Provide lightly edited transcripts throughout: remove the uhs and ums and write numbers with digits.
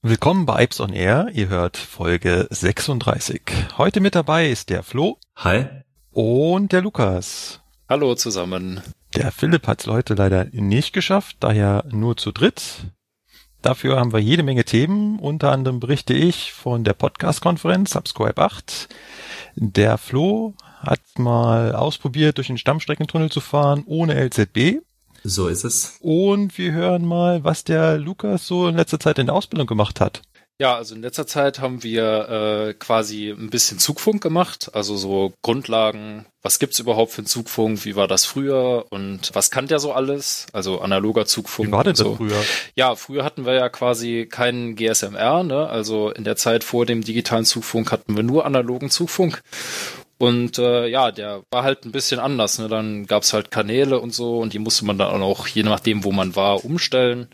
Willkommen bei Ipes on Air. Ihr hört Folge 36. Heute mit dabei ist der Flo. Hi. Und der Lukas. Hallo zusammen. Der Philipp hat es heute leider nicht geschafft, daher nur zu dritt. Dafür haben wir jede Menge Themen. Unter anderem berichte ich von der Podcast-Konferenz Subscribe 8. Der Flo hat mal ausprobiert, durch den Stammstreckentunnel zu fahren ohne LZB. So ist es. Und wir hören mal, was der Lukas so in letzter Zeit in der Ausbildung gemacht hat. Ja, also in letzter Zeit haben wir quasi ein bisschen Zugfunk gemacht, also so Grundlagen, was gibt's überhaupt für einen Zugfunk, wie war das früher und was kann der so alles, also analoger Zugfunk. Wie war denn das so. früher? Ja, früher hatten wir ja quasi keinen GSMR, ne? Also in der Zeit vor dem digitalen Zugfunk hatten wir nur analogen Zugfunk. Und der war halt ein bisschen anders, ne? Dann gab's halt Kanäle und so und die musste man dann auch, je nachdem wo man war, umstellen.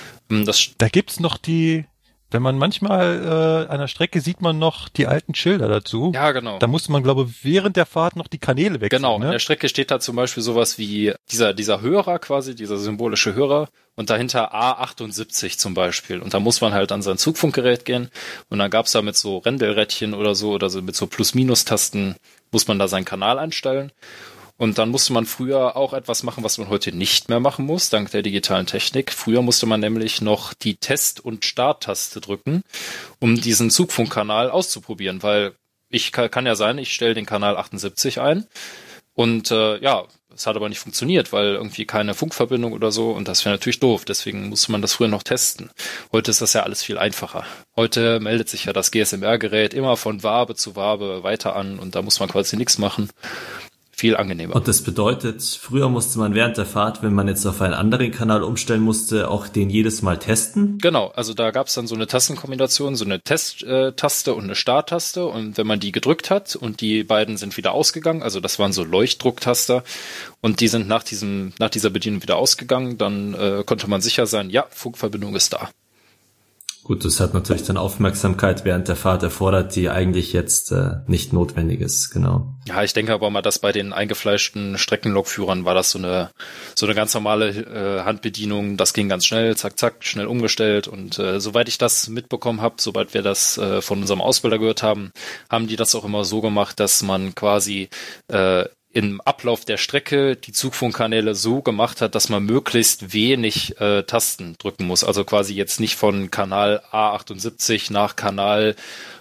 Da gibt's noch wenn man manchmal an der Strecke sieht man noch die alten Schilder dazu. Ja, genau. Da musste man, glaube ich, während der Fahrt noch die Kanäle wechseln. Genau, ne? An der Strecke steht da zum Beispiel sowas wie dieser Hörer quasi, dieser symbolische Hörer und dahinter A78 zum Beispiel. Und da muss man halt an sein Zugfunkgerät gehen und dann gab's da mit so Rändelrädchen oder so mit so Plus-Minus-Tasten muss man da seinen Kanal einstellen. Und dann musste man früher auch etwas machen, was man heute nicht mehr machen muss, dank der digitalen Technik. Früher musste man nämlich noch die Test- und Starttaste drücken, um diesen Zugfunkkanal auszuprobieren, weil kann ja sein, ich stelle den Kanal 78 ein und es hat aber nicht funktioniert, weil irgendwie keine Funkverbindung oder so und das wäre natürlich doof, deswegen musste man das früher noch testen. Heute ist das ja alles viel einfacher. Heute meldet sich ja das GSMR-Gerät immer von Wabe zu Wabe weiter an und da muss man quasi nichts machen. Viel angenehmer. Und das bedeutet, früher musste man während der Fahrt, wenn man jetzt auf einen anderen Kanal umstellen musste, auch den jedes Mal testen? Genau, also da gab es dann so eine Tastenkombination, so eine Test-Taste und eine Start-Taste und wenn man die gedrückt hat und die beiden sind wieder ausgegangen, also das waren so Leuchtdrucktaster und die sind nach dieser Bedienung wieder ausgegangen, dann konnte man sicher sein, ja, Funkverbindung ist da. Gut, das hat natürlich dann Aufmerksamkeit während der Fahrt erfordert, die eigentlich jetzt nicht notwendig ist, genau. Ja, ich denke aber mal, dass bei den eingefleischten Streckenlokführern war das so eine ganz normale Handbedienung. Das ging ganz schnell, zack, zack, schnell umgestellt. Und soweit ich das mitbekommen habe, sobald wir das von unserem Ausbilder gehört haben, haben die das auch immer so gemacht, dass man quasi im Ablauf der Strecke die Zugfunkkanäle so gemacht hat, dass man möglichst wenig Tasten drücken muss. Also quasi jetzt nicht von Kanal A78 nach Kanal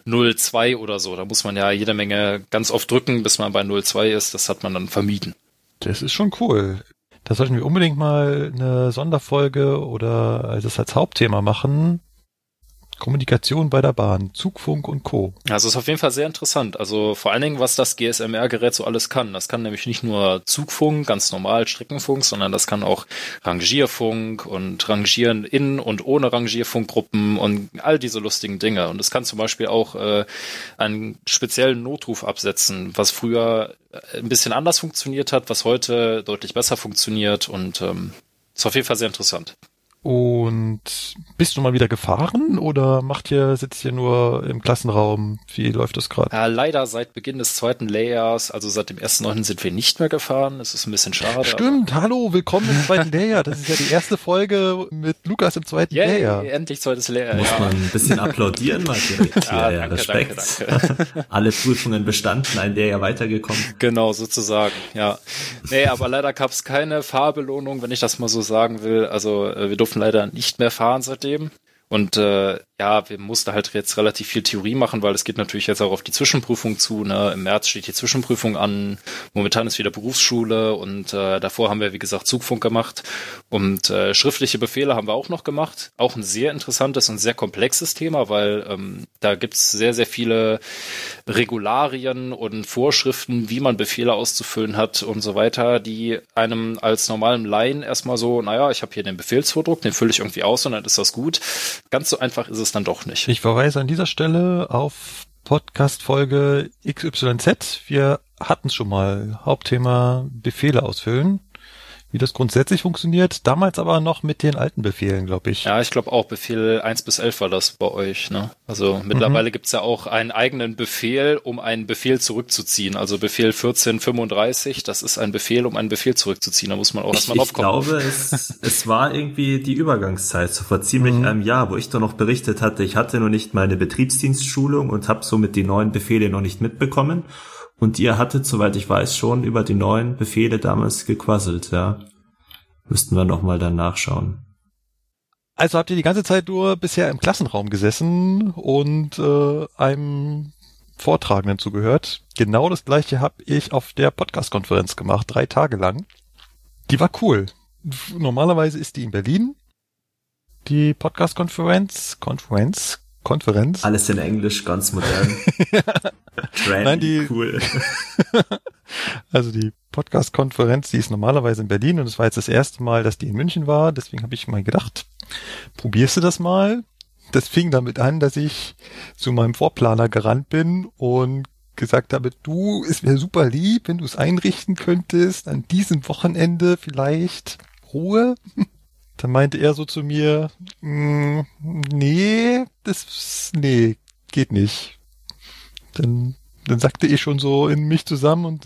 02 oder so. Da muss man ja jede Menge ganz oft drücken, bis man bei 02 ist. Das hat man dann vermieden. Das ist schon cool. Da sollten wir unbedingt mal eine Sonderfolge oder das als Hauptthema machen. Kommunikation bei der Bahn, Zugfunk und Co. Also ist auf jeden Fall sehr interessant. Also vor allen Dingen, was das GSMR-Gerät so alles kann. Das kann nämlich nicht nur Zugfunk, ganz normal Streckenfunk, sondern das kann auch Rangierfunk und Rangieren in und ohne Rangierfunkgruppen und all diese lustigen Dinge. Und es kann zum Beispiel auch einen speziellen Notruf absetzen, was früher ein bisschen anders funktioniert hat, was heute deutlich besser funktioniert und ist auf jeden Fall sehr interessant. Und bist du mal wieder gefahren oder sitzt ihr nur im Klassenraum? Wie läuft das gerade? Ja, leider seit Beginn des zweiten Layers, also seit dem 1.9. sind wir nicht mehr gefahren. Das ist ein bisschen schade. Stimmt, hallo, willkommen im zweiten Layer. Das ist ja die erste Folge mit Lukas im zweiten Layer. Endlich zweites Layer. Muss man ein bisschen applaudieren mal direkt hier. Ja, danke, Respekt. Danke. Alle Prüfungen bestanden, ein Layer weitergekommen. Genau, sozusagen, ja. Nee, aber leider gab es keine Fahrbelohnung, wenn ich das mal so sagen will. Also wir durften leider nicht mehr fahren seitdem. Und wir mussten halt jetzt relativ viel Theorie machen, weil es geht natürlich jetzt auch auf die Zwischenprüfung zu. Ne? Im März steht die Zwischenprüfung an. Momentan ist wieder Berufsschule und davor haben wir, wie gesagt, Zugfunk gemacht. Und schriftliche Befehle haben wir auch noch gemacht. Auch ein sehr interessantes und sehr komplexes Thema, weil da gibt's sehr, sehr viele Regularien und Vorschriften, wie man Befehle auszufüllen hat und so weiter, die einem als normalem Laien erstmal so, ich habe hier den Befehlsvordruck, den fülle ich irgendwie aus und dann ist das gut. Ganz so einfach ist es dann doch nicht. Ich verweise an dieser Stelle auf Podcast-Folge XYZ. Wir hatten es schon mal. Hauptthema Befehle ausfüllen. wie das grundsätzlich funktioniert. Damals aber noch mit den alten Befehlen, glaube ich. Ja, ich glaube auch Befehl 1 bis 11 war das bei euch, ne? Also mittlerweile gibt's ja auch einen eigenen Befehl, um einen Befehl zurückzuziehen. Also Befehl 1435, das ist ein Befehl, um einen Befehl zurückzuziehen. Da muss man auch erstmal drauf kommen. Ich glaube, es war irgendwie die Übergangszeit, so vor ziemlich einem Jahr, wo ich da noch berichtet hatte, ich hatte noch nicht meine Betriebsdienstschulung und habe somit die neuen Befehle noch nicht mitbekommen. Und ihr hattet, soweit ich weiß, schon über die neuen Befehle damals gequasselt, ja. Müssten wir nochmal dann nachschauen. Also habt ihr die ganze Zeit nur bisher im Klassenraum gesessen und einem Vortragenden zugehört. Genau das gleiche habe ich auf der Podcast-Konferenz gemacht, 3 Tage lang. Die war cool. Normalerweise ist die in Berlin, die Podcast-Konferenz. Alles in Englisch, ganz modern. Nein, cool. Also die Podcast-Konferenz, die ist normalerweise in Berlin und es war jetzt das erste Mal, dass die in München war. Deswegen habe ich mal gedacht, probierst du das mal? Das fing damit an, dass ich zu meinem Vorplaner gerannt bin und gesagt habe, du, es wäre super lieb, wenn du es einrichten könntest, an diesem Wochenende vielleicht Ruhe. Dann meinte er so zu mir, nee, geht nicht. Dann sagte ich schon so in mich zusammen und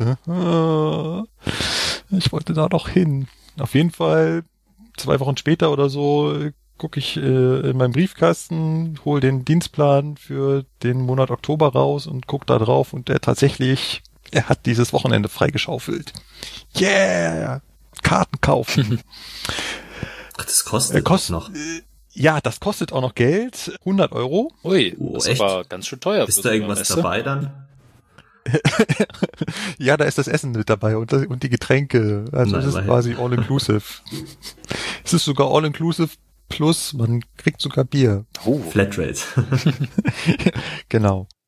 ich wollte da doch hin. Auf jeden Fall 2 Wochen später oder so gucke ich in meinem Briefkasten, hole den Dienstplan für den Monat Oktober raus und guck da drauf und er hat dieses Wochenende freigeschaufelt. Yeah! Karten kaufen. Ach, das kostet auch noch. Ja, das kostet auch noch Geld. 100 €. Ui, das ist echt? aber ganz schön teuer. Ist da irgendwas dabei dann? Ja, da ist das Essen mit dabei und die Getränke. Also es ist quasi all-inclusive. Es ist sogar all-inclusive plus man kriegt sogar Bier. Flatrate. Genau.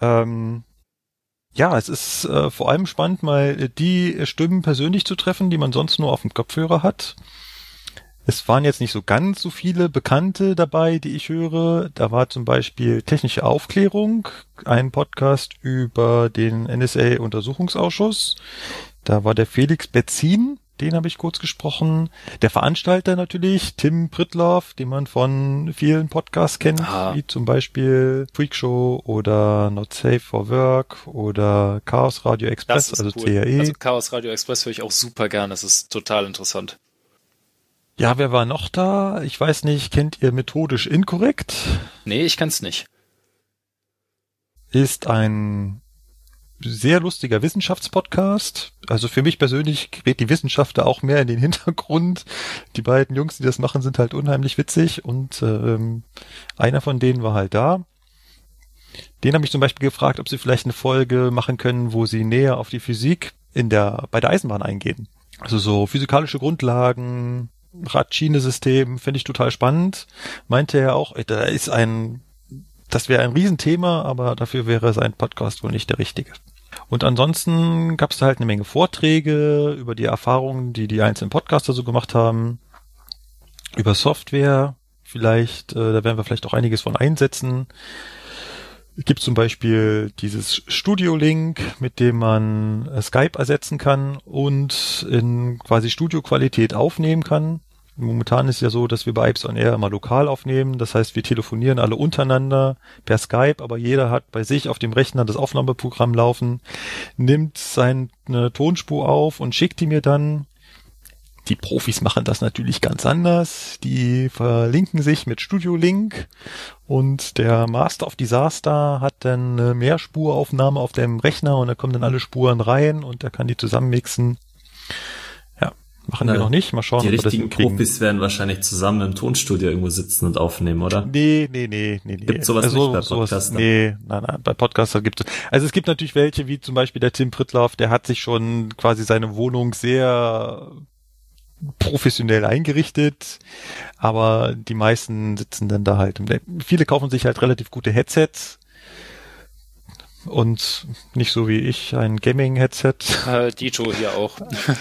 Ja, es ist vor allem spannend, mal die Stimmen persönlich zu treffen, die man sonst nur auf dem Kopfhörer hat. Es waren jetzt nicht so ganz so viele Bekannte dabei, die ich höre. Da war zum Beispiel Technische Aufklärung, ein Podcast über den NSA-Untersuchungsausschuss. Da war der Felix Betzin, den habe ich kurz gesprochen. Der Veranstalter natürlich, Tim Prittloff, den man von vielen Podcasts kennt, wie zum Beispiel Freakshow oder Not Safe for Work oder Chaos Radio Express, also cool. CRE. Also Chaos Radio Express höre ich auch super gern, das ist total interessant. Ja, wer war noch da? Ich weiß nicht, kennt ihr Methodisch Inkorrekt? Nee, ich kenn's nicht. Ist ein sehr lustiger Wissenschaftspodcast. Also für mich persönlich gerät die Wissenschaft da auch mehr in den Hintergrund. Die beiden Jungs, die das machen, sind halt unheimlich witzig und einer von denen war halt da. Den habe ich zum Beispiel gefragt, ob sie vielleicht eine Folge machen können, wo sie näher auf die Physik bei der Eisenbahn eingehen. Also so physikalische Grundlagen, Radschienesystem, finde ich total spannend. Meinte er auch, das wäre ein Riesenthema, aber dafür wäre sein Podcast wohl nicht der richtige. Und ansonsten gab es da halt eine Menge Vorträge über die Erfahrungen, die einzelnen Podcaster so gemacht haben, über Software, vielleicht, da werden wir vielleicht auch einiges von einsetzen. Es gibt zum Beispiel dieses Studio-Link, mit dem man Skype ersetzen kann und in quasi Studioqualität aufnehmen kann. Momentan ist es ja so, dass wir bei Ipes on Air immer lokal aufnehmen. Das heißt, wir telefonieren alle untereinander per Skype, aber jeder hat bei sich auf dem Rechner das Aufnahmeprogramm laufen, nimmt seine Tonspur auf und schickt die mir dann. Die Profis machen das natürlich ganz anders. Die verlinken sich mit Studio Link und der Master of Disaster hat dann eine Mehrspuraufnahme auf dem Rechner und da kommen dann alle Spuren rein und der kann die zusammenmixen. Ja, machen wir noch nicht. Mal schauen, die richtigen Profis werden wahrscheinlich zusammen im Tonstudio irgendwo sitzen und aufnehmen, oder? Nee. Gibt sowas nicht bei Podcastern? Nein, bei Podcastern gibt es. Also es gibt natürlich welche, wie zum Beispiel der Tim Prittloff, der hat sich schon quasi seine Wohnung sehr professionell eingerichtet, aber die meisten sitzen dann da halt. Viele kaufen sich halt relativ gute Headsets und nicht so wie ich ein Gaming-Headset. Dito hier auch.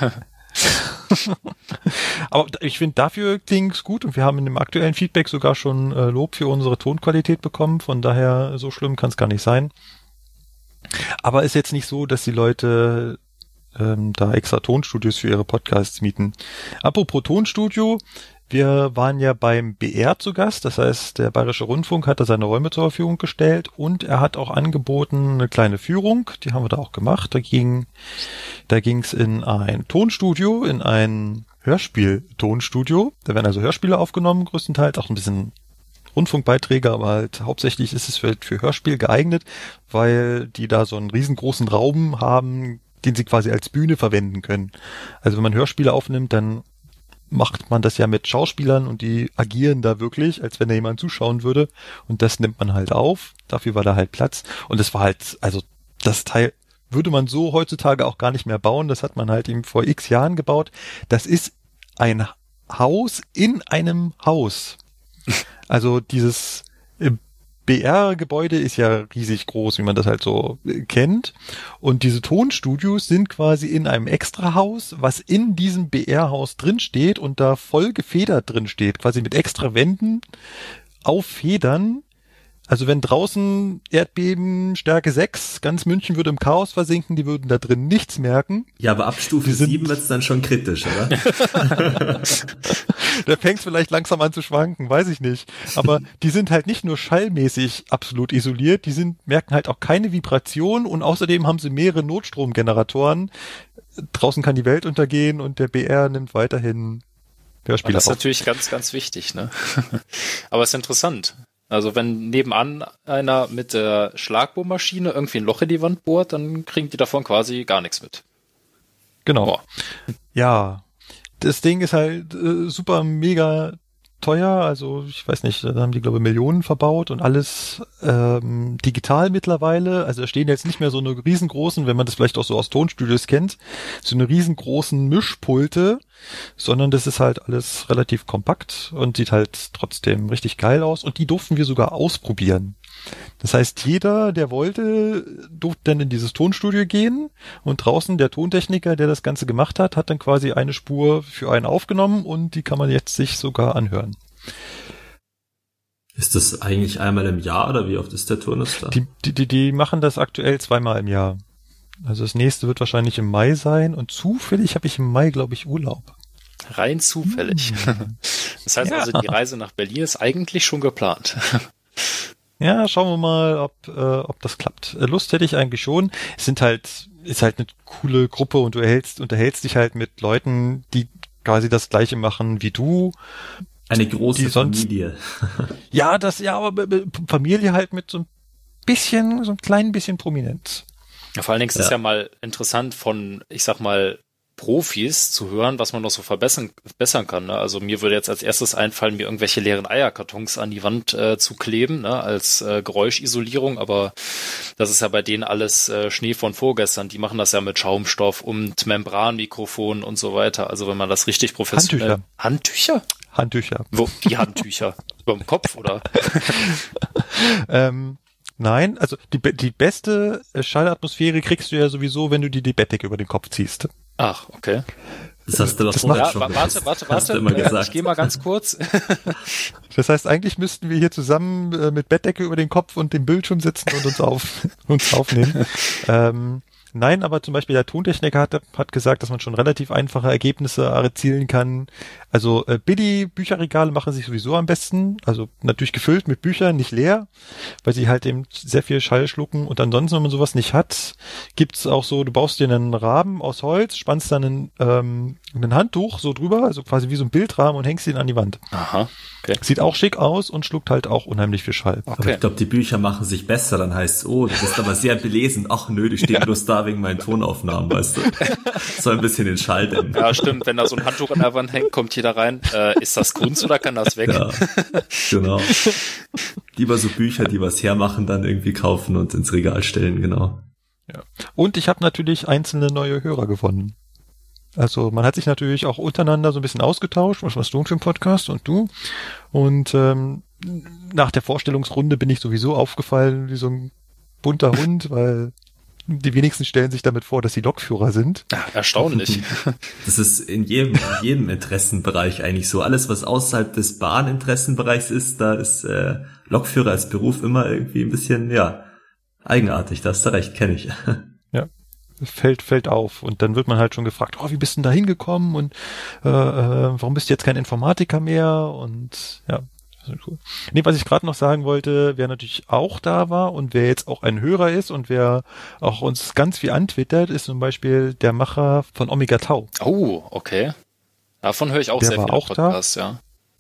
Aber ich finde, dafür klingt's gut und wir haben in dem aktuellen Feedback sogar schon Lob für unsere Tonqualität bekommen, von daher so schlimm kann es gar nicht sein. Aber ist jetzt nicht so, dass die Leute da extra Tonstudios für ihre Podcasts mieten. Apropos Tonstudio, wir waren ja beim BR zu Gast, das heißt, der Bayerische Rundfunk hat da seine Räume zur Verfügung gestellt und er hat auch angeboten eine kleine Führung, die haben wir da auch gemacht. Da ging's in ein Tonstudio, in ein Hörspiel-Tonstudio. Da werden also Hörspiele aufgenommen, größtenteils auch ein bisschen Rundfunkbeiträge, aber halt hauptsächlich ist es für Hörspiel geeignet, weil die da so einen riesengroßen Raum haben, den sie quasi als Bühne verwenden können. Also wenn man Hörspiele aufnimmt, dann macht man das ja mit Schauspielern und die agieren da wirklich, als wenn da jemand zuschauen würde. Und das nimmt man halt auf. Dafür war da halt Platz. Und es war halt, also das Teil würde man so heutzutage auch gar nicht mehr bauen. Das hat man halt eben vor x Jahren gebaut. Das ist ein Haus in einem Haus. Also dieses BR-Gebäude ist ja riesig groß, wie man das halt so kennt. Und diese Tonstudios sind quasi in einem Extrahaus, was in diesem BR-Haus drin steht und da voll gefedert drin steht, quasi mit extra Wänden auf Federn. Also wenn draußen Erdbeben Stärke 6, ganz München würde im Chaos versinken, die würden da drin nichts merken. Ja, aber ab Stufe 7 wird's dann schon kritisch, oder? Da fängt's vielleicht langsam an zu schwanken, weiß ich nicht. Aber die sind halt nicht nur schallmäßig absolut isoliert, die merken halt auch keine Vibration und außerdem haben sie mehrere Notstromgeneratoren. Draußen kann die Welt untergehen und der BR nimmt weiterhin Hörspiele auf. Das ist natürlich ganz, ganz wichtig, ne? Aber es ist interessant. Also wenn nebenan einer mit der Schlagbohrmaschine irgendwie ein Loch in die Wand bohrt, dann kriegen die davon quasi gar nichts mit. Genau. Boah. Ja, das Ding ist halt super mega teuer, also ich weiß nicht, da haben die glaube ich Millionen verbaut und alles digital mittlerweile, also da stehen jetzt nicht mehr so eine riesengroßen, wenn man das vielleicht auch so aus Tonstudios kennt, so eine riesengroßen Mischpulte, sondern das ist halt alles relativ kompakt und sieht halt trotzdem richtig geil aus und die durften wir sogar ausprobieren. Das heißt, jeder, der wollte, durfte dann in dieses Tonstudio gehen und draußen der Tontechniker, der das Ganze gemacht hat, hat dann quasi eine Spur für einen aufgenommen und die kann man jetzt sich sogar anhören. Ist das eigentlich einmal im Jahr oder wie oft ist der Turnus da? Die machen das aktuell 2-mal im Jahr. Also das nächste wird wahrscheinlich im Mai sein und zufällig habe ich im Mai, glaube ich, Urlaub. Rein zufällig. Das heißt also, die Reise nach Berlin ist eigentlich schon geplant. Ja, schauen wir mal, ob das klappt. Lust hätte ich eigentlich schon. Ist halt eine coole Gruppe und du unterhältst dich halt mit Leuten, die quasi das Gleiche machen wie du. Eine große Familie. Ja, aber Familie halt mit so ein klein bisschen Prominenz. Ja, vor allen Dingen ist es ja mal interessant von, ich sag mal, Profis zu hören, was man noch so verbessern kann. Ne? Also mir würde jetzt als erstes einfallen, mir irgendwelche leeren Eierkartons an die Wand zu kleben, ne? Als Geräuschisolierung, aber das ist ja bei denen alles Schnee von vorgestern. Die machen das ja mit Schaumstoff und Membranmikrofon und so weiter. Also wenn man das richtig professionell... Handtücher? Wo? Die Handtücher? Über dem Kopf, oder? Nein, also die beste Schallatmosphäre kriegst du ja sowieso, wenn du die Bettdecke über den Kopf ziehst. Ach, okay. Das hast du doch vorher schon gesagt. Warte. Ich gehe mal ganz kurz. Das heißt, eigentlich müssten wir hier zusammen mit Bettdecke über den Kopf und dem Bildschirm sitzen und uns aufnehmen. Nein, aber zum Beispiel der Tontechniker hat gesagt, dass man schon relativ einfache Ergebnisse erzielen kann. Also Billy-Bücherregale machen sich sowieso am besten. Also natürlich gefüllt mit Büchern, nicht leer, weil sie halt eben sehr viel Schall schlucken. Und ansonsten, wenn man sowas nicht hat, gibt's auch so, du baust dir einen Rahmen aus Holz, spannst dann ein Handtuch so drüber, also quasi wie so ein Bildrahmen und hängst ihn an die Wand. Aha. Okay. Sieht auch schick aus und schluckt halt auch unheimlich viel Schall. Okay. Aber ich glaube, die Bücher machen sich besser, dann heißt es, oh, du bist aber sehr belesen. Ach nö, die stehen bloß da wegen meinen Tonaufnahmen, weißt du. Soll ein bisschen den Schall dämmen. Ja, stimmt, wenn da so ein Handtuch an der Wand hängt, kommt jeder rein. Ist das Kunst oder kann das weg? Ja, genau. Lieber so Bücher, die was hermachen, dann irgendwie kaufen und ins Regal stellen, genau. Ja. Und ich habe natürlich einzelne neue Hörer gewonnen. Also man hat sich natürlich auch untereinander so ein bisschen ausgetauscht, was machst du für einen Podcast und du. Und nach der Vorstellungsrunde bin ich sowieso aufgefallen wie so ein bunter Hund, weil die wenigsten stellen sich damit vor, dass sie Lokführer sind. Ja, erstaunlich. Das ist in jedem Interessenbereich eigentlich so. Alles, was außerhalb des Bahninteressenbereichs ist, da ist Lokführer als Beruf immer irgendwie ein bisschen, ja, eigenartig. Da hast du recht, kenne ich. Ja. fällt auf. Und dann wird man halt schon gefragt, wie bist du denn da hingekommen und warum bist du jetzt kein Informatiker mehr? Und ja, cool. Nee, was ich gerade noch sagen wollte, wer natürlich auch da war und wer jetzt auch ein Hörer ist und wer auch uns ganz viel antwittert, ist zum Beispiel der Macher von Omega Tau. Oh, okay. Davon höre ich auch der sehr viele Podcasts, ja.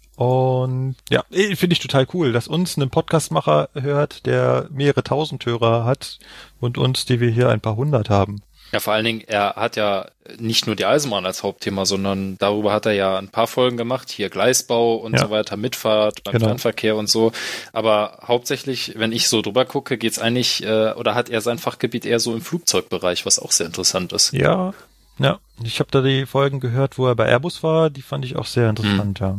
Und ja, finde ich total cool, dass uns ein Podcastmacher hört, der mehrere tausend Hörer hat und uns, die wir hier ein paar hundert haben. Ja, vor allen Dingen, er hat ja nicht nur die Eisenbahn als Hauptthema, sondern darüber hat er ja ein paar Folgen gemacht, hier Gleisbau und so weiter, Mitfahrt beim Fernverkehr und so. Aber hauptsächlich, wenn ich so drüber gucke, geht's eigentlich, oder hat er sein Fachgebiet eher so im Flugzeugbereich, was auch sehr interessant ist. Ja, ich habe da die Folgen gehört, wo er bei Airbus war, die fand ich auch sehr interessant, ja.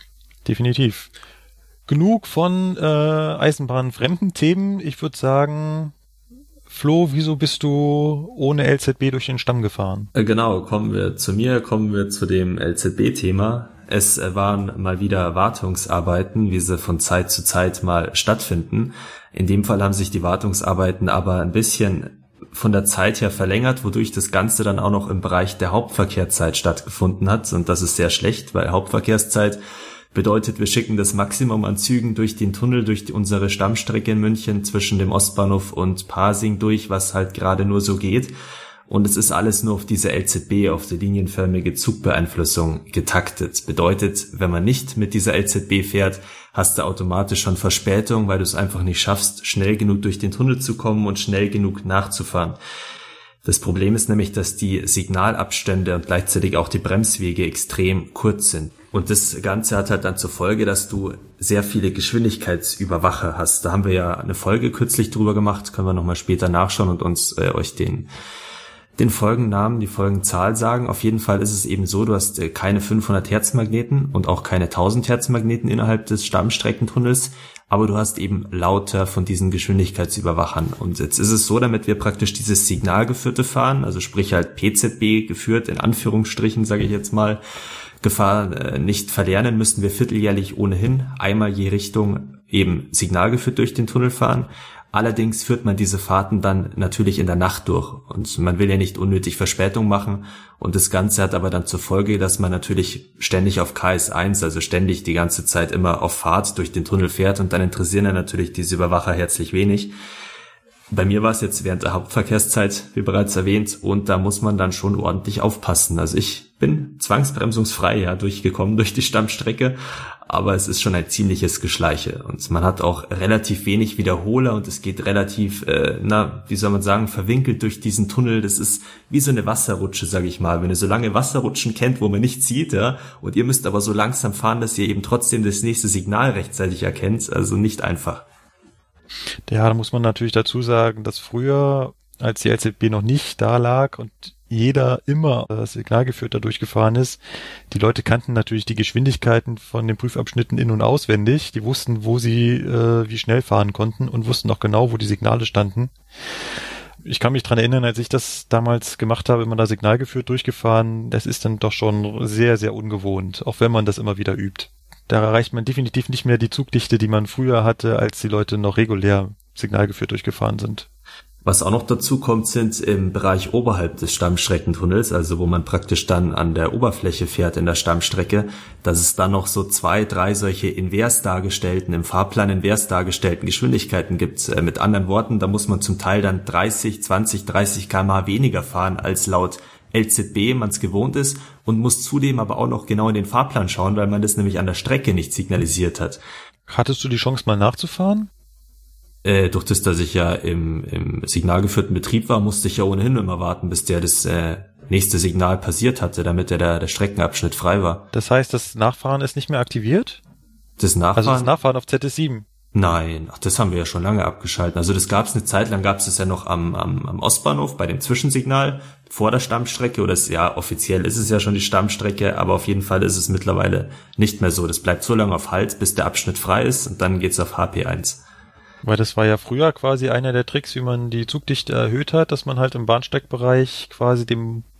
Definitiv. Genug von eisenbahnfremden Themen. Ich würde sagen, Flo, wieso bist du ohne LZB durch den Stamm gefahren? Genau, kommen wir zu dem LZB-Thema. Es waren mal wieder Wartungsarbeiten, wie sie von Zeit zu Zeit mal stattfinden. In dem Fall haben sich die Wartungsarbeiten aber ein bisschen von der Zeit her verlängert, wodurch das Ganze dann auch noch im Bereich der Hauptverkehrszeit stattgefunden hat. Und das ist sehr schlecht, weil Hauptverkehrszeit bedeutet, wir schicken das Maximum an Zügen durch den Tunnel, durch unsere Stammstrecke in München zwischen dem Ostbahnhof und Pasing durch, was halt gerade nur so geht. Und es ist alles nur auf diese LZB, auf die linienförmige Zugbeeinflussung getaktet. Bedeutet, wenn man nicht mit dieser LZB fährt, hast du automatisch schon Verspätung, weil du es einfach nicht schaffst, schnell genug durch den Tunnel zu kommen und schnell genug nachzufahren. Das Problem ist nämlich, dass die Signalabstände und gleichzeitig auch die Bremswege extrem kurz sind. Und das Ganze hat halt dann zur Folge, dass du sehr viele Geschwindigkeitsüberwacher hast. Da haben wir ja eine Folge kürzlich drüber gemacht, können wir nochmal später nachschauen und uns euch den Folgennamen, die Folgenzahl sagen. Auf jeden Fall ist es eben so, du hast keine 500 Hertz Magneten und auch keine 1000 Hertz Magneten innerhalb des Stammstreckentunnels, aber du hast eben lauter von diesen Geschwindigkeitsüberwachern. Und jetzt ist es so, damit wir praktisch dieses signalgeführte Fahren, also sprich halt PZB geführt, in Anführungsstrichen sage ich jetzt mal, Gefahr nicht verlernen, müssten wir vierteljährlich ohnehin einmal je Richtung eben signalgeführt durch den Tunnel fahren. Allerdings führt man diese Fahrten dann natürlich in der Nacht durch und man will ja nicht unnötig Verspätung machen und das Ganze hat aber dann zur Folge, dass man natürlich ständig auf KS1, also ständig die ganze Zeit immer auf Fahrt durch den Tunnel fährt und dann interessieren dann natürlich diese Überwacher herzlich wenig. Bei mir war es jetzt während der Hauptverkehrszeit, wie bereits erwähnt, und da muss man dann schon ordentlich aufpassen. Also ich bin zwangsbremsungsfrei durchgekommen durch die Stammstrecke, aber es ist schon ein ziemliches Geschleiche und man hat auch relativ wenig Wiederholer und es geht relativ, verwinkelt durch diesen Tunnel. Das ist wie so eine Wasserrutsche, sage ich mal. Wenn ihr so lange Wasserrutschen kennt, wo man nichts sieht, und ihr müsst aber so langsam fahren, dass ihr eben trotzdem das nächste Signal rechtzeitig erkennt, also nicht einfach. Ja, da muss man natürlich dazu sagen, dass früher, als die LZB noch nicht da lag und jeder immer signalgeführt da durchgefahren ist, die Leute kannten natürlich die Geschwindigkeiten von den Prüfabschnitten in- und auswendig. Die wussten, wo sie wie schnell fahren konnten und wussten auch genau, wo die Signale standen. Ich kann mich dran erinnern, als ich das damals gemacht habe, immer da signalgeführt durchgefahren, das ist dann doch schon sehr, sehr ungewohnt, auch wenn man das immer wieder übt. Da erreicht man definitiv nicht mehr die Zugdichte, die man früher hatte, als die Leute noch regulär signalgeführt durchgefahren sind. Was auch noch dazu kommt, sind im Bereich oberhalb des Stammstreckentunnels, also wo man praktisch dann an der Oberfläche fährt in der Stammstrecke, dass es dann noch so 2, 3 solche im Fahrplan invers dargestellten Geschwindigkeiten gibt. Mit anderen Worten, da muss man zum Teil dann 30 km/h weniger fahren als laut LZB man es gewohnt ist und muss zudem aber auch noch genau in den Fahrplan schauen, weil man das nämlich an der Strecke nicht signalisiert hat. Hattest du die Chance mal nachzufahren? Durch das, dass ich ja im signalgeführten Betrieb war, musste ich ja ohnehin immer warten, bis das nächste Signal passiert hatte, damit der Streckenabschnitt frei war. Das heißt, das Nachfahren ist nicht mehr aktiviert? Das Nachfahren auf ZS7? Nein, das haben wir ja schon lange abgeschaltet. Also das gab's eine Zeit lang, gab's es ja noch am Ostbahnhof bei dem Zwischensignal vor der Stammstrecke, oder offiziell ist es ja schon die Stammstrecke, aber auf jeden Fall ist es mittlerweile nicht mehr so. Das bleibt so lange auf Halt, bis der Abschnitt frei ist und dann geht's auf HP1. Weil das war ja früher quasi einer der Tricks, wie man die Zugdichte erhöht hat, dass man halt im Bahnsteigbereich quasi dem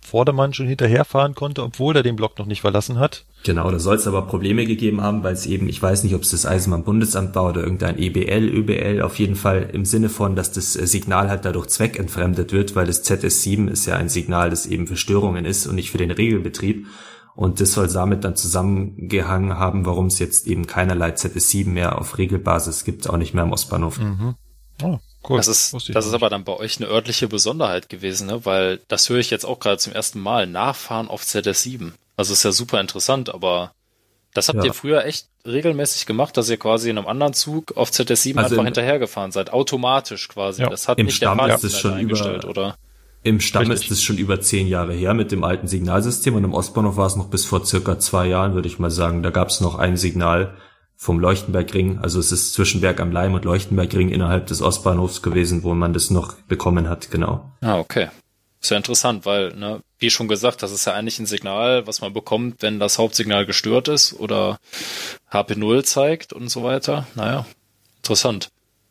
Vordermann schon hinterherfahren konnte, obwohl er den Block noch nicht verlassen hat. Genau, da soll es aber Probleme gegeben haben, weil es eben, ich weiß nicht, ob es das Eisenbahnbundesamt war oder irgendein EBL, ÖBL, auf jeden Fall im Sinne von, dass das Signal halt dadurch zweckentfremdet wird, weil das ZS7 ist ja ein Signal, das eben für Störungen ist und nicht für den Regelbetrieb. Und das soll damit dann zusammengehangen haben, warum es jetzt eben keinerlei ZS7 mehr auf Regelbasis gibt, auch nicht mehr am Ostbahnhof. Mhm. Oh, cool. Das ist aber dann bei euch eine örtliche Besonderheit gewesen, ne? Weil das höre ich jetzt auch gerade zum ersten Mal. Nachfahren auf ZS7. Also ist ja super interessant, aber das habt ihr früher echt regelmäßig gemacht, dass ihr quasi in einem anderen Zug auf ZS7 also einfach hinterhergefahren seid. Automatisch quasi. Ja. Das hat Im nicht Stamm der ist es schon eingestellt, oder? Im Stamm ist es schon über 10 Jahre her mit dem alten Signalsystem und im Ostbahnhof war es noch bis vor circa 2 Jahren, würde ich mal sagen. Da gab es noch ein Signal vom Leuchtenbergring, also es ist zwischen Berg am Leim und Leuchtenbergring innerhalb des Ostbahnhofs gewesen, wo man das noch bekommen hat, genau. Ah, okay. Ist ja interessant, weil, ne, wie schon gesagt, das ist ja eigentlich ein Signal, was man bekommt, wenn das Hauptsignal gestört ist oder HP0 zeigt und so weiter. Naja, interessant.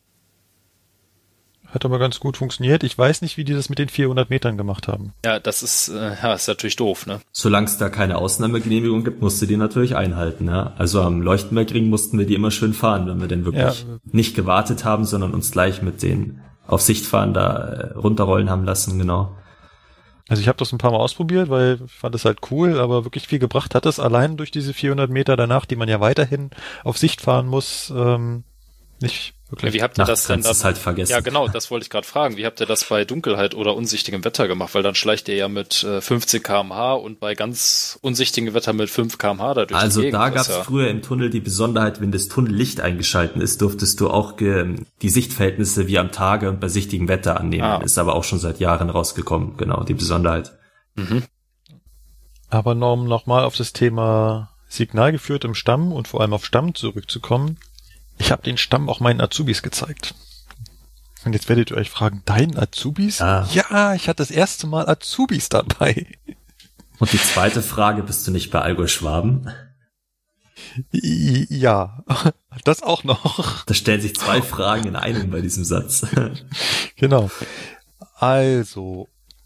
Hat aber ganz gut funktioniert. Ich weiß nicht, wie die das mit den 400 Metern gemacht haben. Ja, das ist natürlich doof, ne? Solange es da keine Ausnahmegenehmigung gibt, musst du die natürlich einhalten, ja. Also am Leuchtenbergring mussten wir die immer schön fahren, wenn wir denn wirklich nicht gewartet haben, sondern uns gleich mit den auf Sicht fahren da runterrollen haben lassen, genau. Also ich habe das ein paar Mal ausprobiert, weil ich fand es halt cool, aber wirklich viel gebracht hat es allein durch diese 400 Meter danach, die man ja weiterhin auf Sicht fahren muss, nicht wirklich. Wie habt ihr das denn dann? Halt vergessen. Ja, genau, das wollte ich gerade fragen. Wie habt ihr das bei Dunkelheit oder unsichtigem Wetter gemacht? Weil dann schleicht ihr ja mit 50 km/h und bei ganz unsichtigem Wetter mit 5 km/h da durch Also die Gegend. Da gab es früher im Tunnel die Besonderheit, wenn das Tunnellicht eingeschalten ist, durftest du auch die Sichtverhältnisse wie am Tage und bei sichtigem Wetter annehmen. Ist aber auch schon seit Jahren rausgekommen, genau, die Besonderheit. Mhm. Aber um nochmal auf das Thema Signal geführt im Stamm und vor allem auf Stamm zurückzukommen, ich habe den Stamm auch meinen Azubis gezeigt. Und jetzt werdet ihr euch fragen, deinen Azubis? Ah. Ja, ich hatte das erste Mal Azubis dabei. Und die zweite Frage, bist du nicht bei Allgäu Schwaben? Ja, das auch noch. Da stellen sich 2 Fragen in einem bei diesem Satz. Genau. Also,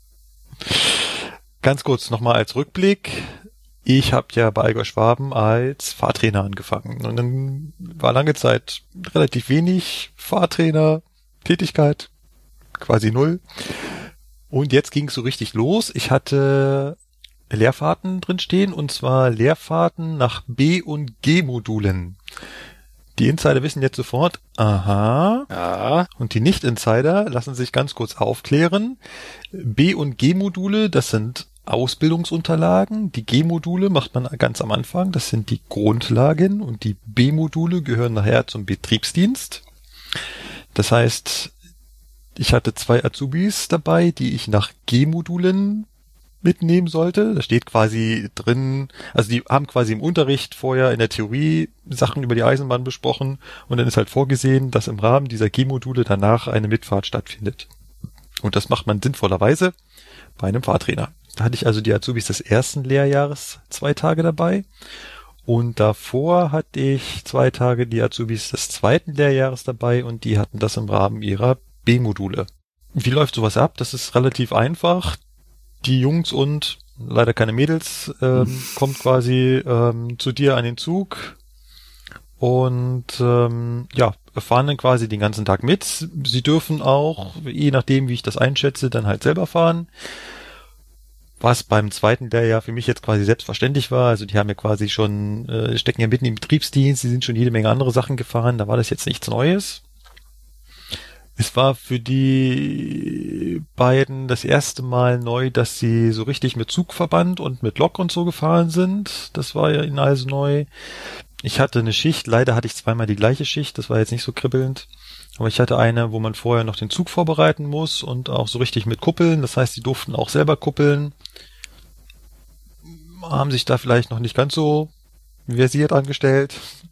ganz kurz nochmal als Rückblick. Ich habe ja bei Allgäu Schwaben als Fahrtrainer angefangen und dann war lange Zeit relativ wenig Fahrtrainer-Tätigkeit, quasi 0. Und jetzt ging es so richtig los. Ich hatte Leerfahrten drin stehen und zwar Leerfahrten nach B- und G-Modulen. Die Insider wissen jetzt sofort, aha, ja. Und die Nicht-Insider lassen sich ganz kurz aufklären. B- und G-Module, das sind Ausbildungsunterlagen. Die G-Module macht man ganz am Anfang, das sind die Grundlagen und die B-Module gehören nachher zum Betriebsdienst. Das heißt, ich hatte 2 Azubis dabei, die ich nach G-Modulen mitnehmen sollte. Da steht quasi drin, also die haben quasi im Unterricht vorher in der Theorie Sachen über die Eisenbahn besprochen und dann ist halt vorgesehen, dass im Rahmen dieser G-Module danach eine Mitfahrt stattfindet. Und das macht man sinnvollerweise bei einem Fahrtrainer. Da hatte ich also die Azubis des ersten Lehrjahres 2 Tage dabei und davor hatte ich 2 Tage die Azubis des zweiten Lehrjahres dabei und die hatten das im Rahmen ihrer B-Module. Wie läuft sowas ab? Das ist relativ einfach. Die Jungs und leider keine Mädels kommt quasi zu dir an den Zug und fahren dann quasi den ganzen Tag mit. Sie dürfen auch, je nachdem wie ich das einschätze, dann halt selber fahren. Was beim zweiten Lehrjahr für mich jetzt quasi selbstverständlich war. Also die haben ja quasi schon, stecken ja mitten im Betriebsdienst, die sind schon jede Menge andere Sachen gefahren, da war das jetzt nichts Neues. Es war für die beiden das erste Mal neu, dass sie so richtig mit Zugverband und mit Lok und so gefahren sind. Das war ja ihnen also neu. Ich hatte eine Schicht, leider hatte ich zweimal die gleiche Schicht, das war jetzt nicht so kribbelnd. Aber ich hatte eine, wo man vorher noch den Zug vorbereiten muss und auch so richtig mit kuppeln. Das heißt, die durften auch selber kuppeln. Haben sich da vielleicht noch nicht ganz so versiert angestellt.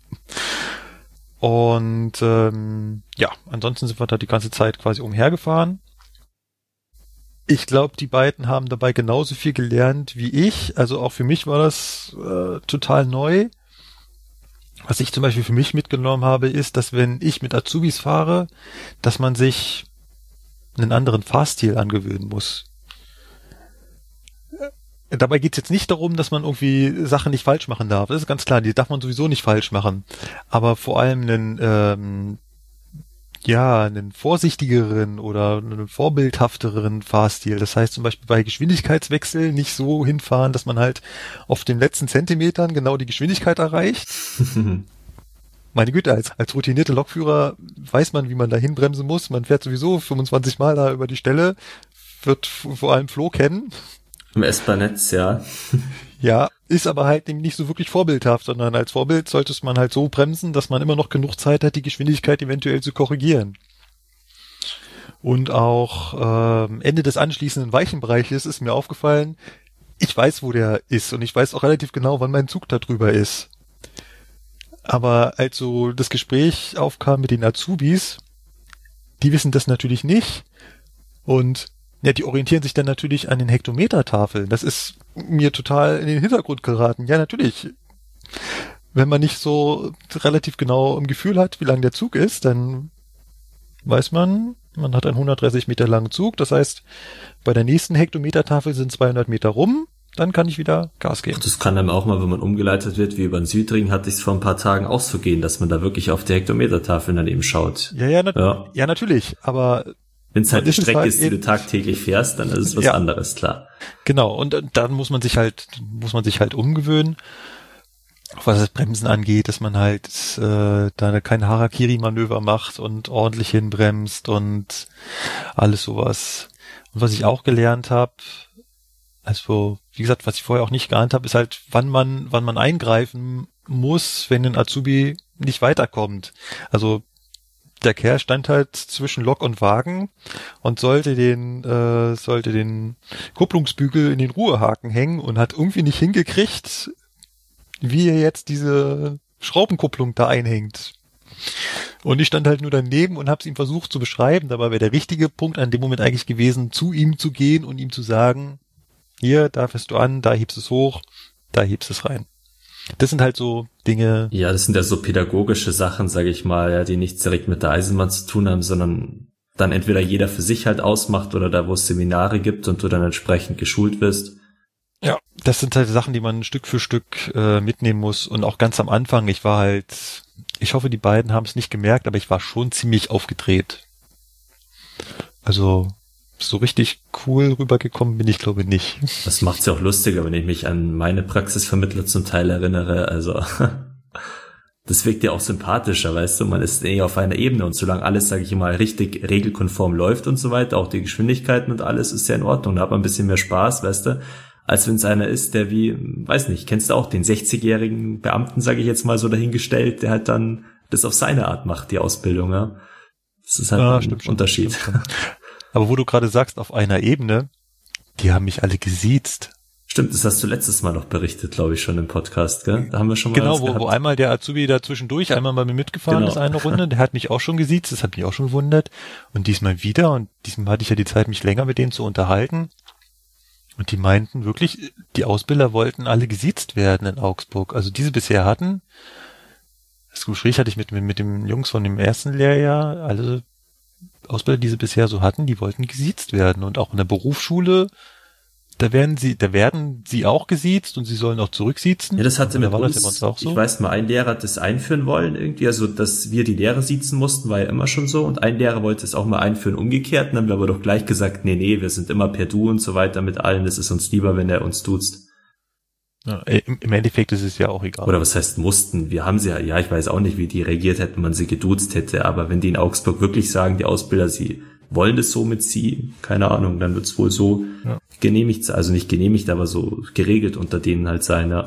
Und ansonsten sind wir da die ganze Zeit quasi umhergefahren. Ich glaube, die beiden haben dabei genauso viel gelernt wie ich. Also auch für mich war das total neu. Was ich zum Beispiel für mich mitgenommen habe, ist, dass wenn ich mit Azubis fahre, dass man sich einen anderen Fahrstil angewöhnen muss. dabei geht's jetzt nicht darum, dass man irgendwie Sachen nicht falsch machen darf. Das ist ganz klar, die darf man sowieso nicht falsch machen. Aber vor allem einen vorsichtigeren oder einen vorbildhafteren Fahrstil. Das heißt zum Beispiel bei Geschwindigkeitswechsel nicht so hinfahren, dass man halt auf den letzten Zentimetern genau die Geschwindigkeit erreicht. Meine Güte, als routinierte Lokführer weiß man, wie man da hinbremsen muss. Man fährt sowieso 25 Mal da über die Stelle, wird vor allem Flo kennen. Im S-Bahn-Netz, ja. Ja, ist aber halt eben nicht so wirklich vorbildhaft, sondern als Vorbild sollte man halt so bremsen, dass man immer noch genug Zeit hat, die Geschwindigkeit eventuell zu korrigieren. Und auch Ende des anschließenden Weichenbereiches ist mir aufgefallen, ich weiß, wo der ist und ich weiß auch relativ genau, wann mein Zug da drüber ist. Aber als so das Gespräch aufkam mit den Azubis, die wissen das natürlich nicht und ja, die orientieren sich dann natürlich an den Hektometertafeln. Das ist mir total in den Hintergrund geraten. Ja, natürlich. Wenn man nicht so relativ genau im Gefühl hat, wie lang der Zug ist, dann weiß man hat einen 130 Meter langen Zug. Das heißt, bei der nächsten Hektometertafel sind 200 Meter rum. Dann kann ich wieder Gas geben. Das kann einem auch mal, wenn man umgeleitet wird, wie über den Südring, hatte ich es vor ein paar Tagen auch so gehen, dass man da wirklich auf die Hektometertafeln dann eben schaut. Ja, natürlich. Aber wenn es halt eine Strecke ist, die du tagtäglich fährst, dann ist es was anderes, klar. Genau, und dann muss man sich halt umgewöhnen, auch was das Bremsen angeht, dass man halt da kein Harakiri-Manöver macht und ordentlich hinbremst und alles sowas. Und was ich auch gelernt habe, also wie gesagt, was ich vorher auch nicht geahnt habe, ist halt, wann man eingreifen muss, wenn ein Azubi nicht weiterkommt. Also der Kerl stand halt zwischen Lok und Wagen und sollte den Kupplungsbügel in den Ruhehaken hängen und hat irgendwie nicht hingekriegt, wie er jetzt diese Schraubenkupplung da einhängt. Und ich stand halt nur daneben und habe es ihm versucht zu beschreiben. Dabei wäre der richtige Punkt an dem Moment eigentlich gewesen, zu ihm zu gehen und ihm zu sagen, hier, da fährst du an, da hebst es hoch, da hebst es rein. Das sind halt so Dinge. Ja, das sind ja so pädagogische Sachen, sage ich mal, ja, die nichts direkt mit der Eisenbahn zu tun haben, sondern dann entweder jeder für sich halt ausmacht oder da, wo es Seminare gibt und du dann entsprechend geschult wirst. Ja, das sind halt Sachen, die man Stück für Stück mitnehmen muss. Und auch ganz am Anfang, ich hoffe, die beiden haben es nicht gemerkt, aber ich war schon ziemlich aufgedreht. Also so richtig cool rübergekommen bin ich, glaube ich, nicht. Das macht's ja auch lustiger, wenn ich mich an meine Praxisvermittler zum Teil erinnere. Also das wirkt ja auch sympathischer, weißt du, man ist auf einer Ebene und solange alles, sage ich mal, richtig regelkonform läuft und so weiter, auch die Geschwindigkeiten und alles ist ja in Ordnung, da hat man ein bisschen mehr Spaß, weißt du, als wenn es einer ist, der wie, weiß nicht, kennst du auch den 60-jährigen Beamten, sage ich jetzt mal so dahingestellt, der halt dann das auf seine Art macht, die Ausbildung, ja. Das ist halt ein Unterschied. Stimmt. Aber wo du gerade sagst, auf einer Ebene, die haben mich alle gesiezt. Stimmt, das hast du letztes Mal noch berichtet, glaube ich, schon im Podcast, gell? Da haben wir schon mal genau, wo einmal der Azubi da zwischendurch einmal bei mir mitgefahren ist, eine Runde, der hat mich auch schon gesiezt, das hat mich auch schon gewundert. Und diesmal wieder, und diesmal hatte ich ja die Zeit, mich länger mit denen zu unterhalten. Und die meinten wirklich, die Ausbilder wollten alle gesiezt werden in Augsburg. Also diese bisher hatten, das Gespräch hatte ich mit dem Jungs von dem ersten Lehrjahr, alle Ausbilder, die sie bisher so hatten, die wollten gesiezt werden. Und auch in der Berufsschule, da werden sie auch gesiezt und sie sollen auch zurücksiezen. Ja, das hatte mit uns, das auch so. Ich weiß mal, ein Lehrer hat das einführen wollen irgendwie, also dass wir die Lehrer siezen mussten, war ja immer schon so. Und ein Lehrer wollte es auch mal einführen, umgekehrt. Dann haben wir aber doch gleich gesagt, nee, wir sind immer per Du und so weiter mit allen. Das ist uns lieber, wenn er uns duzt. Ja, im Endeffekt ist es ja auch egal. Oder was heißt mussten? Wir haben sie ja, ich weiß auch nicht, wie die reagiert hätten, man sie geduzt hätte. Aber wenn die in Augsburg wirklich sagen, die Ausbilder, sie wollen das so mit sie, keine Ahnung, dann wird's wohl so genehmigt, also nicht genehmigt, aber so geregelt unter denen halt sein, ja.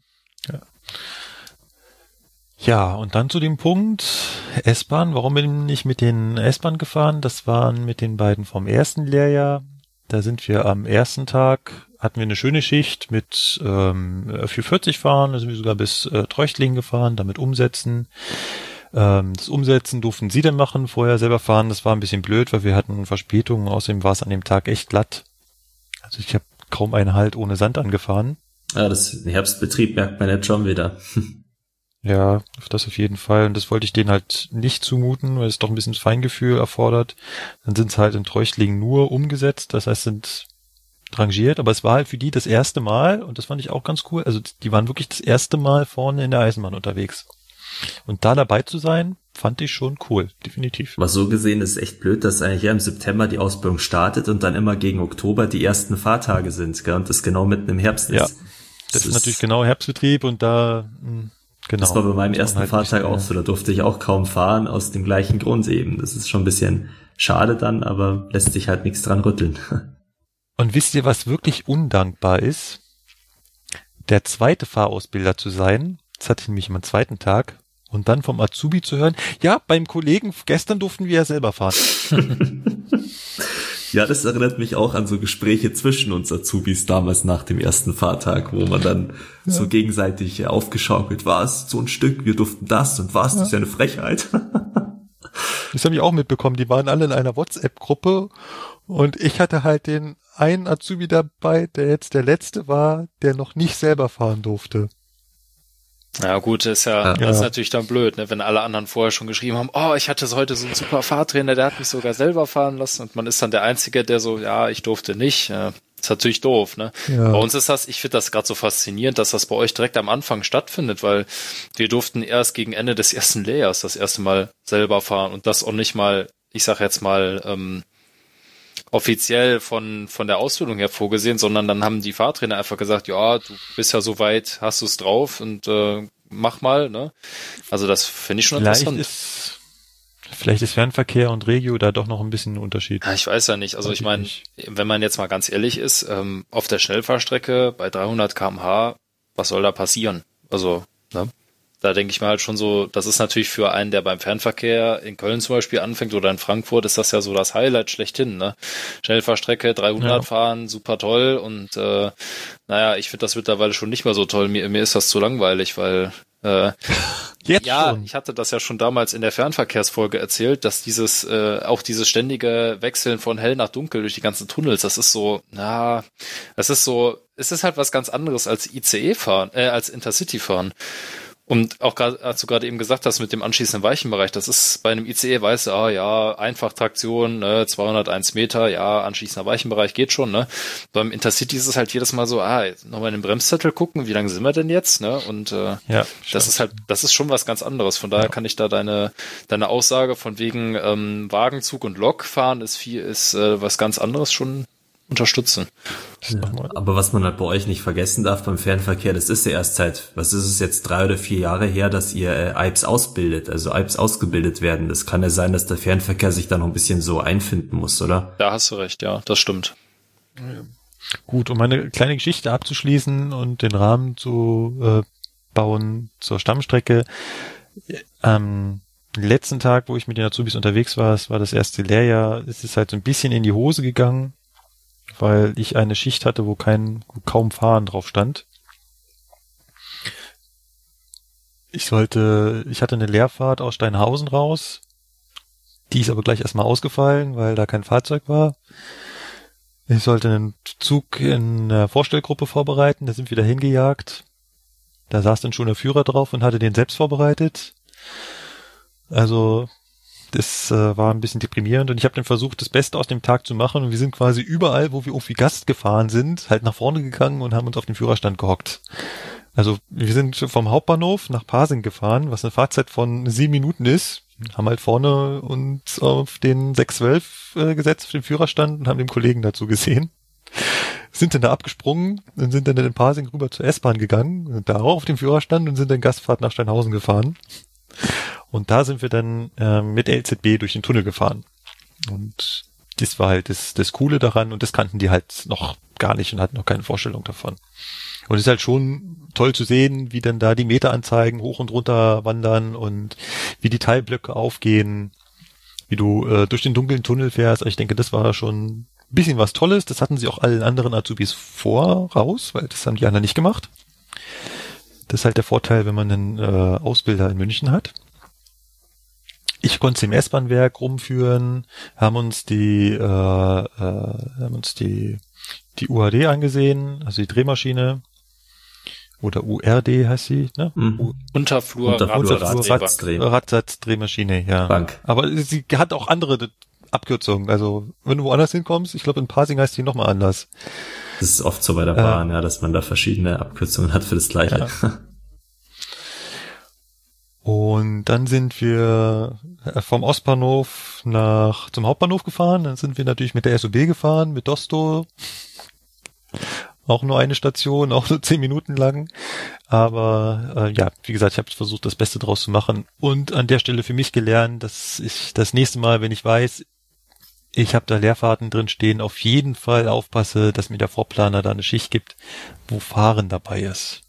Ja, und dann zu dem Punkt S-Bahn. Warum bin ich mit den S-Bahn gefahren? Das waren mit den beiden vom ersten Lehrjahr. Da sind wir am ersten Tag, hatten wir eine schöne Schicht mit 440 fahren, da sind wir sogar bis Treuchtlingen gefahren, damit umsetzen. Das Umsetzen durften sie dann machen, vorher selber fahren. Das war ein bisschen blöd, weil wir hatten Verspätungen. Außerdem war es an dem Tag echt glatt. Also ich habe kaum einen Halt ohne Sand angefahren. Ja, das Herbstbetrieb merkt man jetzt schon wieder. Ja, das auf jeden Fall. Und das wollte ich denen halt nicht zumuten, weil es doch ein bisschen Feingefühl erfordert. Dann sind es halt in Treuchtlingen nur umgesetzt. Das heißt, sind rangiert, aber es war halt für die das erste Mal und das fand ich auch ganz cool. Also die waren wirklich das erste Mal vorne in der Eisenbahn unterwegs. Und da dabei zu sein, fand ich schon cool, definitiv. Aber so gesehen ist es echt blöd, dass eigentlich ja im September die Ausbildung startet und dann immer gegen Oktober die ersten Fahrtage sind, gell? Und das genau mitten im Herbst ist. Ja, das ist natürlich genau Herbstbetrieb und da, genau. Das war bei meinem ersten Fahrtag auch so, da durfte ich auch kaum fahren, aus dem gleichen Grund eben. Das ist schon ein bisschen schade dann, aber lässt sich halt nichts dran rütteln. Und wisst ihr, was wirklich undankbar ist? Der zweite Fahrausbilder zu sein, das hatte ich nämlich am zweiten Tag, und dann vom Azubi zu hören, ja, beim Kollegen, gestern durften wir ja selber fahren. Ja, das erinnert mich auch an so Gespräche zwischen uns Azubis damals nach dem ersten Fahrtag, wo man dann so gegenseitig aufgeschaukelt, was, so ein Stück, wir durften das und was, das ist ja eine Frechheit. Das habe ich auch mitbekommen, die waren alle in einer WhatsApp-Gruppe und ich hatte halt den einen Azubi dabei, der jetzt der letzte war, der noch nicht selber fahren durfte. Ja gut, das ist natürlich dann blöd, ne, wenn alle anderen vorher schon geschrieben haben, oh, ich hatte heute so einen super Fahrtrainer, der hat mich sogar selber fahren lassen und man ist dann der Einzige, der so, ja, ich durfte nicht. Ja, ist natürlich doof, ne? Ja. Bei uns ist das, ich finde das gerade so faszinierend, dass das bei euch direkt am Anfang stattfindet, weil wir durften erst gegen Ende des ersten Lehrjahres das erste Mal selber fahren und das auch nicht mal, ich sag jetzt mal, offiziell von der Ausbildung her vorgesehen, sondern dann haben die Fahrtrainer einfach gesagt, ja, du bist ja so weit, hast du es drauf und mach mal, ne? Also das finde ich schon interessant. Vielleicht ist Fernverkehr und Regio da doch noch ein bisschen ein Unterschied. Ja, ich weiß ja nicht. Also ich meine, wenn man jetzt mal ganz ehrlich ist, auf der Schnellfahrstrecke bei 300 km/h, was soll da passieren? Also, ne? Da denke ich mir halt schon so, das ist natürlich für einen, der beim Fernverkehr in Köln zum Beispiel anfängt oder in Frankfurt, ist das ja so das Highlight schlechthin, ne? Schnellfahrstrecke, 300 fahren, super toll und naja, ich finde das mittlerweile schon nicht mehr so toll. Mir ist das zu langweilig, weil Jetzt ja, schon. ich hatte das ja schon damals in der Fernverkehrsfolge erzählt, dass auch dieses ständige Wechseln von hell nach dunkel durch die ganzen Tunnels, das ist so, es ist halt was ganz anderes als ICE fahren, als Intercity fahren. Und auch gerade, als du gerade eben gesagt hast, mit dem anschließenden Weichenbereich, das ist bei einem ICE, weißt du, Einfachtraktion, 201 Meter, anschließender Weichenbereich geht schon, ne? Beim Intercity ist es halt jedes Mal so, nochmal in den Bremszettel gucken, wie lange sind wir denn jetzt, ne? Und das ist schon was ganz anderes. Von daher kann ich da deine Aussage von wegen Wagenzug und Lok fahren ist was ganz anderes schon unterstützen. Ja, aber was man halt bei euch nicht vergessen darf beim Fernverkehr, das ist ja erst seit, was ist es jetzt, 3 oder 4 Jahre her, dass ihr IPs ausbildet, also IPs ausgebildet werden. Das kann ja sein, dass der Fernverkehr sich da noch ein bisschen so einfinden muss, oder? Da hast du recht, ja, das stimmt. Gut, um meine kleine Geschichte abzuschließen und den Rahmen zu bauen zur Stammstrecke. Am letzten Tag, wo ich mit den Azubis unterwegs war, es war das erste Lehrjahr, ist es halt so ein bisschen in die Hose gegangen, weil ich eine Schicht hatte, wo kaum Fahren drauf stand. Ich hatte eine Leerfahrt aus Steinhausen raus. Die ist aber gleich erstmal ausgefallen, weil da kein Fahrzeug war. Ich sollte einen Zug in der Vorstellgruppe vorbereiten, da sind wir da hingejagt. Da saß dann schon der Führer drauf und hatte den selbst vorbereitet. Also das war ein bisschen deprimierend und ich habe dann versucht, das Beste aus dem Tag zu machen und wir sind quasi überall, wo wir irgendwie Gast gefahren sind, halt nach vorne gegangen und haben uns auf den Führerstand gehockt. Also wir sind vom Hauptbahnhof nach Pasing gefahren, was eine Fahrzeit von 7 Minuten ist, haben halt vorne uns auf den 612 gesetzt, auf den Führerstand und haben den Kollegen dazu gesehen. Sind dann da abgesprungen und sind dann in Pasing rüber zur S-Bahn gegangen, sind da auch auf dem Führerstand und sind dann Gastfahrt nach Steinhausen gefahren. Und da sind wir dann mit LZB durch den Tunnel gefahren. Und das war halt das Coole daran und das kannten die halt noch gar nicht und hatten noch keine Vorstellung davon. Und es ist halt schon toll zu sehen, wie dann da die Meteranzeigen hoch und runter wandern und wie die Teilblöcke aufgehen, wie du durch den dunklen Tunnel fährst. Also ich denke, das war schon ein bisschen was Tolles. Das hatten sie auch allen anderen Azubis voraus, weil das haben die anderen nicht gemacht. Das ist halt der Vorteil, wenn man einen Ausbilder in München hat. Ich konnte es im S-Bahn-Werk rumführen, haben uns die UHD angesehen, also die Drehmaschine. Oder URD heißt sie, ne? Unterflur-Radsatzdrahmaschine, ja. Bank. Aber sie hat auch andere Abkürzungen. Also wenn du woanders hinkommst, ich glaube in Pasing heißt die nochmal anders. Das ist oft so bei der Bahn, ja, dass man da verschiedene Abkürzungen hat für das Gleiche. Ja. Und dann sind wir vom Ostbahnhof zum Hauptbahnhof gefahren. Dann sind wir natürlich mit der SUB gefahren, mit Dosto. Auch nur eine Station, auch nur 10 Minuten lang. Aber ja, wie gesagt, ich habe versucht, das Beste draus zu machen. Und an der Stelle für mich gelernt, dass ich das nächste Mal, wenn ich weiß, ich habe da Leerfahrten drin stehen, auf jeden Fall aufpasse, dass mir der Vorplaner da eine Schicht gibt, wo Fahren dabei ist.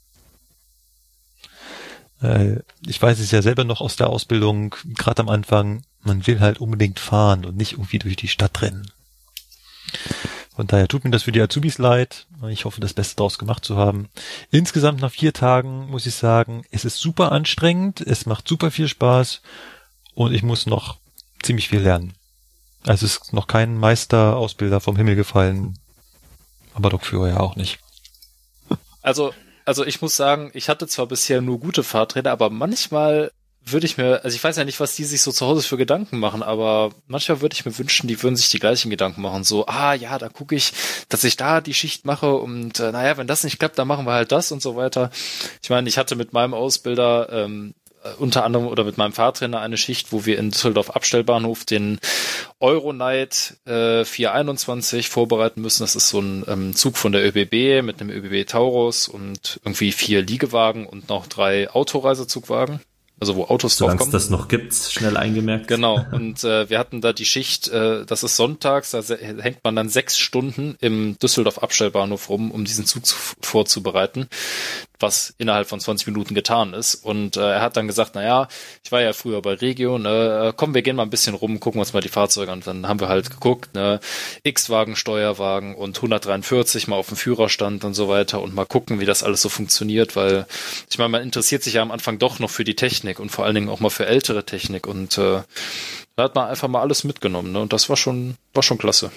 Ich weiß es ja selber noch aus der Ausbildung, gerade am Anfang, man will halt unbedingt fahren und nicht irgendwie durch die Stadt rennen. Von daher tut mir das für die Azubis leid. Ich hoffe, das Beste draus gemacht zu haben. Insgesamt nach 4 Tagen muss ich sagen, es ist super anstrengend, es macht super viel Spaß und ich muss noch ziemlich viel lernen. Also es ist noch kein Meisterausbilder vom Himmel gefallen, aber Lokführer ja auch nicht. Also ich muss sagen, ich hatte zwar bisher nur gute Fahrräder, aber manchmal würde ich mir, also ich weiß ja nicht, was die sich so zu Hause für Gedanken machen, aber manchmal würde ich mir wünschen, die würden sich die gleichen Gedanken machen. So, ja, da gucke ich, dass ich da die Schicht mache und naja, wenn das nicht klappt, dann machen wir halt das und so weiter. Ich meine, ich hatte mit meinem Ausbilder unter anderem oder mit meinem Fahrtrainer eine Schicht, wo wir in Düsseldorf Abstellbahnhof den Euronight 421 vorbereiten müssen. Das ist so ein Zug von der ÖBB mit einem ÖBB Taurus und irgendwie 4 Liegewagen und noch 3 Autoreisezugwagen. Also wo Autos draufkommen. Solange es das noch gibt, schnell eingemerkt. Genau, und wir hatten da die Schicht, das ist sonntags, da hängt man dann 6 Stunden im Düsseldorf Abstellbahnhof rum, um diesen Zug vorzubereiten, was innerhalb von 20 Minuten getan ist. Und er hat dann gesagt, naja, ich war ja früher bei Regio, komm, wir gehen mal ein bisschen rum, gucken uns mal die Fahrzeuge an. Und dann haben wir halt geguckt, X-Wagen, Steuerwagen und 143 mal auf dem Führerstand und so weiter und mal gucken, wie das alles so funktioniert, weil ich meine, man interessiert sich ja am Anfang doch noch für die Technik und vor allen Dingen auch mal für ältere Technik und da hat man einfach mal alles mitgenommen, und das war schon klasse.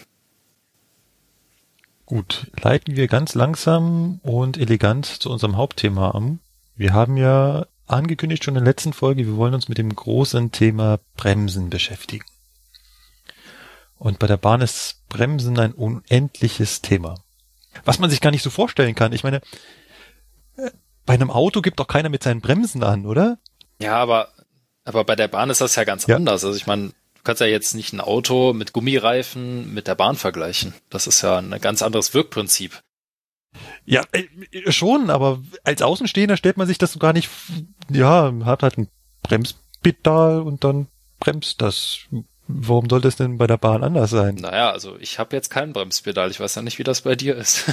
Gut, leiten wir ganz langsam und elegant zu unserem Hauptthema an. Wir haben ja angekündigt schon in der letzten Folge, wir wollen uns mit dem großen Thema Bremsen beschäftigen. Und bei der Bahn ist Bremsen ein unendliches Thema. Was man sich gar nicht so vorstellen kann. Ich meine, bei einem Auto gibt doch keiner mit seinen Bremsen an, oder? Ja, aber bei der Bahn ist das ja ganz anders. Also ich meine, du kannst ja jetzt nicht ein Auto mit Gummireifen mit der Bahn vergleichen. Das ist ja ein ganz anderes Wirkprinzip. Ja, schon, aber als Außenstehender stellt man sich das so gar nicht, hat halt ein Bremspedal und dann bremst das. Warum soll das denn bei der Bahn anders sein? Naja, also ich habe jetzt kein Bremspedal. Ich weiß ja nicht, wie das bei dir ist.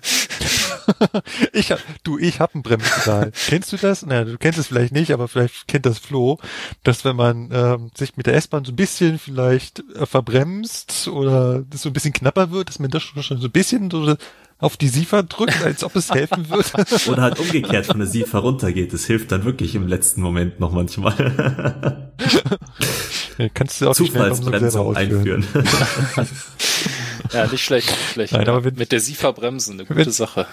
Ich hab ein Bremspedal. Kennst du das? Naja, du kennst es vielleicht nicht, aber vielleicht kennt das Flo, dass wenn man sich mit der S-Bahn so ein bisschen vielleicht verbremst oder das so ein bisschen knapper wird, dass man das schon so ein bisschen so auf die SIFA drückt, als ob es helfen würde. Oder halt umgekehrt von der SIFA runtergeht. Das hilft dann wirklich im letzten Moment noch manchmal. Kannst du auch Zufallsbremsung einführen. Ja, nicht schlecht. Nein, aber mit der SIFA bremsen, eine gute Sache.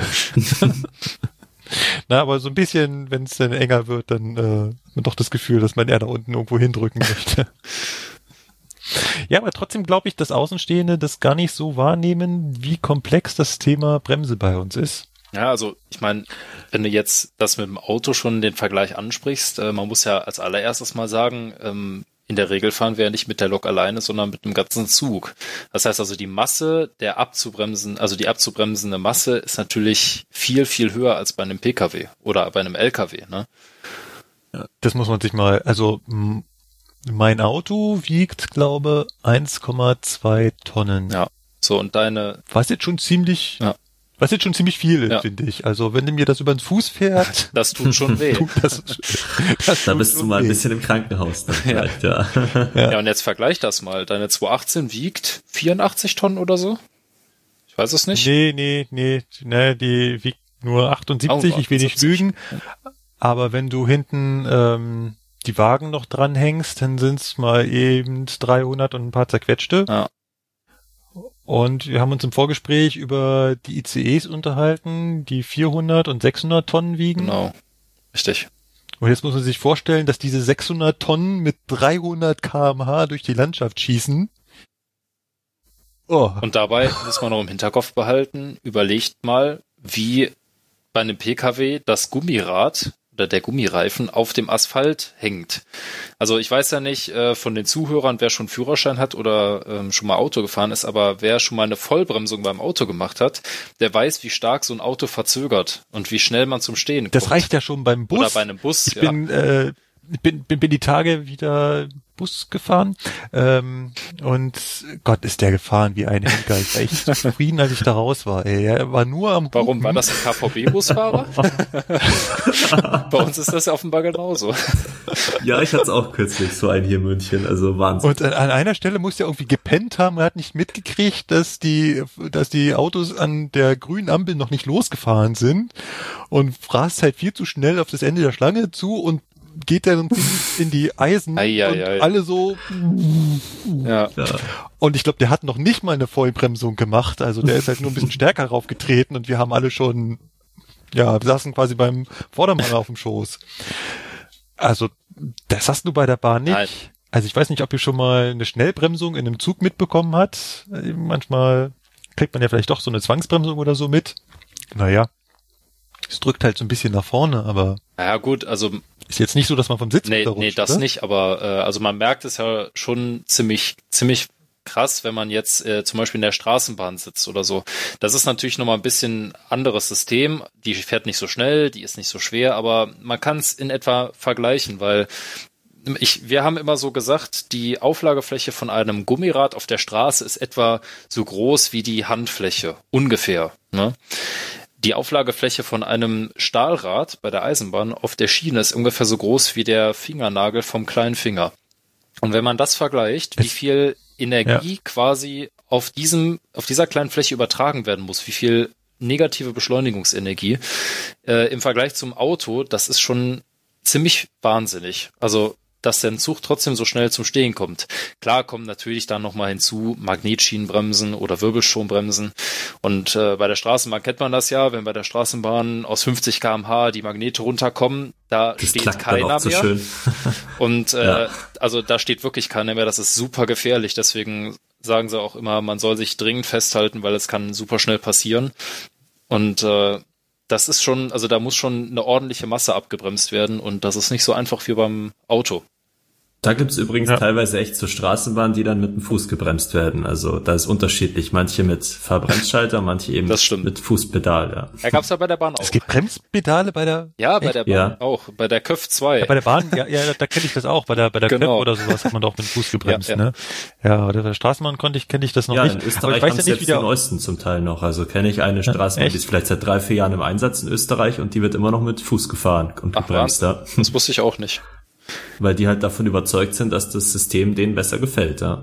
Na, aber so ein bisschen, wenn es dann enger wird, dann hat man doch das Gefühl, dass man eher da unten irgendwo hindrücken möchte. Ja, aber trotzdem glaube ich, dass Außenstehende das gar nicht so wahrnehmen, wie komplex das Thema Bremse bei uns ist. Ja, also ich meine, wenn du jetzt das mit dem Auto schon den Vergleich ansprichst, man muss ja als allererstes mal sagen, in der Regel fahren wir ja nicht mit der Lok alleine, sondern mit einem ganzen Zug. Das heißt also, die Masse die abzubremsende Masse ist natürlich viel, viel höher als bei einem PKW oder bei einem LKW, ne? Ja, das muss man sich mal, also mein Auto wiegt, glaube 1,2 Tonnen. Ja, so und deine... Was jetzt schon ziemlich viel ist, finde ich. Also wenn du mir das über den Fuß fährt... Das tut schon weh. Da bist du mal ein bisschen im Krankenhaus dann vielleicht, ja. Ja, und jetzt vergleich das mal. Deine 218 wiegt 84 Tonnen oder so? Ich weiß es nicht. Nee, die wiegt nur 78, ich will nicht lügen. Aber wenn du hinten die Wagen noch dranhängst, dann sind's mal eben 300 und ein paar zerquetschte. Ja. Und wir haben uns im Vorgespräch über die ICEs unterhalten, die 400 und 600 Tonnen wiegen. Genau, richtig. Und jetzt muss man sich vorstellen, dass diese 600 Tonnen mit 300 km/h durch die Landschaft schießen. Oh. Und dabei muss man noch im Hinterkopf behalten, überlegt mal, wie bei einem PKW das Gummirad oder der Gummireifen auf dem Asphalt hängt. Also ich weiß ja nicht von den Zuhörern, wer schon Führerschein hat oder schon mal Auto gefahren ist, aber wer schon mal eine Vollbremsung beim Auto gemacht hat, der weiß, wie stark so ein Auto verzögert und wie schnell man zum Stehen kommt. Das reicht ja schon beim Bus. Oder bei einem Bus, Ich bin die Tage wieder Bus gefahren und Gott, ist der gefahren wie ein Henker. Ich war echt zufrieden, als ich da raus war. Ey, er war nur am Warum? Hupen. War das ein KVB-Busfahrer? Bei uns ist das ja offenbar genauso. Ja, ich hatte auch kürzlich so einen hier in München, also Wahnsinn. Und an einer Stelle muss er irgendwie gepennt haben, er hat nicht mitgekriegt, dass die Autos an der grünen Ampel noch nicht losgefahren sind und rast halt viel zu schnell auf das Ende der Schlange zu und geht dann in die Eisen und alle so. Ja. Und ich glaube, der hat noch nicht mal eine Vollbremsung gemacht, also der ist halt nur ein bisschen stärker raufgetreten und wir haben alle schon, ja, saßen quasi beim Vordermann auf dem Schoß. Also, das hast du bei der Bahn nicht. Nein. Also ich weiß nicht, ob ihr schon mal eine Schnellbremsung in einem Zug mitbekommen habt. Manchmal kriegt man ja vielleicht doch so eine Zwangsbremsung oder so mit. Naja, es drückt halt so ein bisschen nach vorne, aber Ja gut, also ist jetzt nicht so, dass man vom Sitz nee, rutscht, das oder? nicht, aber also man merkt es ja schon ziemlich krass, wenn man jetzt zum Beispiel in der Straßenbahn sitzt oder so. Das ist natürlich nochmal ein bisschen anderes System. Die fährt nicht so schnell, die ist nicht so schwer, aber man kann es in etwa vergleichen, weil wir haben immer so gesagt, die Auflagefläche von einem Gummirad auf der Straße ist etwa so groß wie die Handfläche, ungefähr, ne? Die Auflagefläche von einem Stahlrad bei der Eisenbahn auf der Schiene ist ungefähr so groß wie der Fingernagel vom kleinen Finger. Und wenn man das vergleicht, wie viel Energie quasi auf dieser kleinen Fläche übertragen werden muss, wie viel negative Beschleunigungsenergie im Vergleich zum Auto, das ist schon ziemlich wahnsinnig. Also dass der Zug trotzdem so schnell zum Stehen kommt. Klar kommen natürlich dann nochmal hinzu Magnetschienenbremsen oder Wirbelstrombremsen. Und bei der Straßenbahn kennt man das ja, wenn bei der Straßenbahn aus 50 km/h die Magnete runterkommen, da das steht keiner so mehr. Schön. Und also da steht wirklich keiner mehr. Das ist super gefährlich. Deswegen sagen sie auch immer, man soll sich dringend festhalten, weil es kann super schnell passieren. Und das ist schon, also da muss schon eine ordentliche Masse abgebremst werden und das ist nicht so einfach wie beim Auto. Da gibt's übrigens teilweise echt so Straßenbahnen, die dann mit dem Fuß gebremst werden. Also da ist unterschiedlich. Manche mit Fahrbremsschalter, manche eben mit Fußpedal. Ja. Ja, gab's ja bei der Bahn auch. Es gibt Bremspedale bei der... Ja, bei der Bahn auch. Bei der KÖF 2. Ja, bei der Bahn, ja, da kenne ich das auch. Bei der KÖF oder sowas hat man doch mit dem Fuß gebremst, ne? Ja, bei der Straßenbahn kenne ich das noch nicht. Ja, in Österreich haben sie jetzt die neuesten zum Teil noch. Also kenne ich eine Straßenbahn, die ist vielleicht seit 3-4 Jahren im Einsatz in Österreich und die wird immer noch mit Fuß gefahren und gebremst. Ja. Das wusste ich auch nicht. Weil die halt davon überzeugt sind, dass das System denen besser gefällt, ja.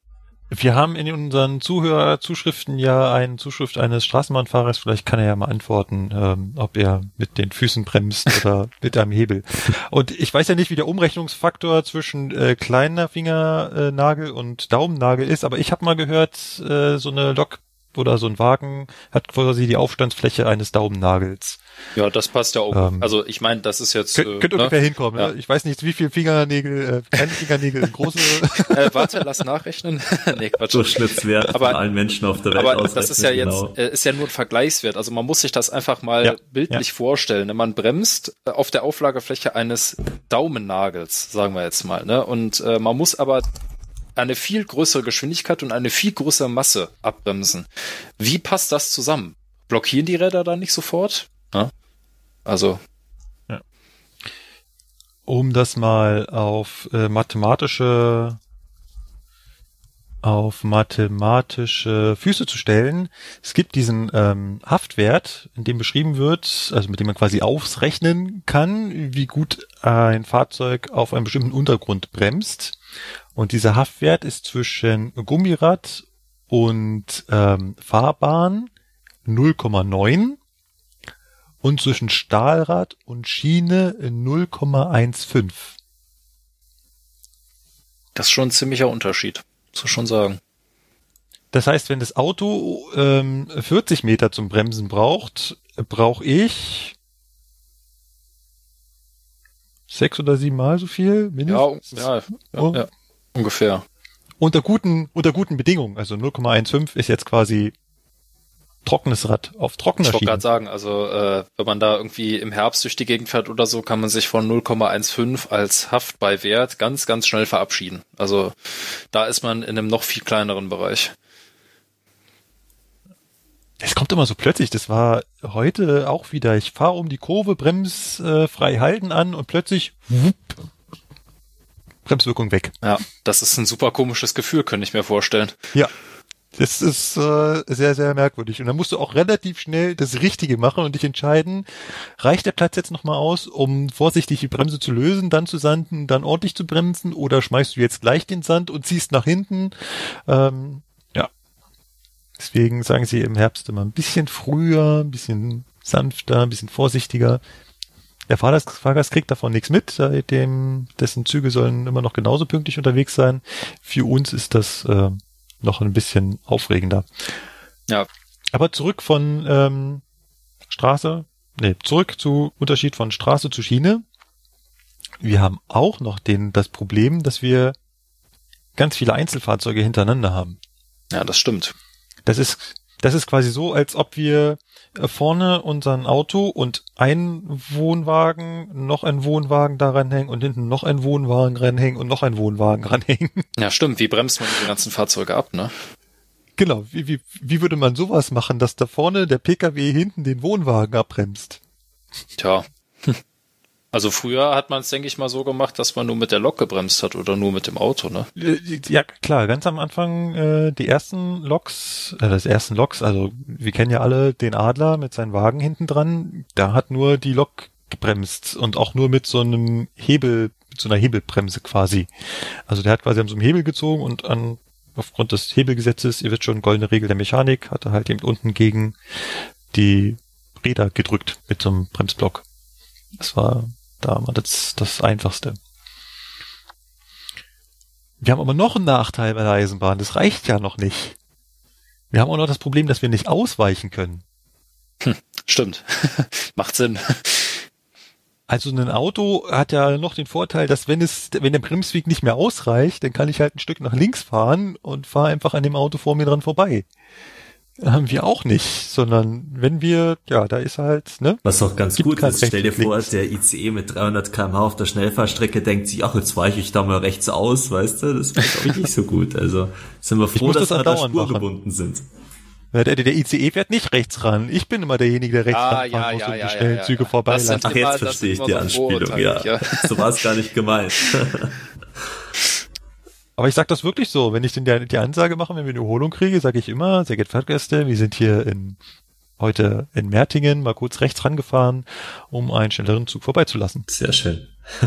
Wir haben in unseren Zuhörerzuschriften ja eine Zuschrift eines Straßenbahnfahrers, vielleicht kann er ja mal antworten, ob er mit den Füßen bremst oder mit einem Hebel. Und ich weiß ja nicht, wie der Umrechnungsfaktor zwischen kleiner Fingernagel und Daumennagel ist, aber ich habe mal gehört, so eine Lok oder so ein Wagen hat quasi die Aufstandsfläche eines Daumennagels. Ja, das passt ja auch. Also ich meine, das ist jetzt... Könnte ungefähr hinkommen. Ja. Ich weiß nicht, wie viel Fingernägel, kleine Fingernägel, große... Warte, lass nachrechnen. Nee, Quatsch. Durchschnittswert von allen Menschen auf der Welt. Aber das ist ja jetzt ist ja nur ein Vergleichswert. Also man muss sich das einfach mal bildlich vorstellen. Man bremst auf der Auflagefläche eines Daumennagels, sagen wir jetzt mal. Ne? Und man muss aber eine viel größere Geschwindigkeit und eine viel größere Masse abbremsen. Wie passt das zusammen? Blockieren die Räder dann nicht sofort? Ja? Also. Ja. Um das mal auf mathematische Füße zu stellen. Es gibt diesen Haftwert, in dem beschrieben wird, also mit dem man quasi ausrechnen kann, wie gut ein Fahrzeug auf einem bestimmten Untergrund bremst. Und dieser Haftwert ist zwischen Gummirad und Fahrbahn 0,9 und zwischen Stahlrad und Schiene 0,15. Das ist schon ein ziemlicher Unterschied, muss ich schon sagen. Das heißt, wenn das Auto 40 Meter zum Bremsen brauche ich 6 oder 7 Mal so viel mindestens. Ja, ungefähr. unter guten Bedingungen. Also 0,15 ist jetzt quasi trockenes Rad auf trockener Ich wollte Schiene. gerade sagen, also wenn man da irgendwie im Herbst durch die Gegend fährt oder so, kann man sich von 0,15 als Haftbeiwert ganz, ganz schnell verabschieden. Also da ist man in einem noch viel kleineren Bereich. Es kommt immer so plötzlich. Das war heute auch wieder. Ich fahre um die Kurve, frei halten an und plötzlich wupp, Bremswirkung weg. Ja, das ist ein super komisches Gefühl, könnte ich mir vorstellen. Ja. Das ist sehr, sehr merkwürdig. Und dann musst du auch relativ schnell das Richtige machen und dich entscheiden, reicht der Platz jetzt nochmal aus, um vorsichtig die Bremse zu lösen, dann zu sanden, dann ordentlich zu bremsen, oder schmeißt du jetzt gleich den Sand und ziehst nach hinten? Ja. Deswegen sagen sie im Herbst immer ein bisschen früher, ein bisschen sanfter, ein bisschen vorsichtiger. Der Fahrgast kriegt davon nichts mit, dessen Züge sollen immer noch genauso pünktlich unterwegs sein. Für uns ist das noch ein bisschen aufregender. Ja. Aber zurück zu Unterschied von Straße zu Schiene. Wir haben auch noch das Problem, dass wir ganz viele Einzelfahrzeuge hintereinander haben. Ja, das stimmt. Das ist quasi so, als ob wir vorne unseren Auto und ein Wohnwagen, noch ein Wohnwagen da ranhängen und hinten noch ein Wohnwagen ranhängen und noch ein Wohnwagen ranhängen. Ja, stimmt. Wie bremst man die ganzen Fahrzeuge ab, ne? Genau. Wie würde man sowas machen, dass da vorne der PKW hinten den Wohnwagen abbremst? Tja. Also früher hat man es, denke ich mal, so gemacht, dass man nur mit der Lok gebremst hat oder nur mit dem Auto, ne? Ja, klar, ganz am Anfang die ersten Loks, also wir kennen ja alle den Adler mit seinen Wagen hinten dran, da hat nur die Lok gebremst und auch nur mit so einem Hebel, mit so einer Hebelbremse quasi. Also der hat quasi an so einem Hebel gezogen und aufgrund des Hebelgesetzes, ihr wisst schon, goldene Regel der Mechanik, hat er halt eben unten gegen die Räder gedrückt mit so einem Bremsblock. Das war damals das Einfachste. Wir haben aber noch einen Nachteil bei der Eisenbahn. Das reicht ja noch nicht. Wir haben auch noch das Problem, dass wir nicht ausweichen können. Stimmt. Macht Sinn. Also ein Auto hat ja noch den Vorteil, dass wenn der Bremsweg nicht mehr ausreicht, dann kann ich halt ein Stück nach links fahren und fahre einfach an dem Auto vor mir dran vorbei. Haben wir auch nicht, sondern wenn wir, da ist halt, ne? Was auch ganz gut ist, stell dir vor, links. der ICE mit 300 km/h auf der Schnellfahrstrecke denkt sich, ach, jetzt weiche ich da mal rechts aus, weißt du, das wäre, glaube ich, nicht so gut. Also sind wir froh, dass wir da spurgebunden sind. Der ICE fährt nicht rechts ran. Ich bin immer derjenige, der rechts ranfahren muss und die schnellen Züge vorbeilassen. Ach, jetzt verstehe ich die Anspielung, ja. So war es gar nicht gemeint. Aber ich sage das wirklich so, wenn ich denn die Ansage mache, wenn wir eine Erholung kriege, sage ich immer, sehr geehrte Fahrgäste, wir sind hier heute in Mertingen mal kurz rechts rangefahren, um einen schnelleren Zug vorbeizulassen. Sehr schön.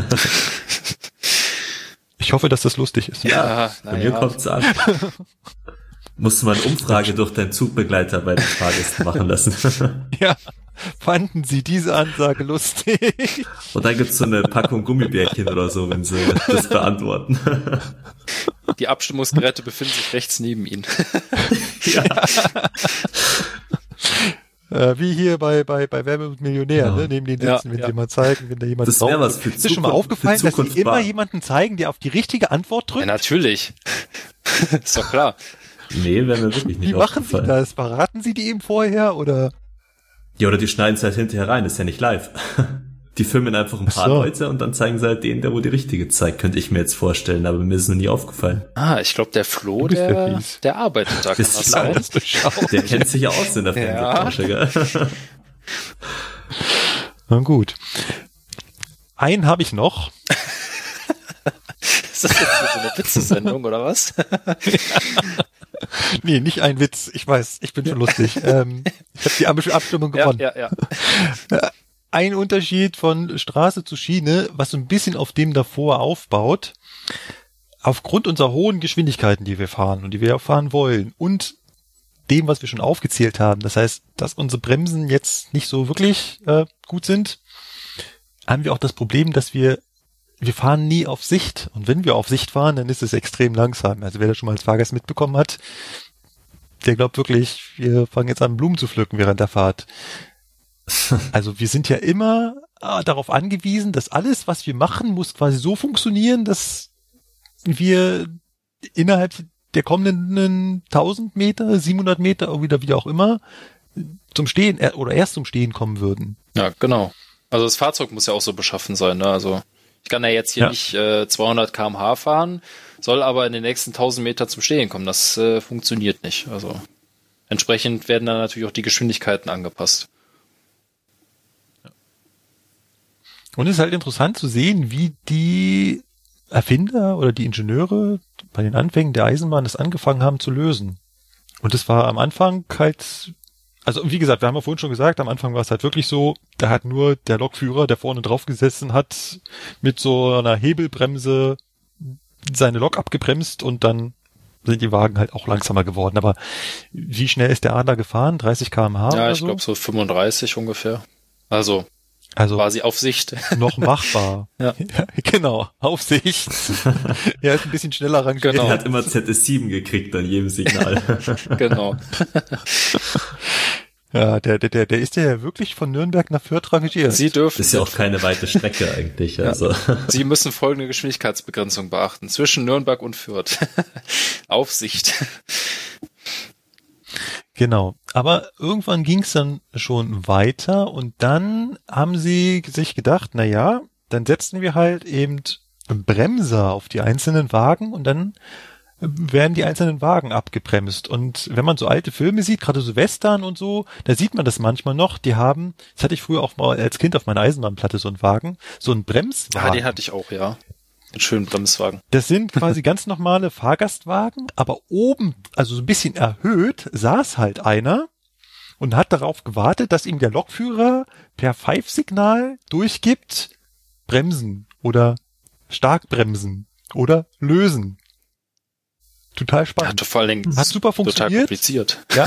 Ich hoffe, dass das lustig ist. Ja, bei mir kommt's an. Musst du mal eine Umfrage durch deinen Zugbegleiter bei den Fahrgästen machen lassen. Ja, fanden Sie diese Ansage lustig? Und dann gibt's so eine Packung Gummibärchen oder so, wenn sie das beantworten. Die Abstimmungsgeräte befinden sich rechts neben Ihnen. Ja. Wie hier bei Werbe und Millionär, ne? Neben den sitzen, wenn die mal zeigen, wenn da jemand das wäre was für Ist dir schon mal aufgefallen, dass sie immer jemanden zeigen, der auf die richtige Antwort drückt? Ja, natürlich. Ist doch klar. Nee, wäre mir wirklich nicht Wie machen Sie das? Verraten Sie die eben vorher, oder? Ja, oder die schneiden es halt hinterher rein, ist ja nicht live. Die filmen einfach ein paar Leute und dann zeigen sie halt den, der wo die richtige zeigt, könnte ich mir jetzt vorstellen, aber mir ist es noch nie aufgefallen. Ich glaube, der Flo, der arbeitet da. Ist schlau. Der kennt sich ja aus in der Fernsehbranche, gell? Na gut. Einen habe ich noch. Ist das jetzt so eine Witzesendung, oder was? Nee, nicht ein Witz. Ich weiß, ich bin schon lustig. Ich habe die Abstimmung gewonnen. Ja. Ein Unterschied von Straße zu Schiene, was so ein bisschen auf dem davor aufbaut. Aufgrund unserer hohen Geschwindigkeiten, die wir fahren und die wir auch fahren wollen und dem, was wir schon aufgezählt haben, das heißt, dass unsere Bremsen jetzt nicht so wirklich gut sind, haben wir auch das Problem, dass wir fahren nie auf Sicht. Und wenn wir auf Sicht fahren, dann ist es extrem langsam. Also wer das schon mal als Fahrgast mitbekommen hat, der glaubt wirklich, wir fangen jetzt an, Blumen zu pflücken während der Fahrt. Also wir sind ja immer darauf angewiesen, dass alles, was wir machen, muss quasi so funktionieren, dass wir innerhalb der kommenden 1000 Meter, 700 Meter, wie auch immer, zum Stehen oder erst zum Stehen kommen würden. Ja, genau. Also das Fahrzeug muss ja auch so beschaffen sein, ne? Also ich kann ja jetzt hier nicht 200 km/h fahren, soll aber in den nächsten 1000 Meter zum Stehen kommen. Das funktioniert nicht. Also entsprechend werden dann natürlich auch die Geschwindigkeiten angepasst. Und es ist halt interessant zu sehen, wie die Erfinder oder die Ingenieure bei den Anfängen der Eisenbahn das angefangen haben zu lösen. Und es war am Anfang halt, also wie gesagt, wir haben ja vorhin schon gesagt, am Anfang war es halt wirklich so, da hat nur der Lokführer, der vorne drauf gesessen hat, mit so einer Hebelbremse seine Lok abgebremst und dann sind die Wagen halt auch langsamer geworden. Aber wie schnell ist der Adler gefahren? 30 km/h? Ja, ich glaube so 35 ungefähr. Also quasi auf Sicht. Noch machbar. Ja, genau, auf Sicht. Er ist ein bisschen schneller rangegangen. Genau. Er hat immer ZS7 gekriegt an jedem Signal. Genau. Ja, der ist ja wirklich von Nürnberg nach Fürth rangiert. Sie dürfen. Das ist ja auch keine weite Strecke eigentlich. Also. Sie müssen folgende Geschwindigkeitsbegrenzung beachten. Zwischen Nürnberg und Fürth. Auf Sicht. Genau. Aber irgendwann ging es dann schon weiter und dann haben sie sich gedacht, na ja, dann setzen wir halt eben Bremser auf die einzelnen Wagen und dann werden die einzelnen Wagen abgebremst. Und wenn man so alte Filme sieht, gerade so Western und so, da sieht man das manchmal noch, die haben, das hatte ich früher auch mal als Kind auf meiner Eisenbahnplatte, so einen Wagen, so einen Bremswagen. Ja, den hatte ich auch, ja. Einen schönen Bremswagen. Das sind quasi ganz normale Fahrgastwagen, aber oben, also so ein bisschen erhöht, saß halt einer und hat darauf gewartet, dass ihm der Lokführer per Pfeifsignal durchgibt, bremsen oder stark bremsen oder lösen. Total spannend. Ja, vor allen Dingen hat super funktioniert. Total kompliziert. Ja.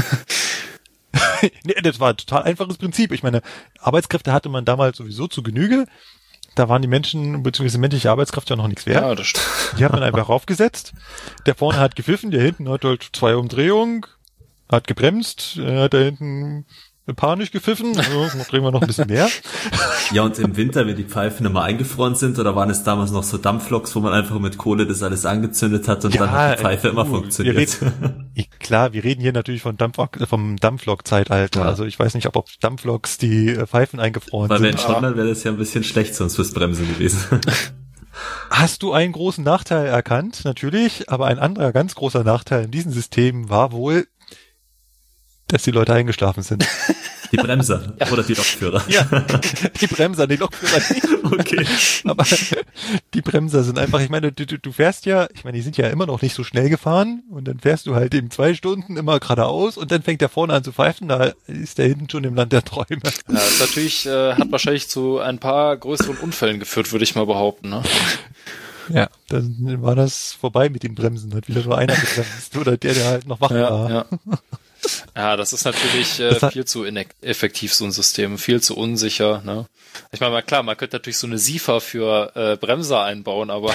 Nee, das war ein total einfaches Prinzip. Ich meine, Arbeitskräfte hatte man damals sowieso zu Genüge. Da waren die Menschen, beziehungsweise menschliche Arbeitskraft ja noch nichts wert. Ja, das stimmt. Die hat man einfach raufgesetzt. Der vorne hat gepfiffen, der hinten hat halt 2 Umdrehungen, hat gebremst, hat da hinten panisch gepfiffen, also drehen wir noch ein bisschen mehr. Ja, und im Winter, wenn die Pfeifen immer eingefroren sind, oder waren es damals noch so Dampfloks, wo man einfach mit Kohle das alles angezündet hat und dann hat die Pfeife immer funktioniert? Klar, wir reden hier natürlich vom Dampflok-Zeitalter. Ja. Also ich weiß nicht, ob Dampfloks die Pfeifen eingefroren sind. Weil wenn schon, dann wäre das ja ein bisschen schlecht sonst fürs Bremsen gewesen. Hast du einen großen Nachteil erkannt? Natürlich, aber ein anderer ganz großer Nachteil in diesem System war wohl, dass die Leute eingeschlafen sind. Die Bremser oder die Lokführer? Ja, die Bremser, die Lokführer nicht. Okay. Aber die Bremser sind einfach, ich meine, du fährst ja, ich meine, die sind ja immer noch nicht so schnell gefahren und dann fährst du halt eben 2 Stunden immer geradeaus und dann fängt der vorne an zu pfeifen, da ist der hinten schon im Land der Träume. Ja, das natürlich hat wahrscheinlich zu ein paar größeren Unfällen geführt, würde ich mal behaupten, ne? Ja, dann war das vorbei mit den Bremsen, hat wieder nur einer gebremst oder der halt noch wach war. Ja. Ja, das ist natürlich viel zu ineffektiv, so ein System, viel zu unsicher. Ne? Ich meine, klar, man könnte natürlich so eine SIFA für Bremser einbauen, aber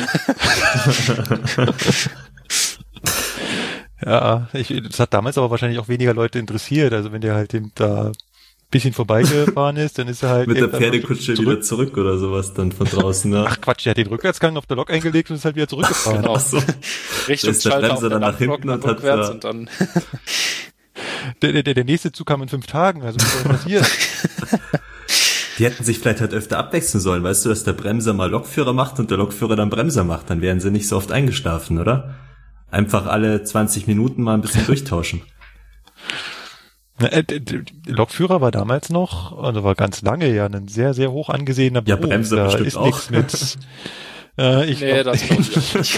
ja, das hat damals aber wahrscheinlich auch weniger Leute interessiert. Also wenn der halt eben da ein bisschen vorbeigefahren ist, dann ist er halt mit der Pferdekutsche wieder zurück oder sowas dann von draußen. Ne? Ach Quatsch, der hat den Rückwärtsgang auf der Lok eingelegt und ist halt wieder zurückgefahren. Genau. So. Richtungsschalter auf der dann nach hinten und rückwärts und dann Der nächste Zug kam in 5 Tagen, also was soll passieren? Die hätten sich vielleicht halt öfter abwechseln sollen, weißt du, dass der Bremser mal Lokführer macht und der Lokführer dann Bremser macht, dann wären sie nicht so oft eingeschlafen, oder? Einfach alle 20 Minuten mal ein bisschen durchtauschen. Der Lokführer war damals noch, also war ganz lange ja ein sehr, sehr hoch angesehener Beruf. Ja, Bremser da bestimmt ist auch. Nichts mit. Das glaube ich nicht.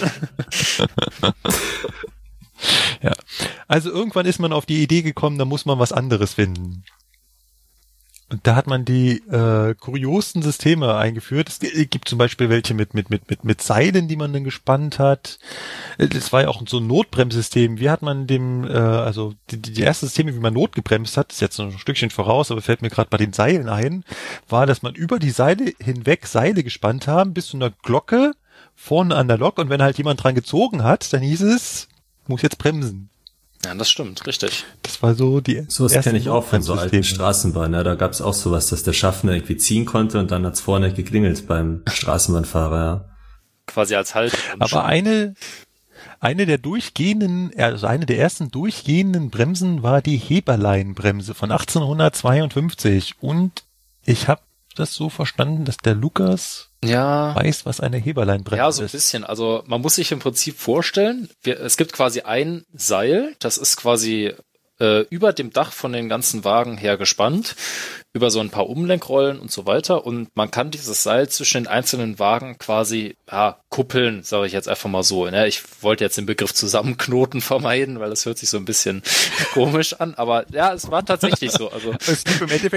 Ja, also irgendwann ist man auf die Idee gekommen, da muss man was anderes finden. Und da hat man die kuriosten Systeme eingeführt. Es gibt zum Beispiel welche mit Seilen, die man dann gespannt hat. Das war ja auch so ein Notbremssystem. Wie hat man also die ersten Systeme, wie man notgebremst hat, ist jetzt noch ein Stückchen voraus, aber fällt mir gerade bei den Seilen ein, war, dass man über die Seile hinweg Seile gespannt haben bis zu einer Glocke vorne an der Lok und wenn halt jemand dran gezogen hat, dann hieß es, muss jetzt bremsen. Ja, das stimmt, richtig. Das war so die sowas kenne ich auch von so alten Straßenbahnen. Ja, da gab's auch sowas, dass der Schaffner irgendwie ziehen konnte und dann hat's vorne geklingelt beim Straßenbahnfahrer. Ja. Quasi als Halt. Aber eine eine der ersten durchgehenden Bremsen war die Heberlein-Bremse von 1852 und ich habe das so verstanden, dass der Lukas weiß, was eine Heberlein-Bremse ist. Ja, so ein bisschen. Also man muss sich im Prinzip vorstellen, es gibt quasi ein Seil, das ist quasi über dem Dach von den ganzen Wagen her gespannt, über so ein paar Umlenkrollen und so weiter. Und man kann dieses Seil zwischen den einzelnen Wagen quasi kuppeln, sage ich jetzt einfach mal so. Ne? Ich wollte jetzt den Begriff Zusammenknoten vermeiden, weil das hört sich so ein bisschen komisch an. Aber ja, es war tatsächlich so. Also es gibt im Endeffekt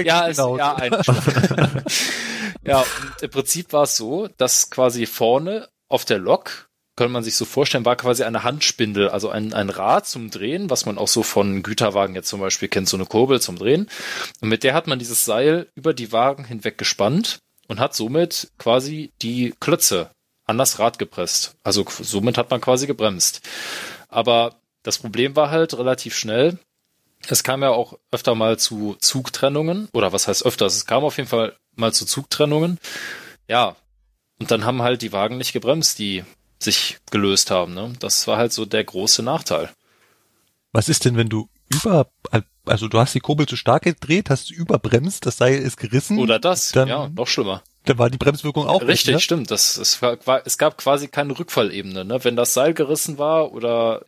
Ja, und im Prinzip war es so, dass quasi vorne auf der Lok, kann man sich so vorstellen, war quasi eine Handspindel, also ein Rad zum Drehen, was man auch so von Güterwagen jetzt zum Beispiel kennt, so eine Kurbel zum Drehen. Und mit der hat man dieses Seil über die Wagen hinweg gespannt und hat somit quasi die Klötze an das Rad gepresst. Also somit hat man quasi gebremst. Aber das Problem war halt relativ schnell, es kam ja auch öfter mal zu Zugtrennungen, oder was heißt öfter, es kam auf jeden Fall mal zu Zugtrennungen. Ja, und dann haben halt die Wagen nicht gebremst, die sich gelöst haben. Ne? Das war halt so der große Nachteil. Was ist denn, wenn du also du hast die Kurbel zu stark gedreht, hast du überbremst, das Seil ist gerissen? Oder das, dann, ja, noch schlimmer. Dann war die Bremswirkung auch richtig, nicht, stimmt. Es gab quasi keine Rückfallebene. Ne? Wenn das Seil gerissen war oder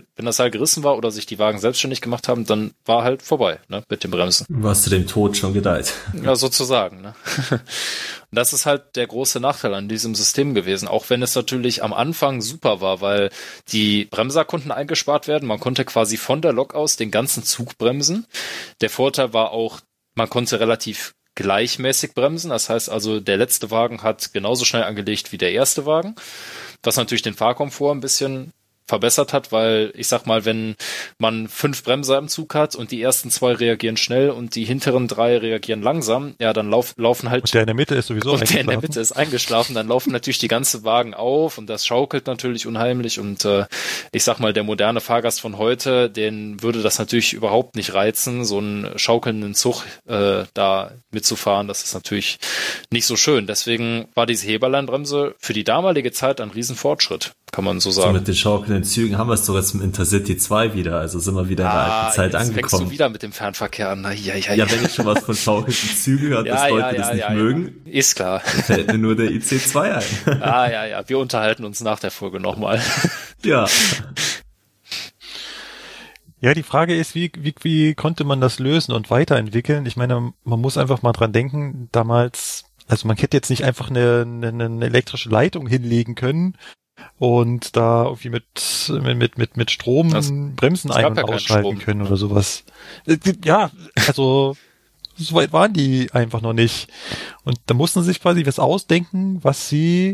sich die Wagen selbstständig gemacht haben, dann war halt vorbei, ne, mit dem Bremsen. Warst du dem Tod schon gedeiht. Ja, sozusagen. Ne? Und das ist halt der große Nachteil an diesem System gewesen, auch wenn es natürlich am Anfang super war, weil die Bremser konnten eingespart werden. Man konnte quasi von der Lok aus den ganzen Zug bremsen. Der Vorteil war auch, man konnte relativ gleichmäßig bremsen. Das heißt also, der letzte Wagen hat genauso schnell angelegt wie der erste Wagen, was natürlich den Fahrkomfort ein bisschen verbessert hat, weil ich sag mal, wenn man 5 Bremser im Zug hat und die ersten 2 reagieren schnell und die hinteren 3 reagieren langsam, ja, dann laufen halt... Und der in der Mitte ist sowieso eingeschlafen. Der in der Mitte ist eingeschlafen, dann laufen natürlich die ganze Wagen auf und das schaukelt natürlich unheimlich und ich sag mal, der moderne Fahrgast von heute, den würde das natürlich überhaupt nicht reizen, so einen schaukelnden Zug da mitzufahren, das ist natürlich nicht so schön. Deswegen war diese Heberleinbremse für die damalige Zeit ein Riesenfortschritt, kann man so sagen. So mit den schaukelnden Zügen haben wir es doch jetzt im Intercity 2 wieder, also sind wir wieder in der alten Zeit jetzt angekommen. Fängst du wieder mit dem Fernverkehr an. Ja, wenn ich schon was von schaukelnden Zügen höre, dass Leute das nicht mögen, ist klar. Fällt mir nur der IC2 ein. Ja, wir unterhalten uns nach der Folge nochmal. Ja. Ja, die Frage ist, wie konnte man das lösen und weiterentwickeln? Ich meine, man muss einfach mal dran denken, damals, also man hätte jetzt nicht einfach eine elektrische Leitung hinlegen können und da irgendwie mit Strom Bremsen ein- und ausschalten können oder sowas. Ja, also so weit waren die einfach noch nicht. Und da mussten sie sich quasi was ausdenken, was sie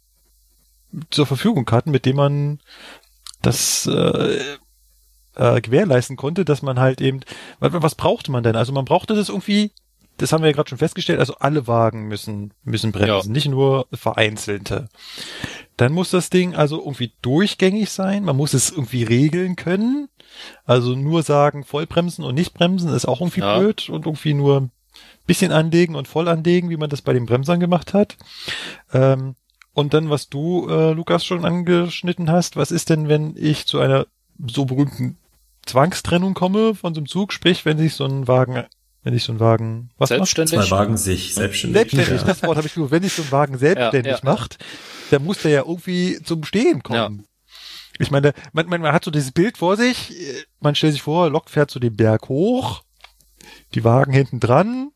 zur Verfügung hatten, mit dem man das gewährleisten konnte, dass man halt eben, was brauchte man denn? Also man brauchte das irgendwie, das haben wir ja gerade schon festgestellt, also alle Wagen müssen bremsen, nicht nur vereinzelte. Dann muss das Ding also irgendwie durchgängig sein, man muss es irgendwie regeln können, also nur sagen Vollbremsen und nicht bremsen ist auch irgendwie blöd und irgendwie nur ein bisschen anlegen und voll anlegen, wie man das bei den Bremsern gemacht hat. Und dann, was du, Lukas, schon angeschnitten hast, was ist denn, wenn ich zu einer so berühmten Zwangstrennung komme von so einem Zug, sprich, wenn sich so ein Wagen was selbstständig macht? 2 Wagen sich selbstständig, das Wort habe ich nur, wenn sich so ein Wagen selbstständig macht, dann muss der ja irgendwie zum Stehen kommen. Ja. Ich meine, man hat so dieses Bild vor sich, man stellt sich vor, Lok fährt so den Berg hoch, die Wagen hinten dran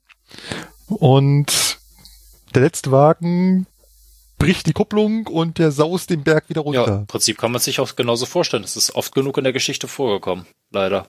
und der letzte Wagen bricht die Kupplung und der saust den Berg wieder runter. Ja, im Prinzip kann man sich auch genauso vorstellen. Das ist oft genug in der Geschichte vorgekommen, leider.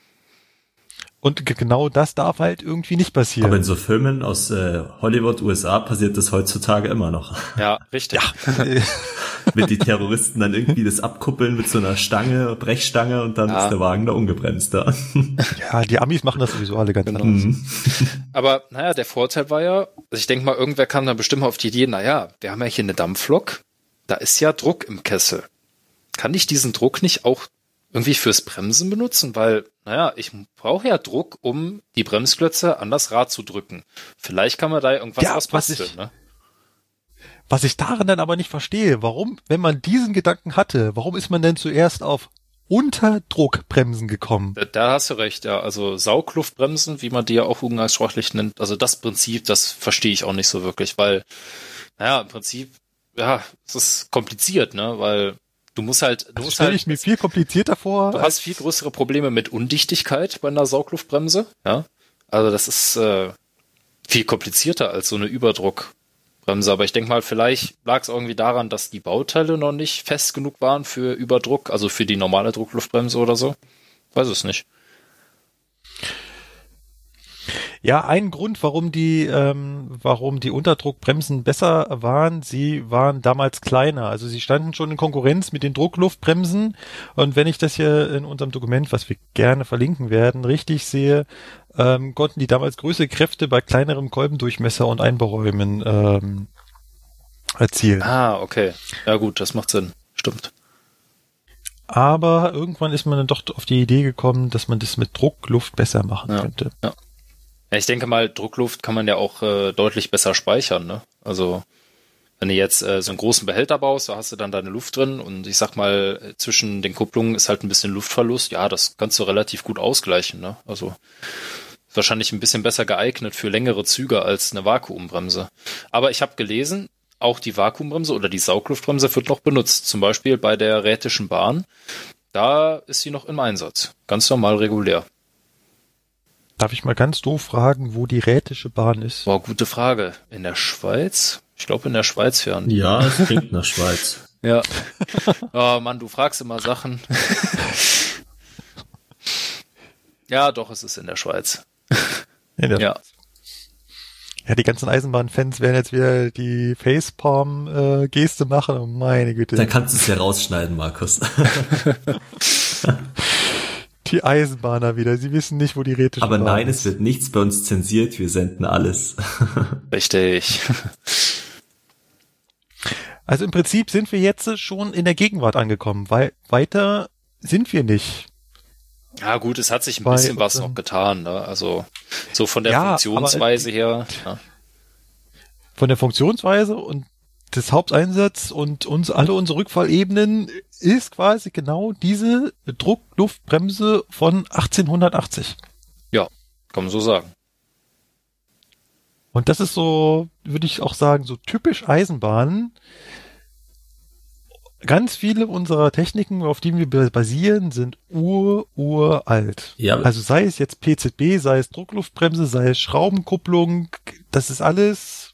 Und genau das darf halt irgendwie nicht passieren. Aber in so Filmen aus Hollywood, USA passiert das heutzutage immer noch. Ja, richtig. Ja. Wenn die Terroristen dann irgendwie das abkuppeln mit so einer Stange, Brechstange und dann ist der Wagen da ungebremst da. Ja, die Amis machen das sowieso alle ganz anders. Aber naja, der Vorteil war ja, also ich denke mal, irgendwer kam dann bestimmt auf die Idee, naja, wir haben ja hier eine Dampflok, da ist ja Druck im Kessel. Kann ich diesen Druck nicht auch irgendwie fürs Bremsen benutzen? Weil, naja, ich brauche ja Druck, um die Bremsklötze an das Rad zu drücken. Vielleicht kann man da irgendwas ausbasteln, ne? Was ich daran dann aber nicht verstehe, warum, wenn man diesen Gedanken hatte, warum ist man denn zuerst auf Unterdruckbremsen gekommen? Da hast du recht, ja. Also Saugluftbremsen, wie man die ja auch umgangssprachlich nennt, also das Prinzip, das verstehe ich auch nicht so wirklich, weil, naja, im Prinzip, ja, es ist kompliziert, ne, weil du musst halt, stelle ich mir viel komplizierter vor. Du hast viel größere Probleme mit Undichtigkeit bei einer Saugluftbremse, ja. Also das ist viel komplizierter als so eine Überdruckbremse. Aber ich denke mal, vielleicht lag es irgendwie daran, dass die Bauteile noch nicht fest genug waren für Überdruck, also für die normale Druckluftbremse oder so. Weiß es nicht. Ja, ein Grund, warum die Unterdruckbremsen besser waren, sie waren damals kleiner. Also sie standen schon in Konkurrenz mit den Druckluftbremsen. Und wenn ich das hier in unserem Dokument, was wir gerne verlinken werden, richtig sehe, konnten die damals größere Kräfte bei kleinerem Kolbendurchmesser und Einbauräumen erzielen. Ah, okay. Ja gut, das macht Sinn. Stimmt. Aber irgendwann ist man dann doch auf die Idee gekommen, dass man das mit Druckluft besser machen könnte. Ja. Ja, ich denke mal, Druckluft kann man ja auch deutlich besser speichern, ne? Also wenn du jetzt so einen großen Behälter baust, da hast du dann deine Luft drin und ich sag mal, zwischen den Kupplungen ist halt ein bisschen Luftverlust. Ja, das kannst du relativ gut ausgleichen, ne? Also wahrscheinlich ein bisschen besser geeignet für längere Züge als eine Vakuumbremse. Aber ich habe gelesen, auch die Vakuumbremse oder die Saugluftbremse wird noch benutzt. Zum Beispiel bei der Rhätischen Bahn. Da ist sie noch im Einsatz. Ganz normal regulär. Darf ich mal ganz doof fragen, wo die Rhätische Bahn ist? Boah, gute Frage. In der Schweiz? Ich glaube, in der Schweiz fern. Ja, es klingt nach Schweiz. Ja. Oh Mann, du fragst immer Sachen. Ja, doch, es ist in der Schweiz. Ja, die ganzen Eisenbahnfans werden jetzt wieder die Facepalm-Geste machen. Oh meine Güte. Dann kannst du es ja rausschneiden, Markus. Die Eisenbahner wieder. Sie wissen nicht, wo die Rhätische Bahn ist. Aber nein, es wird nichts bei uns zensiert. Wir senden alles. Richtig. Also im Prinzip sind wir jetzt schon in der Gegenwart angekommen, weil weiter sind wir nicht. Ja gut, es hat sich ein bisschen was noch getan, ne? Also so von der Funktionsweise her. Ja. Von der Funktionsweise und des Haupteinsatz und alle unsere Rückfallebenen ist quasi genau diese Druckluftbremse von 1880. Ja, kann man so sagen. Und das ist so, würde ich auch sagen, so typisch Eisenbahnen. Ganz viele unserer Techniken, auf denen wir basieren, sind uralt. Ja. Also sei es jetzt PZB, sei es Druckluftbremse, sei es Schraubenkupplung, das ist alles.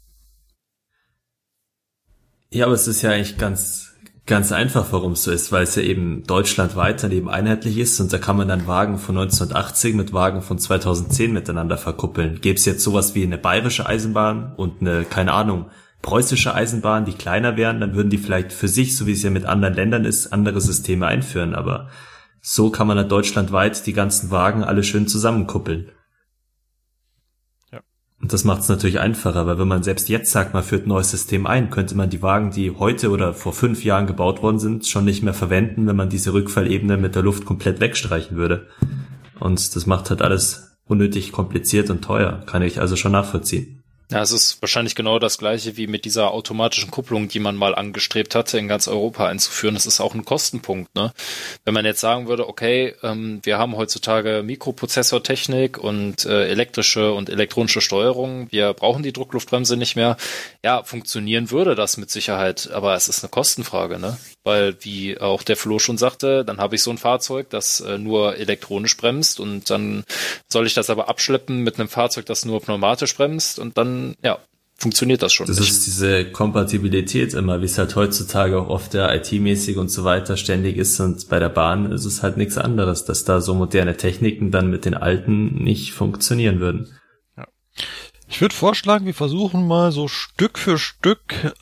Ja, aber es ist ja eigentlich ganz einfach, warum es so ist, weil es ja eben deutschlandweit dann eben einheitlich ist und da kann man dann Wagen von 1980 mit Wagen von 2010 miteinander verkuppeln. Gäbe es jetzt sowas wie eine bayerische Eisenbahn und eine, keine Ahnung, preußische Eisenbahn, die kleiner wären, dann würden die vielleicht für sich, so wie es ja mit anderen Ländern ist, andere Systeme einführen, aber so kann man dann deutschlandweit die ganzen Wagen alle schön zusammenkuppeln. Ja. Und das macht es natürlich einfacher, weil wenn man selbst jetzt sagt, man führt ein neues System ein, könnte man die Wagen, die heute oder vor 5 Jahren gebaut worden sind, schon nicht mehr verwenden, wenn man diese Rückfallebene mit der Luft komplett wegstreichen würde. Und das macht halt alles unnötig kompliziert und teuer, kann ich also schon nachvollziehen. Ja, es ist wahrscheinlich genau das Gleiche wie mit dieser automatischen Kupplung, die man mal angestrebt hatte, in ganz Europa einzuführen. Das ist auch ein Kostenpunkt, ne? Wenn man jetzt sagen würde, okay, wir haben heutzutage Mikroprozessortechnik und elektrische und elektronische Steuerung, wir brauchen die Druckluftbremse nicht mehr. Ja, funktionieren würde das mit Sicherheit, aber es ist eine Kostenfrage, ne? Weil, wie auch der Flo schon sagte, dann habe ich so ein Fahrzeug, das nur elektronisch bremst und dann soll ich das aber abschleppen mit einem Fahrzeug, das nur pneumatisch bremst und dann ja, funktioniert das schon. Das ist diese Kompatibilität immer, wie es halt heutzutage auch oft der IT-mäßig und so weiter ständig ist und bei der Bahn ist es halt nichts anderes, dass da so moderne Techniken dann mit den alten nicht funktionieren würden. Ja. Ich würde vorschlagen, wir versuchen mal so Stück für Stück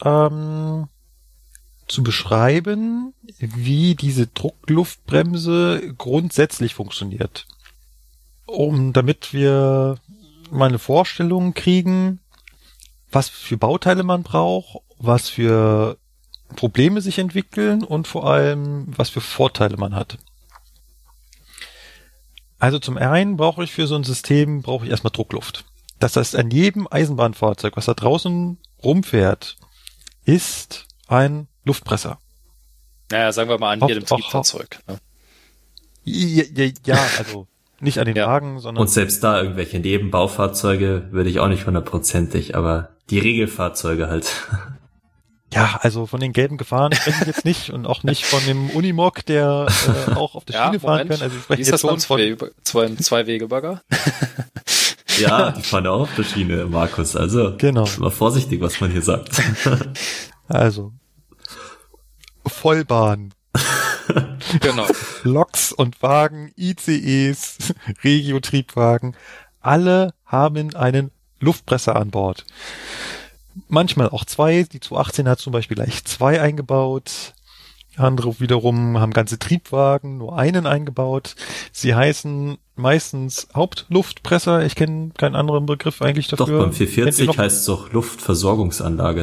zu beschreiben, wie diese Druckluftbremse grundsätzlich funktioniert. Damit wir mal eine Vorstellung kriegen, was für Bauteile man braucht, was für Probleme sich entwickeln und vor allem, was für Vorteile man hat. Also zum einen brauche ich für so ein System erstmal Druckluft. Das heißt, an jedem Eisenbahnfahrzeug, was da draußen rumfährt, ist ein Luftpresser. Naja, sagen wir mal an jedem Triebfahrzeug. Ne? Ja, also nicht an den Wagen, sondern... Und selbst da irgendwelche Nebenbaufahrzeuge würde ich auch nicht 100%, aber die Regelfahrzeuge halt. Ja, also von den gelben Gefahren spreche ich jetzt nicht und auch nicht von dem Unimog, der auch auf der Schiene fahren kann. Also ich spreche jetzt schon von Zwei-Wege-Bagger. Ja, die fahren auch auf der Schiene, Markus. Also genau. Mal vorsichtig, was man hier sagt. Also Vollbahn. Genau. Loks und Wagen, ICEs, Regio-Triebwagen, alle haben einen Luftpresser an Bord. Manchmal auch zwei. Die 218 hat zum Beispiel gleich zwei eingebaut. Andere wiederum haben ganze Triebwagen nur einen eingebaut. Sie heißen meistens Hauptluftpresser. Ich kenne keinen anderen Begriff eigentlich dafür. Doch, beim 440 heißt es auch Luftversorgungsanlage.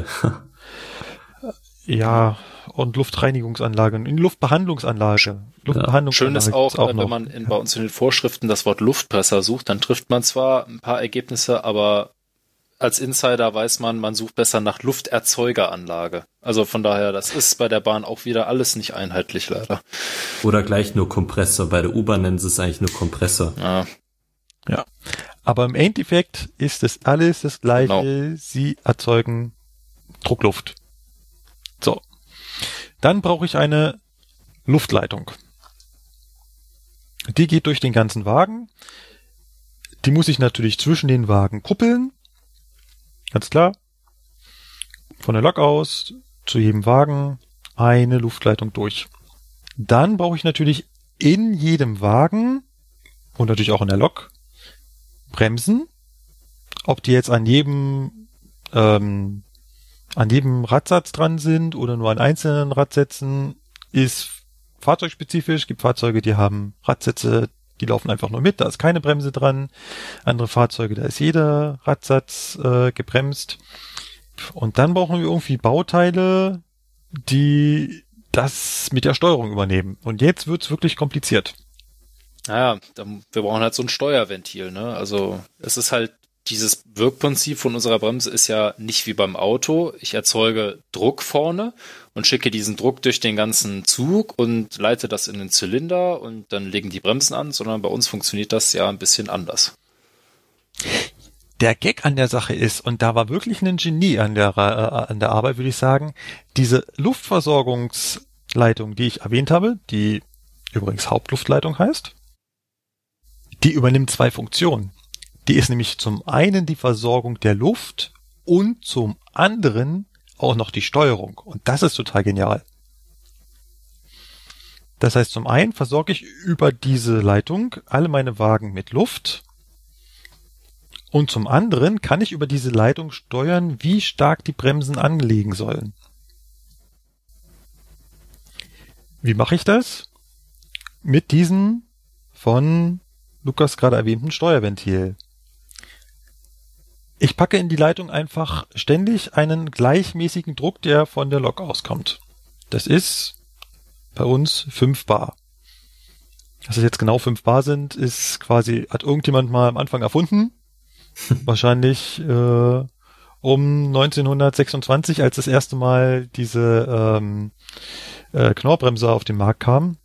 Ja, und Luftreinigungsanlage und Luftbehandlungsanlage. Schön ist auch wenn man bei uns in den Vorschriften das Wort Luftpresser sucht, dann trifft man zwar ein paar Ergebnisse, aber als Insider weiß man sucht besser nach Lufterzeugeranlage. Also von daher, das ist bei der Bahn auch wieder alles nicht einheitlich, leider. Oder gleich nur Kompressor. Bei der U-Bahn nennen sie es eigentlich nur Kompressor. Ja. Aber im Endeffekt ist es alles das Gleiche. Genau. Sie erzeugen Druckluft. So. Dann brauche ich eine Luftleitung. Die geht durch den ganzen Wagen. Die muss ich natürlich zwischen den Wagen kuppeln. Ganz klar. Von der Lok aus zu jedem Wagen eine Luftleitung durch. Dann brauche ich natürlich in jedem Wagen und natürlich auch in der Lok Bremsen. Ob die jetzt an jedem Radsatz dran sind oder nur an einzelnen Radsätzen, ist fahrzeugspezifisch. Es gibt Fahrzeuge, die haben Radsätze, die laufen einfach nur mit, da ist keine Bremse dran. Andere Fahrzeuge, da ist jeder Radsatz gebremst. Und dann brauchen wir irgendwie Bauteile, die das mit der Steuerung übernehmen. Und jetzt wird's wirklich kompliziert. Naja, wir brauchen halt so ein Steuerventil, ne? Also es ist halt dieses Wirkprinzip von unserer Bremse ist ja nicht wie beim Auto. Ich erzeuge Druck vorne und schicke diesen Druck durch den ganzen Zug und leite das in den Zylinder und dann legen die Bremsen an, sondern bei uns funktioniert das ja ein bisschen anders. Der Gag an der Sache ist, und da war wirklich ein Genie an der Arbeit, würde ich sagen, diese Luftversorgungsleitung, die ich erwähnt habe, die übrigens Hauptluftleitung heißt, die übernimmt zwei Funktionen. Die ist nämlich zum einen die Versorgung der Luft und zum anderen auch noch die Steuerung. Und das ist total genial. Das heißt, zum einen versorge ich über diese Leitung alle meine Wagen mit Luft und zum anderen kann ich über diese Leitung steuern, wie stark die Bremsen anlegen sollen. Wie mache ich das? Mit diesem von Lukas gerade erwähnten Steuerventil. Ich packe in die Leitung einfach ständig einen gleichmäßigen Druck, der von der Lok auskommt. Das ist bei uns 5 Bar. Dass es jetzt genau 5 Bar sind, ist quasi, hat irgendjemand mal am Anfang erfunden. Wahrscheinlich um 1926, als das erste Mal diese Knorrbremse auf den Markt kam.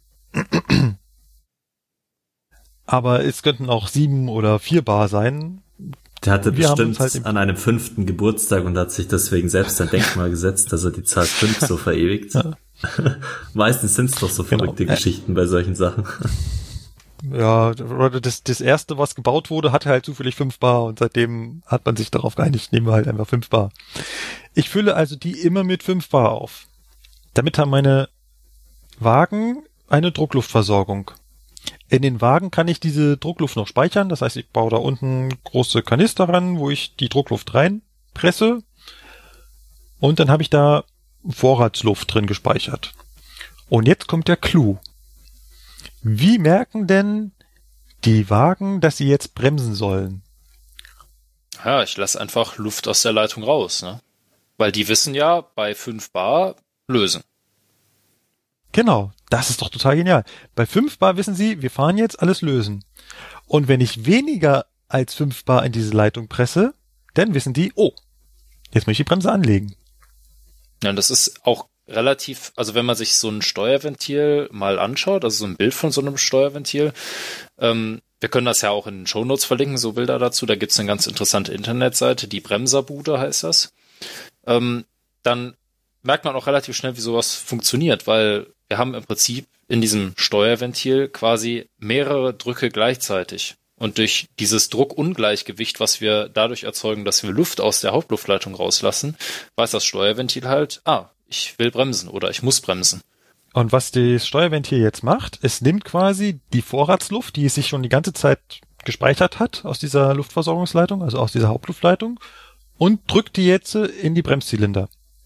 Aber es könnten auch 7 oder 4 Bar sein. Der hatte bestimmt halt an einem 5. Geburtstag und hat sich deswegen selbst ein Denkmal gesetzt, dass er die Zahl 5 so verewigt. Ja. Meistens sind es doch so verrückte Geschichten bei solchen Sachen. Ja, das erste, was gebaut wurde, hatte halt zufällig 5 Bar und seitdem hat man sich darauf geeinigt, nehmen wir halt einfach 5 Bar. Ich fülle also die immer mit 5 Bar auf. Damit haben meine Wagen eine Druckluftversorgung. In den Wagen kann ich diese Druckluft noch speichern. Das heißt, ich baue da unten große Kanister ran, wo ich die Druckluft reinpresse. Und dann habe ich da Vorratsluft drin gespeichert. Und jetzt kommt der Clou. Wie merken denn die Wagen, dass sie jetzt bremsen sollen? Ja, ich lasse einfach Luft aus der Leitung raus, ne? Weil die wissen ja, bei 5 Bar lösen. Genau, das ist doch total genial. Bei 5 Bar wissen Sie, wir fahren jetzt alles lösen. Und wenn ich weniger als 5 Bar in diese Leitung presse, dann wissen die, oh, jetzt muss ich die Bremse anlegen. Ja, das ist auch relativ, also wenn man sich so ein Steuerventil mal anschaut, also so ein Bild von so einem Steuerventil, wir können das ja auch in den Shownotes verlinken, so Bilder dazu, da gibt's eine ganz interessante Internetseite, die Bremserbude heißt das. Dann merkt man auch relativ schnell, wie sowas funktioniert, weil wir haben im Prinzip in diesem Steuerventil quasi mehrere Drücke gleichzeitig. Und durch dieses Druckungleichgewicht, was wir dadurch erzeugen, dass wir Luft aus der Hauptluftleitung rauslassen, weiß das Steuerventil halt, ich will bremsen oder ich muss bremsen. Und was das Steuerventil jetzt macht, es nimmt quasi die Vorratsluft, die es sich schon die ganze Zeit gespeichert hat aus dieser Luftversorgungsleitung, also aus dieser Hauptluftleitung, und drückt die jetzt in die Bremszylinder.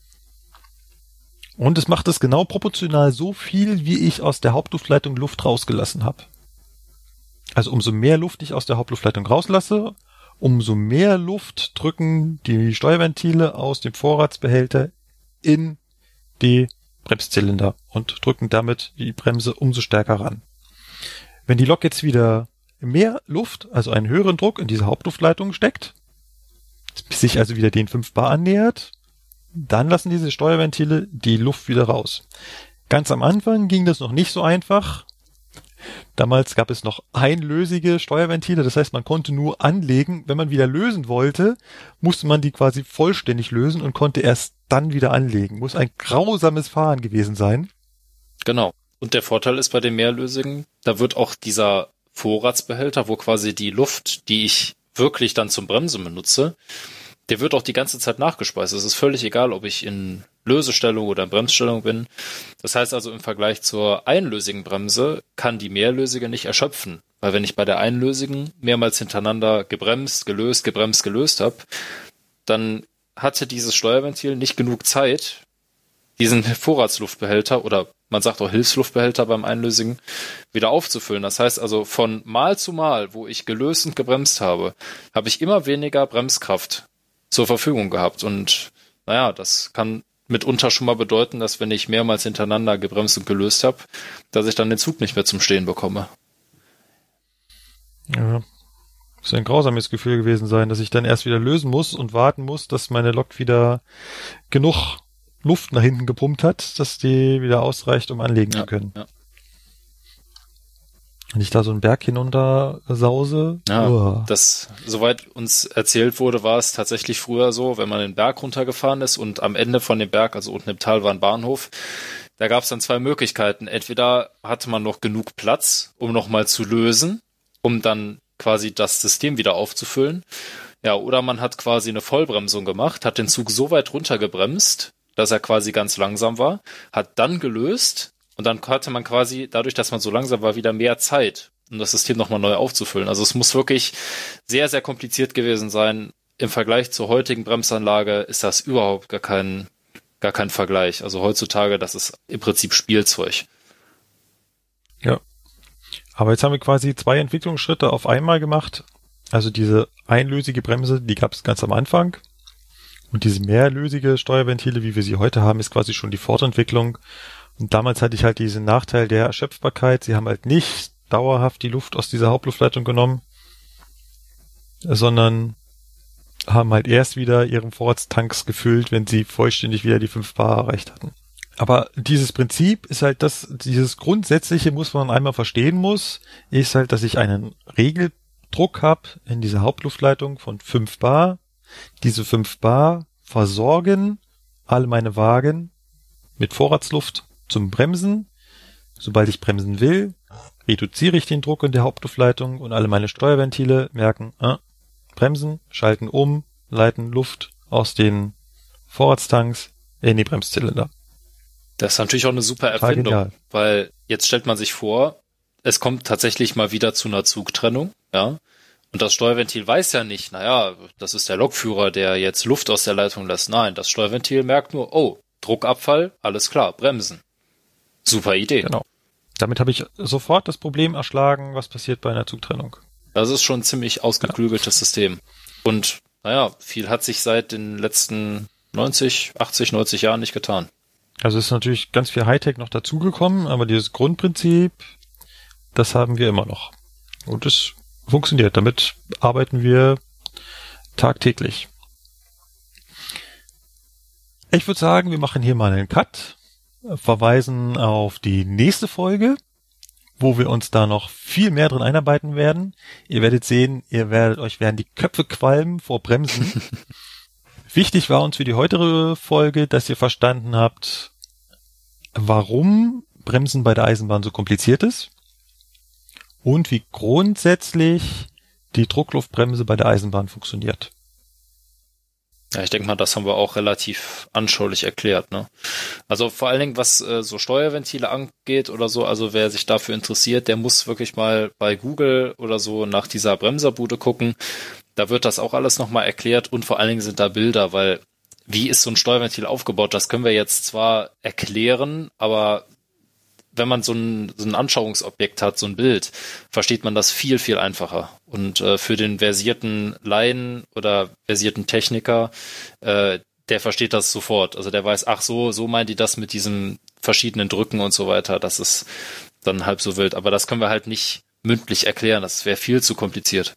Und es macht es genau proportional so viel, wie ich aus der Hauptluftleitung Luft rausgelassen habe. Also umso mehr Luft ich aus der Hauptluftleitung rauslasse, umso mehr Luft drücken die Steuerventile aus dem Vorratsbehälter in die Bremszylinder und drücken damit die Bremse umso stärker ran. Wenn die Lok jetzt wieder mehr Luft, also einen höheren Druck in diese Hauptluftleitung steckt, bis sich also wieder den 5 Bar annähert, dann lassen diese Steuerventile die Luft wieder raus. Ganz am Anfang ging das noch nicht so einfach. Damals gab es noch einlösige Steuerventile, das heißt, man konnte nur anlegen. Wenn man wieder lösen wollte, musste man die quasi vollständig lösen und konnte erst dann wieder anlegen. Muss ein grausames Fahren gewesen sein. Genau. Und der Vorteil ist bei den mehrlösigen, da wird auch dieser Vorratsbehälter, wo quasi die Luft, die ich wirklich dann zum Bremsen benutze, der wird auch die ganze Zeit nachgespeist. Es ist völlig egal, ob ich in Lösestellung oder in Bremsstellung bin. Das heißt also, im Vergleich zur einlösigen Bremse kann die mehrlösige nicht erschöpfen. Weil wenn ich bei der einlösigen mehrmals hintereinander gebremst, gelöst habe, dann hatte dieses Steuerventil nicht genug Zeit, diesen Vorratsluftbehälter oder man sagt auch Hilfsluftbehälter beim Einlösigen, wieder aufzufüllen. Das heißt also, von Mal zu Mal, wo ich gelöst und gebremst habe, habe ich immer weniger Bremskraft zur Verfügung gehabt. Und naja, das kann mitunter schon mal bedeuten, dass wenn ich mehrmals hintereinander gebremst und gelöst habe, dass ich dann den Zug nicht mehr zum Stehen bekomme. Ja, muss ein grausames Gefühl gewesen sein, dass ich dann erst wieder lösen muss und warten muss, dass meine Lok wieder genug Luft nach hinten gepumpt hat, dass die wieder ausreicht, um anlegen zu können. Ja. Wenn ich da so einen Berg hinunter sause. Ja, das, soweit uns erzählt wurde, war es tatsächlich früher so, wenn man den Berg runtergefahren ist und am Ende von dem Berg, also unten im Tal war ein Bahnhof, da gab es dann zwei Möglichkeiten. Entweder hatte man noch genug Platz, um nochmal zu lösen, um dann quasi das System wieder aufzufüllen. Ja, oder man hat quasi eine Vollbremsung gemacht, hat den Zug so weit runtergebremst, dass er quasi ganz langsam war, hat dann gelöst und dann hatte man quasi, dadurch, dass man so langsam war, wieder mehr Zeit, um das System nochmal neu aufzufüllen. Also es muss wirklich sehr, sehr kompliziert gewesen sein. Im Vergleich zur heutigen Bremsanlage ist das überhaupt gar kein Vergleich. Also heutzutage, das ist im Prinzip Spielzeug. Ja. Aber jetzt haben wir quasi 2 Entwicklungsschritte auf einmal gemacht. Also diese einlösige Bremse, die gab es ganz am Anfang. Und diese mehrlösige Steuerventile, wie wir sie heute haben, ist quasi schon die Fortentwicklung. Und damals hatte ich halt diesen Nachteil der Erschöpfbarkeit. Sie haben halt nicht dauerhaft die Luft aus dieser Hauptluftleitung genommen, sondern haben halt erst wieder ihren Vorratstanks gefüllt, wenn sie vollständig wieder die 5 Bar erreicht hatten. Aber dieses Prinzip ist halt dieses Grundsätzliche muss man einmal verstehen muss, ist halt, dass ich einen Regeldruck habe in dieser Hauptluftleitung von 5 Bar. Diese 5 Bar versorgen alle meine Wagen mit Vorratsluft zum Bremsen. Sobald ich bremsen will, reduziere ich den Druck in der Hauptluftleitung und alle meine Steuerventile merken, bremsen, schalten um, leiten Luft aus den Vorratstanks in die Bremszylinder. Das ist natürlich auch eine super Erfindung, weil jetzt stellt man sich vor, es kommt tatsächlich mal wieder zu einer Zugtrennung, ja. Und das Steuerventil weiß ja nicht, das ist der Lokführer, der jetzt Luft aus der Leitung lässt. Nein, das Steuerventil merkt nur, Druckabfall, alles klar, bremsen. Super Idee. Genau. Damit habe ich sofort das Problem erschlagen, was passiert bei einer Zugtrennung. Das ist schon ein ziemlich ausgeklügeltes System. Und viel hat sich seit den letzten 90 Jahren nicht getan. Also ist natürlich ganz viel Hightech noch dazugekommen, aber dieses Grundprinzip, das haben wir immer noch. Und es funktioniert. Damit arbeiten wir tagtäglich. Ich würde sagen, wir machen hier mal einen Cut, verweisen auf die nächste Folge, wo wir uns da noch viel mehr drin einarbeiten werden. Ihr werdet sehen, euch werden die Köpfe qualmen vor Bremsen. Wichtig war uns für die heutige Folge, dass ihr verstanden habt, warum Bremsen bei der Eisenbahn so kompliziert ist und wie grundsätzlich die Druckluftbremse bei der Eisenbahn funktioniert. Ja, ich denke mal, das haben wir auch relativ anschaulich erklärt, ne? Also vor allen Dingen, was so Steuerventile angeht oder so, also wer sich dafür interessiert, der muss wirklich mal bei Google oder so nach dieser Bremserbude gucken. Da wird das auch alles nochmal erklärt und vor allen Dingen sind da Bilder, weil wie ist so ein Steuerventil aufgebaut? Das können wir jetzt zwar erklären, aber wenn man so ein Anschauungsobjekt hat, so ein Bild, versteht man das viel, viel einfacher. Und für den versierten Laien oder versierten Techniker, der versteht das sofort. Also der weiß, ach so meint die das mit diesen verschiedenen Drücken und so weiter. Das ist dann halb so wild. Aber das können wir halt nicht mündlich erklären. Das wäre viel zu kompliziert.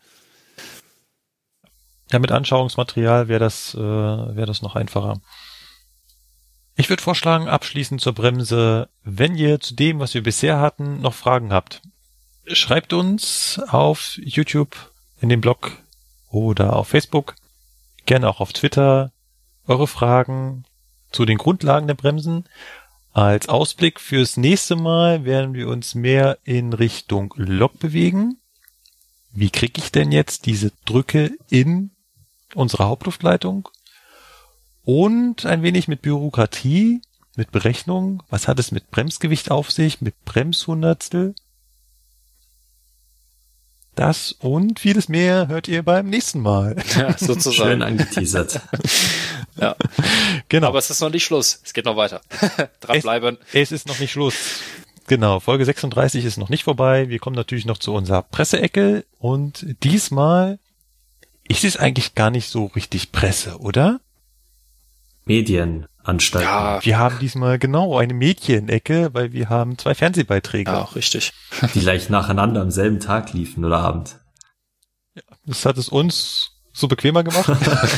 Ja, mit Anschauungsmaterial wäre das noch einfacher. Ich würde vorschlagen, abschließend zur Bremse, wenn ihr zu dem, was wir bisher hatten, noch Fragen habt, schreibt uns auf YouTube, in dem Blog oder auf Facebook, gerne auch auf Twitter, eure Fragen zu den Grundlagen der Bremsen. Als Ausblick fürs nächste Mal werden wir uns mehr in Richtung Lok bewegen. Wie kriege ich denn jetzt diese Drücke in unsere Hauptluftleitung? Und ein wenig mit Bürokratie, mit Berechnung. Was hat es mit Bremsgewicht auf sich, mit Bremshundertstel? Das und vieles mehr hört ihr beim nächsten Mal. Ja, sozusagen. Schön angeteasert. Ja. Genau. Aber es ist noch nicht Schluss. Es geht noch weiter. Dranbleiben. Es ist noch nicht Schluss. Genau, Folge 36 ist noch nicht vorbei. Wir kommen natürlich noch zu unserer Presseecke. Und diesmal ist es eigentlich gar nicht so richtig Presse, oder? Medienanstalten. Ja, Wir haben diesmal genau eine Mädchenecke, weil wir haben 2 Fernsehbeiträge. ja, richtig. Die gleich nacheinander am selben Tag liefen oder Abend. Das hat es uns so bequemer gemacht.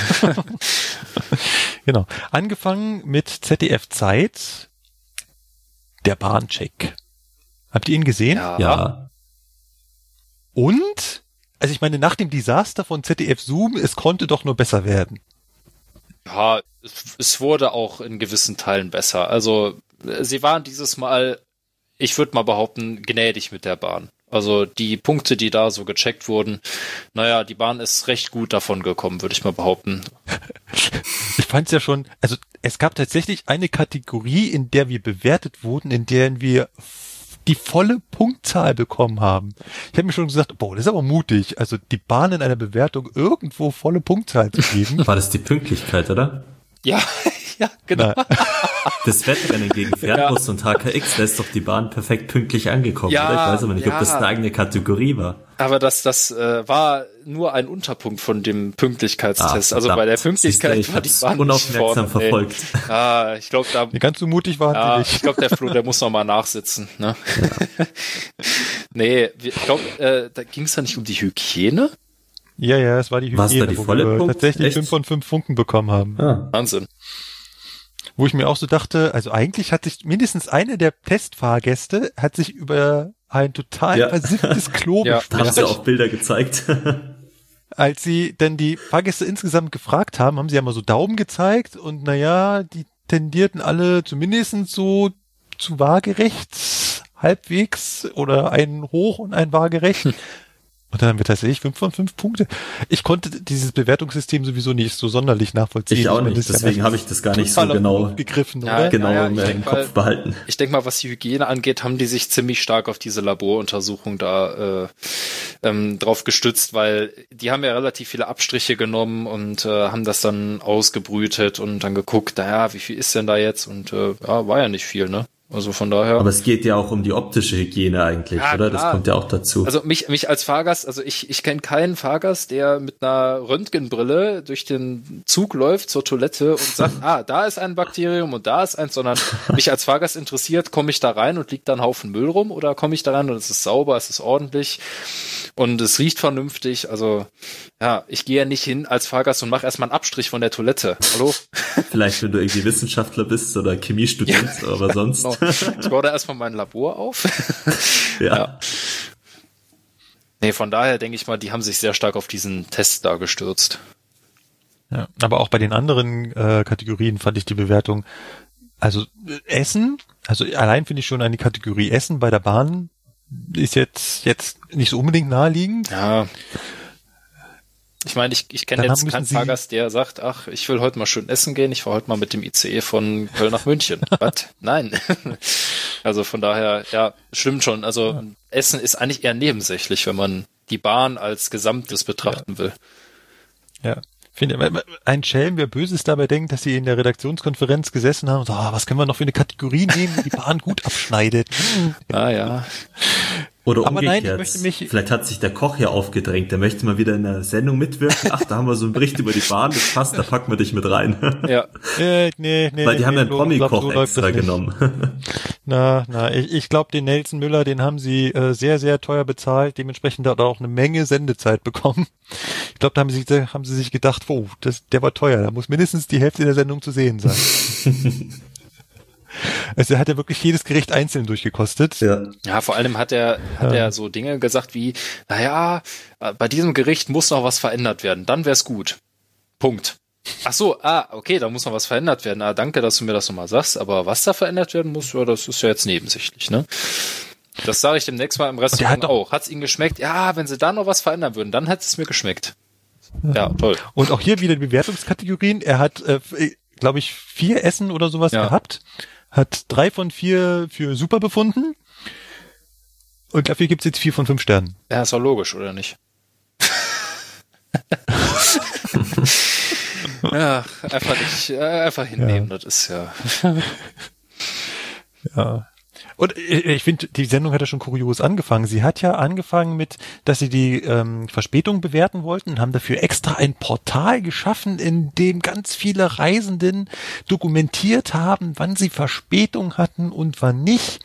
Genau. Angefangen mit ZDF Zeit, der Bahncheck. Habt ihr ihn gesehen? Ja. Und? Also ich meine, nach dem Desaster von ZDF Zoom, es konnte doch nur besser werden. Ja, es wurde auch in gewissen Teilen besser. Also sie waren dieses Mal, ich würde mal behaupten, gnädig mit der Bahn. Also die Punkte, die da so gecheckt wurden, naja, die Bahn ist recht gut davon gekommen, würde ich mal behaupten. Ich fand es ja schon, also es gab tatsächlich eine Kategorie, in der wir bewertet wurden, in der wir die volle Punktzahl bekommen haben. Ich habe mir schon gesagt, boah, das ist aber mutig, also die Bahn in einer Bewertung irgendwo volle Punktzahl zu geben. War das die Pünktlichkeit, oder? Ja, ja, genau. Na, Das Wettrennen gegen Fernbus und HKX, da ist doch die Bahn perfekt pünktlich angekommen, Ja, oder? Ich weiß aber nicht, ob ja. das eine eigene Kategorie war. Aber das war nur ein Unterpunkt von dem Pünktlichkeitstest. Also bei der Pünktlichkeit Siehste, ich war die hab's Bahn nicht unaufmerksam vorne. verfolgt. Ah, ich glaube, da ganz so mutig waren ja, sie nicht. ich glaube, der Flo, der muss noch mal nachsitzen. Ne? Nee, ich glaube, da ging es ja nicht um die Hygiene. Ja, es war die War's da Hygiene, die wo volle wir Punkt? tatsächlich Echt? 5 von 5 Punkten bekommen haben. Ah. Wahnsinn. Wo ich mir auch so dachte, also eigentlich hat sich mindestens eine der Testfahrgäste hat sich über ein total Ja. versifftes Klo Ja. Da haben sie beschwert. auch Bilder gezeigt. Als sie denn die Fahrgäste insgesamt gefragt haben sie ja mal so Daumen gezeigt und naja, die tendierten alle zumindest so zu waagerecht, halbwegs oder einen hoch und einen waagerecht. Und dann haben wir tatsächlich 5 von 5 Punkte. Ich konnte dieses Bewertungssystem sowieso nicht so sonderlich nachvollziehen. Ich auch meine, nicht, das ist ja deswegen habe ich das gar nicht so total genau gegriffen, Ja, oder? genau ja, im ich denk Kopf mal- behalten. Ich denke mal, was die Hygiene angeht, haben die sich ziemlich stark auf diese Laboruntersuchung da drauf gestützt, weil die haben ja relativ viele Abstriche genommen und haben das dann ausgebrütet und dann geguckt, naja, wie viel ist denn da jetzt? Und ja, war ja nicht viel, ne? Also von daher. Aber es geht ja auch um die optische Hygiene eigentlich, Ja, oder? klar. Das kommt ja auch dazu. Also mich als Fahrgast, also ich kenne keinen Fahrgast, der mit einer Röntgenbrille durch den Zug läuft zur Toilette und sagt, da ist ein Bakterium und da ist eins, sondern mich als Fahrgast interessiert, komme ich da rein und liegt da ein Haufen Müll rum oder komme ich da rein und es ist sauber, es ist ordentlich und es riecht vernünftig. Also ja, ich gehe ja nicht hin als Fahrgast und mache erstmal einen Abstrich von der Toilette. Hallo? Vielleicht, wenn du irgendwie Wissenschaftler bist oder Chemiestudent, ja, aber sonst. Genau. Ich baue da erstmal mein Labor auf. Ja. Nee, von daher denke ich mal, die haben sich sehr stark auf diesen Test da gestürzt. Ja, aber auch bei den anderen Kategorien fand ich die Bewertung, also Essen, also allein finde ich schon eine Kategorie Essen bei der Bahn ist jetzt nicht so unbedingt naheliegend. Ja. Ich meine, ich kenne jetzt keinen Fahrgast, der sagt, ach, ich will heute mal schön essen gehen, ich fahre heute mal mit dem ICE von Köln nach München. Was? Nein. Also von daher, ja, stimmt schon. Also Essen ist eigentlich eher nebensächlich, wenn man die Bahn als Gesamtes betrachten will. Ja. Finde, ein Schelm, wer Böses dabei denkt, dass sie in der Redaktionskonferenz gesessen haben und so, was können wir noch für eine Kategorie nehmen, die die Bahn gut abschneidet. Ah, ja. Oder aber umgekehrt. Nein, vielleicht hat sich der Koch ja aufgedrängt, der möchte mal wieder in der Sendung mitwirken. Ach, da haben wir so einen Bericht über die Bahn, das passt, da packen wir dich mit rein. Ja. Nee, weil die haben ja einen Promi-Koch extra genommen. Ich glaube, den Nelson Müller, den haben sie sehr, sehr teuer bezahlt, dementsprechend hat er auch eine Menge Sendezeit bekommen. Ich glaube, da haben sie sich gedacht, der war teuer, da muss mindestens die Hälfte der Sendung zu sehen sein. Also er hat ja wirklich jedes Gericht einzeln durchgekostet. Ja, vor allem hat er so Dinge gesagt wie, naja, bei diesem Gericht muss noch was verändert werden, dann wär's gut. Punkt. Ach so, okay, da muss noch was verändert werden. Danke, dass du mir das nochmal sagst, aber was da verändert werden muss, das ist ja jetzt nebensächlich, ne? Das sage ich demnächst mal im Restaurant auch. Hat's Ihnen geschmeckt? Ja, wenn Sie da noch was verändern würden, dann hätte es mir geschmeckt. Ja, toll. Und auch hier wieder die Bewertungskategorien. Er hat, glaube ich, 4 Essen oder sowas gehabt. Hat 3 von 4 für super befunden. Und dafür gibt's jetzt 4 von 5 Sternen. Ja, ist doch logisch, oder nicht? Ja, einfach hinnehmen, das ist ja. Ja. Und ich finde, die Sendung hat ja schon kurios angefangen. Sie hat ja angefangen mit, dass sie die Verspätung bewerten wollten und haben dafür extra ein Portal geschaffen, in dem ganz viele Reisenden dokumentiert haben, wann sie Verspätung hatten und wann nicht.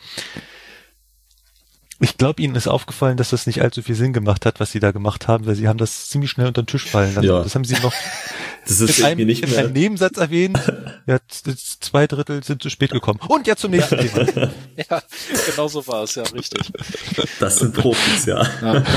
Ich glaube, Ihnen ist aufgefallen, dass das nicht allzu viel Sinn gemacht hat, was Sie da gemacht haben, weil Sie haben das ziemlich schnell unter den Tisch fallen lassen. Ja. Das haben Sie noch das ist in einem Nebensatz erwähnt. Ja, 2/3 sind zu spät gekommen. Und jetzt zum nächsten Thema. Ja, genau so war es, ja, richtig. Das sind Profis, ja.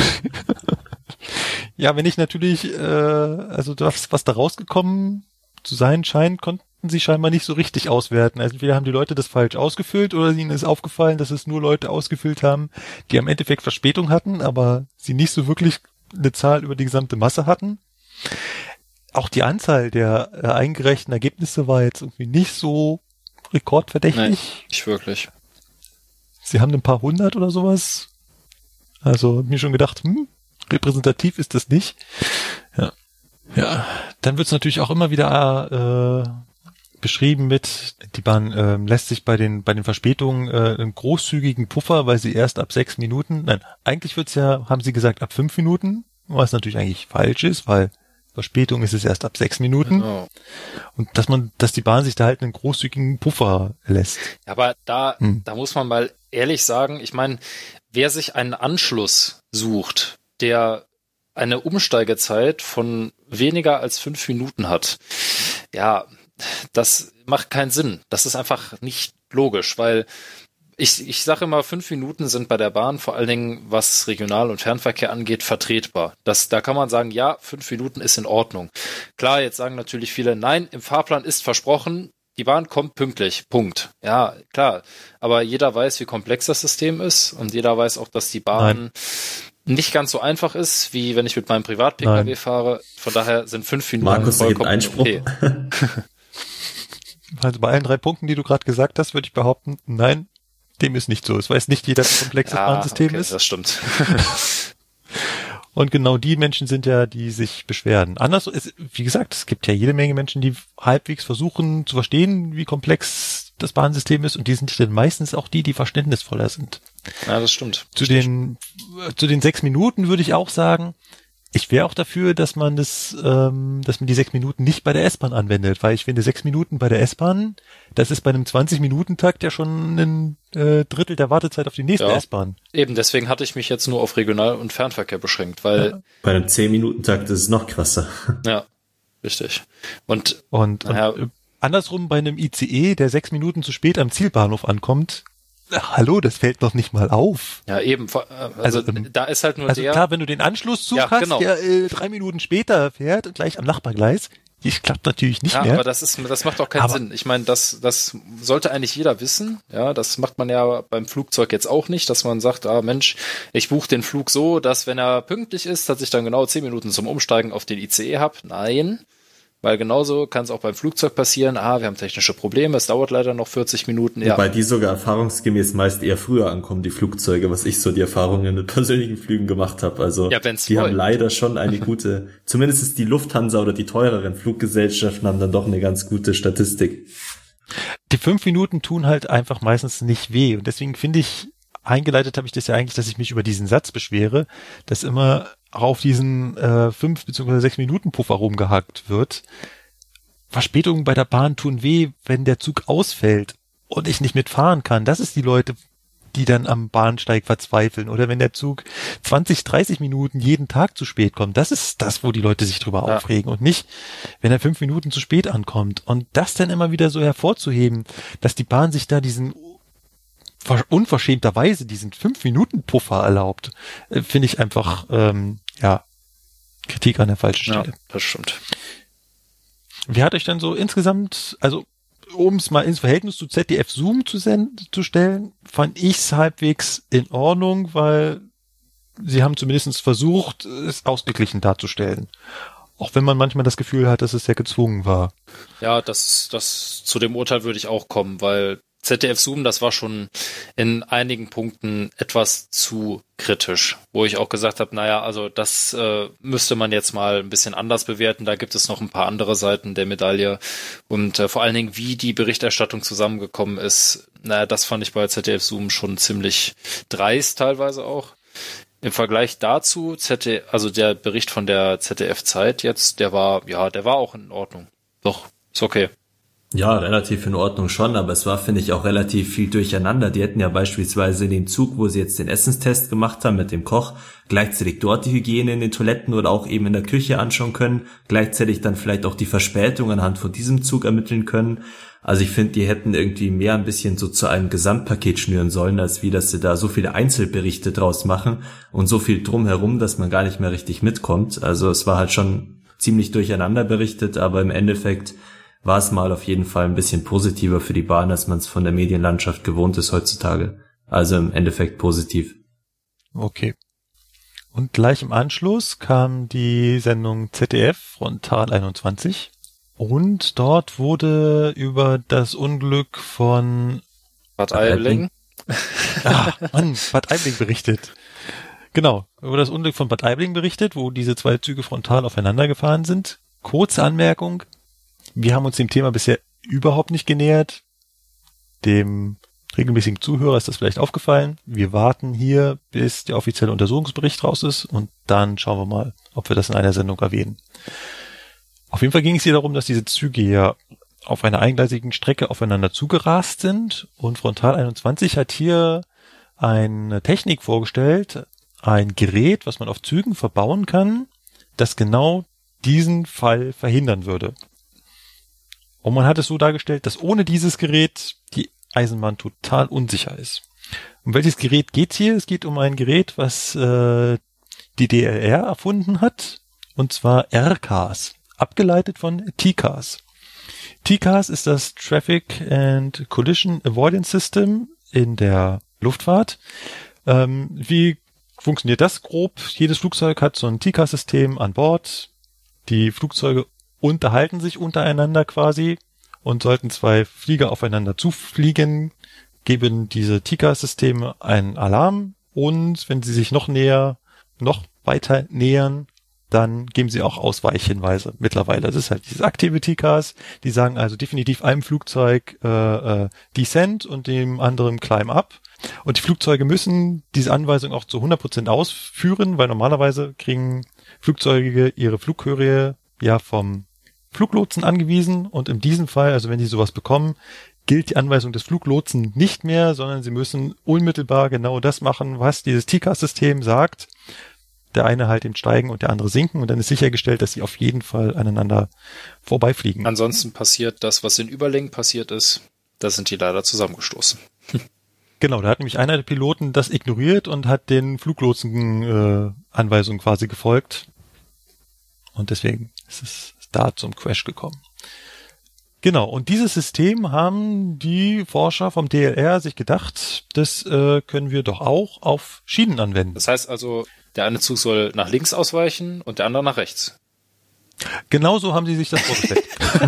Ja, wenn ich natürlich, also das, was da rausgekommen zu sein scheint, konnten sie scheinbar nicht so richtig auswerten. Also entweder haben die Leute das falsch ausgefüllt oder ihnen ist aufgefallen, dass es nur Leute ausgefüllt haben, die am Endeffekt Verspätung hatten, aber sie nicht so wirklich eine Zahl über die gesamte Masse hatten. Auch die Anzahl der eingereichten Ergebnisse war jetzt irgendwie nicht so rekordverdächtig. Nein, nicht wirklich. Sie haben ein paar hundert oder sowas. Also mir schon gedacht, repräsentativ ist das nicht. Ja, dann wird es natürlich auch immer wieder beschrieben mit, die Bahn lässt sich bei den Verspätungen einen großzügigen Puffer, weil sie erst ab 6 Minuten, nein, eigentlich haben sie gesagt ab 5 Minuten, was natürlich eigentlich falsch ist, weil Verspätung ist es erst ab 6 Minuten. Genau. Und dass die Bahn sich da halt einen großzügigen Puffer lässt. Aber da muss man mal ehrlich sagen, ich meine, wer sich einen Anschluss sucht, der eine Umsteigezeit von weniger als 5 Minuten hat, ja, das macht keinen Sinn. Das ist einfach nicht logisch, weil ich sage immer, 5 Minuten sind bei der Bahn, vor allen Dingen was Regional- und Fernverkehr angeht, vertretbar. Da kann man sagen, ja, 5 Minuten ist in Ordnung. Klar, jetzt sagen natürlich viele, nein, im Fahrplan ist versprochen, die Bahn kommt pünktlich, Punkt. Ja, klar, aber jeder weiß, wie komplex das System ist und jeder weiß auch, dass die Bahn nicht ganz so einfach ist, wie wenn ich mit meinem Privat-Pkw fahre. Von daher sind 5 Minuten Markus, vollkommen Einspruch. Okay. Also bei allen 3 Punkten, die du gerade gesagt hast, würde ich behaupten, nein, dem ist nicht so. Es weiß nicht jeder, wie komplex das Bahnsystem ist. Das stimmt. Und genau die Menschen sind ja, die sich beschweren. Wie gesagt, es gibt ja jede Menge Menschen, die halbwegs versuchen zu verstehen, wie komplex das Bahnsystem ist, und die sind dann meistens auch die verständnisvoller sind. Ja, das stimmt. Zu den 6 Minuten würde ich auch sagen, ich wäre auch dafür, dass man die 6 Minuten nicht bei der S-Bahn anwendet, weil ich finde 6 Minuten bei der S-Bahn, das ist bei einem 20-Minuten-Takt ja schon ein Drittel der Wartezeit auf die nächste S-Bahn. Eben, deswegen hatte ich mich jetzt nur auf Regional- und Fernverkehr beschränkt, weil... Bei einem 10-Minuten-Takt ist es noch krasser. Ja, richtig. Und andersrum bei einem ICE, der 6 Minuten zu spät am Zielbahnhof ankommt, hallo, das fällt noch nicht mal auf. Ja, eben. Also da ist halt nur klar, wenn du den Anschlusszug hast, genau, der 3 Minuten später fährt und gleich am Nachbargleis, das klappt natürlich nicht mehr. Aber das macht auch keinen Sinn. Ich meine, das sollte eigentlich jeder wissen. Ja, das macht man ja beim Flugzeug jetzt auch nicht, dass man sagt, Mensch, ich buche den Flug so, dass wenn er pünktlich ist, dass ich dann genau 10 Minuten zum Umsteigen auf den ICE habe. Nein. Weil genauso kann es auch beim Flugzeug passieren, wir haben technische Probleme, es dauert leider noch 40 Minuten. Wobei die sogar erfahrungsgemäß meist eher früher ankommen, die Flugzeuge, was ich so die Erfahrungen mit persönlichen Flügen gemacht habe. Also die haben leider schon eine gute, zumindest ist die Lufthansa oder die teureren Fluggesellschaften haben dann doch eine ganz gute Statistik. Die 5 Minuten tun halt einfach meistens nicht weh und deswegen finde ich, eingeleitet habe ich das ja eigentlich, dass ich mich über diesen Satz beschwere, dass immer auf diesen 5 bzw. 6 Minuten Puffer rumgehackt wird. Verspätungen bei der Bahn tun weh, wenn der Zug ausfällt und ich nicht mitfahren kann. Das ist die Leute, die dann am Bahnsteig verzweifeln. Oder wenn der Zug 20, 30 Minuten jeden Tag zu spät kommt. Das ist das, wo die Leute sich drüber aufregen und nicht, wenn er 5 Minuten zu spät ankommt. Und das dann immer wieder so hervorzuheben, dass die Bahn sich da diesen unverschämterweise diesen 5-Minuten-Puffer erlaubt, finde ich einfach, Kritik an der falschen Stelle. Ja, das stimmt. Wie hat euch denn so insgesamt, also um es mal ins Verhältnis zu ZDF Zoom zu stellen, fand ich es halbwegs in Ordnung, weil sie haben zumindest versucht, es ausgeglichen darzustellen. Auch wenn man manchmal das Gefühl hat, dass es sehr gezwungen war. Ja, das zu dem Urteil würde ich auch kommen, weil ZDF Zoom, das war schon in einigen Punkten etwas zu kritisch, wo ich auch gesagt habe, also das müsste man jetzt mal ein bisschen anders bewerten. Da gibt es noch ein paar andere Seiten der Medaille und vor allen Dingen, wie die Berichterstattung zusammengekommen ist, das fand ich bei ZDF Zoom schon ziemlich dreist teilweise auch. Im Vergleich dazu, also der Bericht von der ZDF Zeit jetzt, der war auch in Ordnung. Doch, ist okay. Ja, relativ in Ordnung schon, aber es war, finde ich, auch relativ viel durcheinander. Die hätten ja beispielsweise in dem Zug, wo sie jetzt den Essenstest gemacht haben mit dem Koch, gleichzeitig dort die Hygiene in den Toiletten oder auch eben in der Küche anschauen können, gleichzeitig dann vielleicht auch die Verspätung anhand von diesem Zug ermitteln können. Also ich finde, die hätten irgendwie mehr ein bisschen so zu einem Gesamtpaket schnüren sollen, als wie, dass sie da so viele Einzelberichte draus machen und so viel drumherum, dass man gar nicht mehr richtig mitkommt. Also es war halt schon ziemlich durcheinander berichtet, aber im Endeffekt war es mal auf jeden Fall ein bisschen positiver für die Bahn, als man es von der Medienlandschaft gewohnt ist heutzutage. Also im Endeffekt positiv. Okay. Und gleich im Anschluss kam die Sendung ZDF Frontal 21 und dort wurde über das Unglück von Bad Aibling. Bad Aibling berichtet. Genau, über das Unglück von Bad Aibling berichtet, wo diese 2 Züge frontal aufeinander gefahren sind. Kurze Anmerkung. Wir haben uns dem Thema bisher überhaupt nicht genähert. Dem regelmäßigen Zuhörer ist das vielleicht aufgefallen. Wir warten hier, bis der offizielle Untersuchungsbericht raus ist und dann schauen wir mal, ob wir das in einer Sendung erwähnen. Auf jeden Fall ging es hier darum, dass diese Züge ja auf einer eingleisigen Strecke aufeinander zugerast sind und Frontal 21 hat hier eine Technik vorgestellt, ein Gerät, was man auf Zügen verbauen kann, das genau diesen Fall verhindern würde. Und man hat es so dargestellt, dass ohne dieses Gerät die Eisenbahn total unsicher ist. Um welches Gerät geht's hier? Es geht um ein Gerät, was die DLR erfunden hat, und zwar RCAS, abgeleitet von TCAS. TCAS ist das Traffic and Collision Avoidance System in der Luftfahrt. Wie funktioniert das grob? Jedes Flugzeug hat so ein TCAS-System an Bord. Die Flugzeuge unterhalten sich untereinander quasi und sollten 2 Flieger aufeinander zufliegen, geben diese TCAS-Systeme einen Alarm und wenn sie sich noch weiter nähern, dann geben sie auch Ausweichhinweise mittlerweile. Das ist halt dieses aktive TCAS, die sagen also definitiv einem Flugzeug Descent und dem anderen Climb up. Und die Flugzeuge müssen diese Anweisung auch zu 100% ausführen, weil normalerweise kriegen Flugzeuge ihre Flughöhe ja vom Fluglotsen angewiesen und in diesem Fall, also wenn die sowas bekommen, gilt die Anweisung des Fluglotsen nicht mehr, sondern sie müssen unmittelbar genau das machen, was dieses TCAS-System sagt. der eine halt eben steigen und der andere sinken und dann ist sichergestellt, dass sie auf jeden Fall aneinander vorbeifliegen. Ansonsten passiert das, was in Überlängen passiert ist, da sind die leider zusammengestoßen. Genau, da hat nämlich einer der Piloten das ignoriert und hat den Fluglotsen Anweisungen quasi gefolgt und deswegen ist es da zum Crash gekommen. Genau, und dieses System haben die Forscher vom DLR sich gedacht, das können wir doch auch auf Schienen anwenden. Das heißt also, der eine Zug soll nach links ausweichen und der andere nach rechts. Genau so haben sie sich das vorgestellt.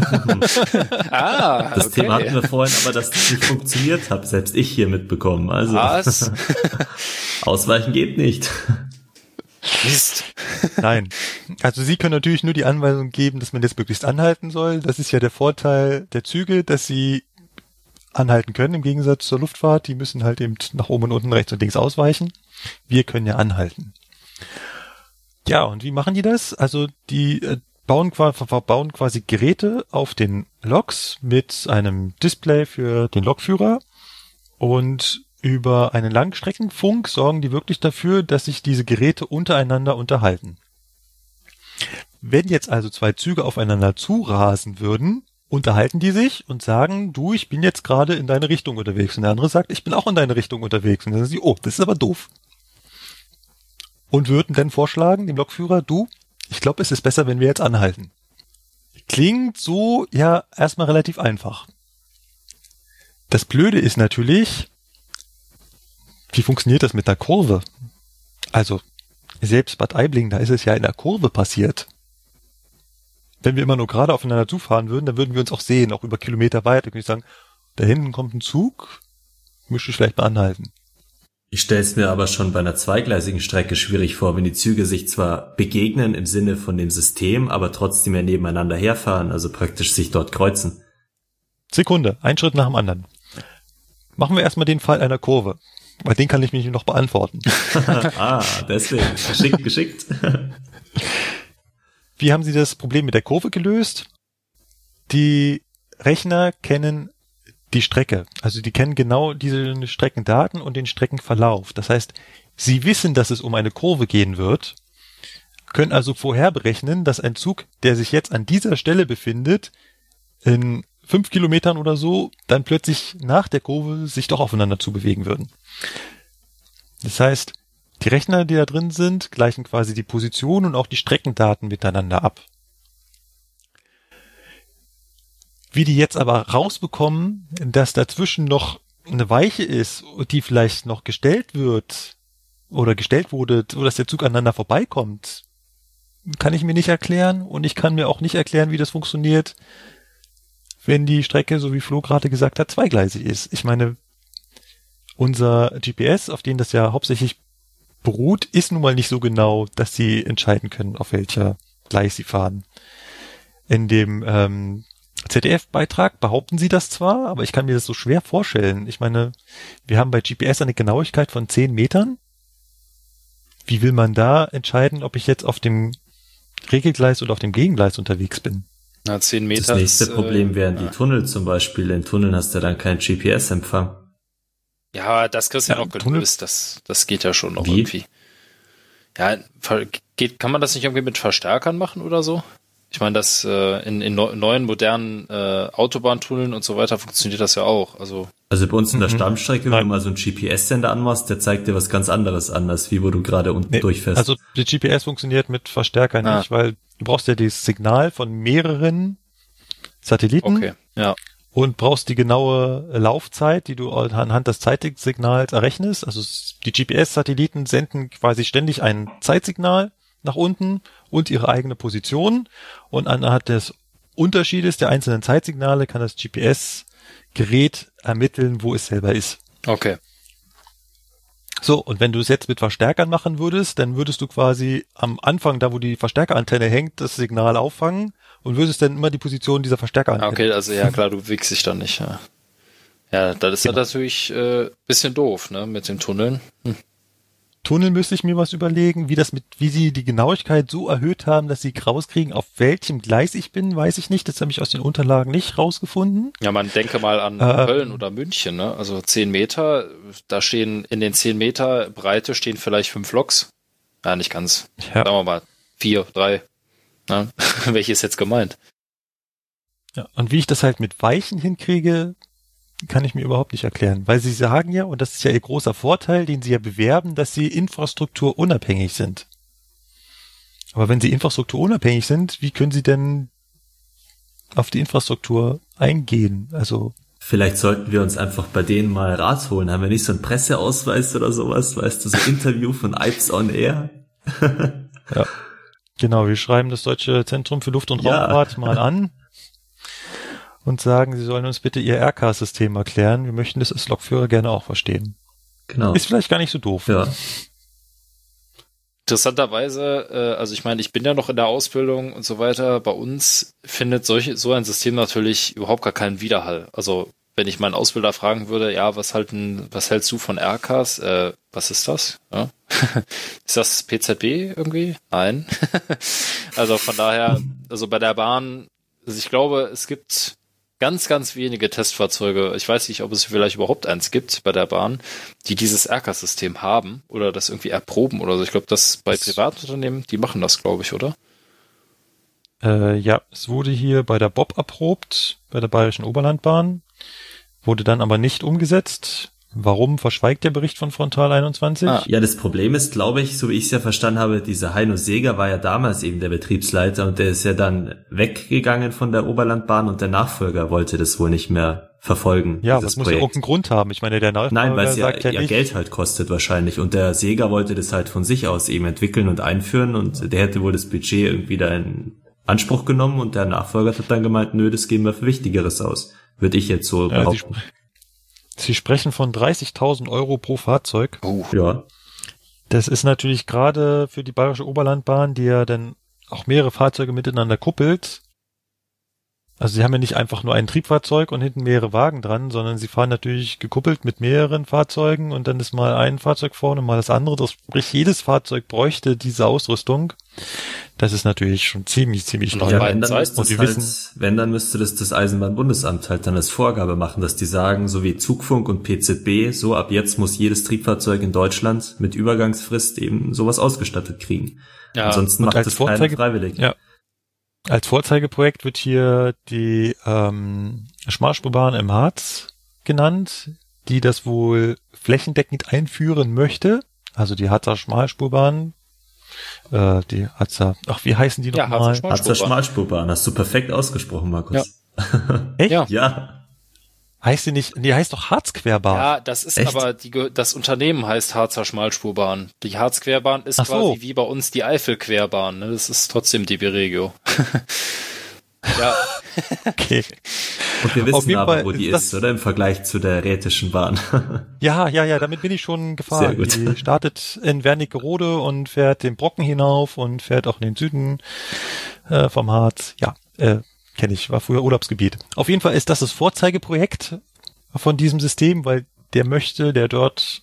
Das Thema hatten wir vorhin, aber dass das nicht funktioniert, habe selbst ich hier mitbekommen. Also was? Ausweichen geht nicht. Mist. Nein. Also Sie können natürlich nur die Anweisung geben, dass man jetzt möglichst anhalten soll. Das ist ja der Vorteil der Züge, dass sie anhalten können im Gegensatz zur Luftfahrt. Die müssen halt eben nach oben und unten, rechts und links ausweichen. Wir können ja anhalten. Ja, und wie machen die das? Also die verbauen quasi Geräte auf den Loks mit einem Display für den Lokführer und über einen Langstreckenfunk sorgen die wirklich dafür, dass sich diese Geräte untereinander unterhalten. Wenn jetzt also zwei Züge aufeinander zurasen würden, unterhalten die sich und sagen, du, ich bin jetzt gerade in deine Richtung unterwegs. Und der andere sagt, ich bin auch in deine Richtung unterwegs. Und dann sagen sie, oh, das ist aber doof. Und würden dann vorschlagen, dem Lokführer, du, ich glaube, es ist besser, wenn wir jetzt anhalten. Klingt so, ja, erstmal relativ einfach. Das Blöde ist natürlich, wie funktioniert das mit der Kurve? Also, selbst Bad Aibling, da ist es ja in der Kurve passiert. Wenn wir immer nur gerade aufeinander zufahren würden, dann würden wir uns auch sehen, auch über Kilometer weit. Da könnte ich sagen, da hinten kommt ein Zug, müsste ich vielleicht mal anhalten. Ich stelle es mir aber schon bei einer zweigleisigen Strecke schwierig vor, wenn die Züge sich zwar begegnen im Sinne von dem System, aber trotzdem ja nebeneinander herfahren, also praktisch sich dort kreuzen. Sekunde, ein Schritt nach dem anderen. Machen wir erstmal den Fall einer Kurve, weil den kann ich mich noch beantworten. Deswegen. Geschickt. Wie haben Sie das Problem mit der Kurve gelöst? Die Rechner kennen die Strecke. Also die kennen genau diese Streckendaten und den Streckenverlauf. Das heißt, sie wissen, dass es um eine Kurve gehen wird, können also vorher berechnen, dass ein Zug, der sich jetzt an dieser Stelle befindet, in 5 Kilometern oder so, dann plötzlich nach der Kurve sich doch aufeinander zubewegen würden. Das heißt, die Rechner, die da drin sind, gleichen quasi die Position und auch die Streckendaten miteinander ab. Wie die jetzt aber rausbekommen, dass dazwischen noch eine Weiche ist, die vielleicht noch gestellt wird oder gestellt wurde, so dass der Zug aneinander vorbeikommt, kann ich mir nicht erklären und ich kann mir auch nicht erklären, wie das funktioniert, wenn die Strecke, so wie Flo gerade gesagt hat, zweigleisig ist. Ich meine, unser GPS, auf den das ja hauptsächlich beruht, ist nun mal nicht so genau, dass sie entscheiden können, auf welcher Gleis sie fahren. In dem ZDF-Beitrag behaupten sie das zwar, aber ich kann mir das so schwer vorstellen. Ich meine, wir haben bei GPS eine Genauigkeit von 10 Metern. Wie will man da entscheiden, ob ich jetzt auf dem Regelgleis oder auf dem Gegengleis unterwegs bin? Na, 10 Meter. Das nächste Problem wären die Tunnel zum Beispiel. In Tunneln hast du dann keinen GPS-Empfang. Ja, das kriegst du ja noch gelöst. Das geht ja schon noch irgendwie. Ja, kann man das nicht irgendwie mit Verstärkern machen oder so? Ich meine, das in neuen, modernen Autobahntunneln und so weiter funktioniert das ja auch. Also bei uns in der Stammstrecke, wenn du mal so einen GPS-Sender anmachst, der zeigt dir was ganz anderes an, als wie wo du gerade unten durchfährst. Also die GPS funktioniert mit Verstärkern nicht, weil du brauchst ja das Signal von mehreren Satelliten. Okay, ja. Und brauchst die genaue Laufzeit, die du anhand des Zeitsignals errechnest. Also die GPS-Satelliten senden quasi ständig ein Zeitsignal nach unten und ihre eigene Position. Und anhand des Unterschiedes der einzelnen Zeitsignale kann das GPS-Gerät ermitteln, wo es selber ist. Okay. So, und wenn du es jetzt mit Verstärkern machen würdest, dann würdest du quasi am Anfang, da wo die Verstärkerantenne hängt, das Signal auffangen und würdest dann immer die Position dieser Verstärkerantenne. Okay, also ja klar, du bewegst dich dann nicht. Ja, das ist ja natürlich bisschen doof, ne, mit den Tunneln. Tunnel müsste ich mir was überlegen, wie sie die Genauigkeit so erhöht haben, dass sie rauskriegen, auf welchem Gleis ich bin, weiß ich nicht. Das habe ich aus den Unterlagen nicht rausgefunden. Ja, man denke mal an Köln oder München, ne? Also 10 Meter, da stehen in den 10 Meter Breite stehen vielleicht 5 Loks. Ja, nicht ganz. Ja. Sagen wir mal 4, 3. Ja. Welche ist jetzt gemeint? Ja. Und wie ich das halt mit Weichen hinkriege, kann ich mir überhaupt nicht erklären. Weil sie sagen ja, und das ist ja ihr großer Vorteil, den sie ja bewerben, dass sie infrastrukturunabhängig sind. Aber wenn sie infrastrukturunabhängig sind, wie können sie denn auf die Infrastruktur eingehen? Also Vielleicht sollten wir uns einfach bei denen mal Rat holen. Haben wir nicht so einen Presseausweis oder sowas? Weißt du, so Interview von Ipes on Air? ja, genau, wir schreiben das Deutsche Zentrum für Luft- und Raumfahrt mal an und sagen, sie sollen uns bitte ihr Aircar-System erklären. Wir möchten das als Lokführer gerne auch verstehen. Genau. Ist vielleicht gar nicht so doof. Ja. Interessanterweise, also ich meine, ich bin ja noch in der Ausbildung und so weiter. Bei uns findet so ein System natürlich überhaupt gar keinen Widerhall. Also wenn ich meinen Ausbilder fragen würde, ja, was hältst du von Aircars? Was ist das? Ja. Ist das PZB irgendwie? Nein. Also von daher, also bei der Bahn, also ich glaube, es gibt ganz, ganz wenige Testfahrzeuge, ich weiß nicht, ob es vielleicht überhaupt eins gibt bei der Bahn, die dieses Aircar-System haben oder das irgendwie erproben oder so. Ich glaube, das bei Privatunternehmen, die machen das, glaube ich, oder? Ja, es wurde hier bei der BOB erprobt, bei der Bayerischen Oberlandbahn, wurde dann aber nicht umgesetzt. Warum verschweigt der Bericht von Frontal 21? Ja, das Problem ist, glaube ich, so wie ich es ja verstanden habe, dieser Heino Seeger war ja damals eben der Betriebsleiter und der ist ja dann weggegangen von der Oberlandbahn und der Nachfolger wollte das wohl nicht mehr verfolgen. Ja, das muss ja irgendeinen Grund haben. Ich meine, der Nachfolger Nein, weil es sagt ja nicht, Geld halt kostet wahrscheinlich und der Seeger wollte das halt von sich aus eben entwickeln und einführen und der hätte wohl das Budget irgendwie da in Anspruch genommen und der Nachfolger hat dann gemeint, nö, das geben wir für Wichtigeres aus. Würde ich jetzt so behaupten. Sie sprechen von 30.000 Euro pro Fahrzeug. Ja. Das ist natürlich gerade für die Bayerische Oberlandbahn, die ja dann auch mehrere Fahrzeuge miteinander kuppelt. Also sie haben ja nicht einfach nur ein Triebfahrzeug und hinten mehrere Wagen dran, sondern sie fahren natürlich gekuppelt mit mehreren Fahrzeugen und dann ist mal ein Fahrzeug vorne, mal das andere. Das sprich, jedes Fahrzeug bräuchte diese Ausrüstung. Das ist natürlich schon ziemlich teuer. Ja, wenn dann müsste das Eisenbahnbundesamt halt dann als Vorgabe machen, dass die sagen, so wie Zugfunk und PZB, so ab jetzt muss jedes Triebfahrzeug in Deutschland mit Übergangsfrist eben sowas ausgestattet kriegen. Ja, ansonsten macht das keiner freiwillig. Ja. Als Vorzeigeprojekt wird hier die Schmalspurbahn im Harz genannt, die das wohl flächendeckend einführen möchte. Also die Harzer Schmalspurbahn. Die Harzer, wie heißen die nochmal? Harzer Schmalspurbahn, hast du perfekt ausgesprochen, Markus. Ja. Echt? Ja. Heißt die nicht, die heißt doch Harzquerbahn. Ja, das ist Echt? aber, das Unternehmen heißt Harzer Schmalspurbahn. Die Harzquerbahn ist quasi wie bei uns die Eifelquerbahn, ne? Das ist trotzdem die Regio. Ja. Okay. Und wir wissen aber, wo die ist, oder? Im Vergleich zu der Rätischen Bahn. Ja, damit bin ich schon gefahren. Sehr gut. Die startet in Wernigerode und fährt den Brocken hinauf und fährt auch in den Süden vom Harz. Ja, kenne ich, war früher Urlaubsgebiet. Auf jeden Fall ist das Vorzeigeprojekt von diesem System, weil der dort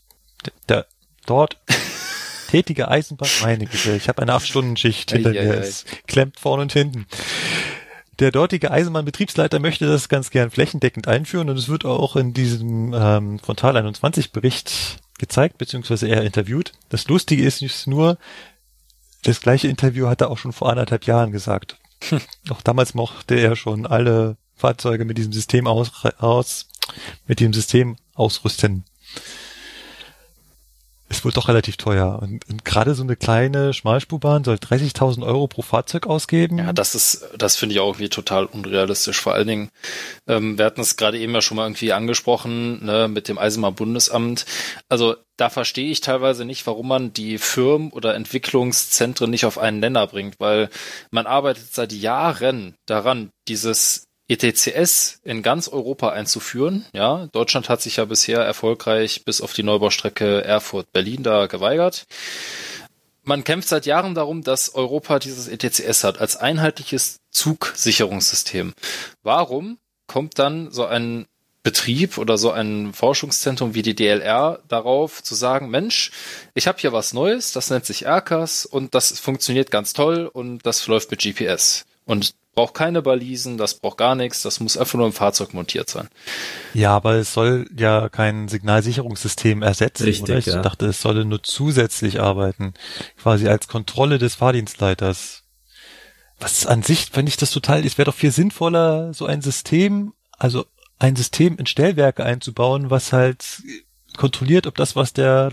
tätige Eisenbahn, meine Güte, ich habe eine 8-Stunden-Schicht hinter mir, es klemmt vorne und hinten. Der dortige Eisenbahnbetriebsleiter möchte das ganz gern flächendeckend einführen und es wird auch in diesem Frontal 21 Bericht gezeigt, beziehungsweise er interviewt. Das Lustige ist nur, das gleiche Interview hat er auch schon vor 1,5 Jahren gesagt. Auch damals mochte er schon alle Fahrzeuge mit diesem System ausrüsten. Es wird doch relativ teuer. Und gerade so eine kleine Schmalspurbahn soll 30.000 Euro pro Fahrzeug ausgeben. Ja, das finde ich auch irgendwie total unrealistisch. Vor allen Dingen, wir hatten es gerade eben ja schon mal irgendwie angesprochen, ne, mit dem Eisenbahnbundesamt. Also da verstehe ich teilweise nicht, warum man die Firmen oder Entwicklungszentren nicht auf einen Nenner bringt, weil man arbeitet seit Jahren daran, dieses ETCS in ganz Europa einzuführen. Ja, Deutschland hat sich ja bisher erfolgreich bis auf die Neubaustrecke Erfurt-Berlin da geweigert. Man kämpft seit Jahren darum, dass Europa dieses ETCS hat als einheitliches Zugsicherungssystem. Warum kommt dann so ein Betrieb oder so ein Forschungszentrum wie die DLR darauf zu sagen, Mensch, ich habe hier was Neues, das nennt sich Aircars und das funktioniert ganz toll und das läuft mit GPS. Und braucht keine Balisen, das braucht gar nichts, das muss einfach nur im Fahrzeug montiert sein. Ja, aber es soll ja kein Signalsicherungssystem ersetzen, Richtig, oder? Ich dachte, es solle nur zusätzlich arbeiten, quasi als Kontrolle des Fahrdienstleiters. Was an sich, wenn ich das total, es wäre doch viel sinnvoller, so ein System in Stellwerke einzubauen, was halt kontrolliert, ob das, was der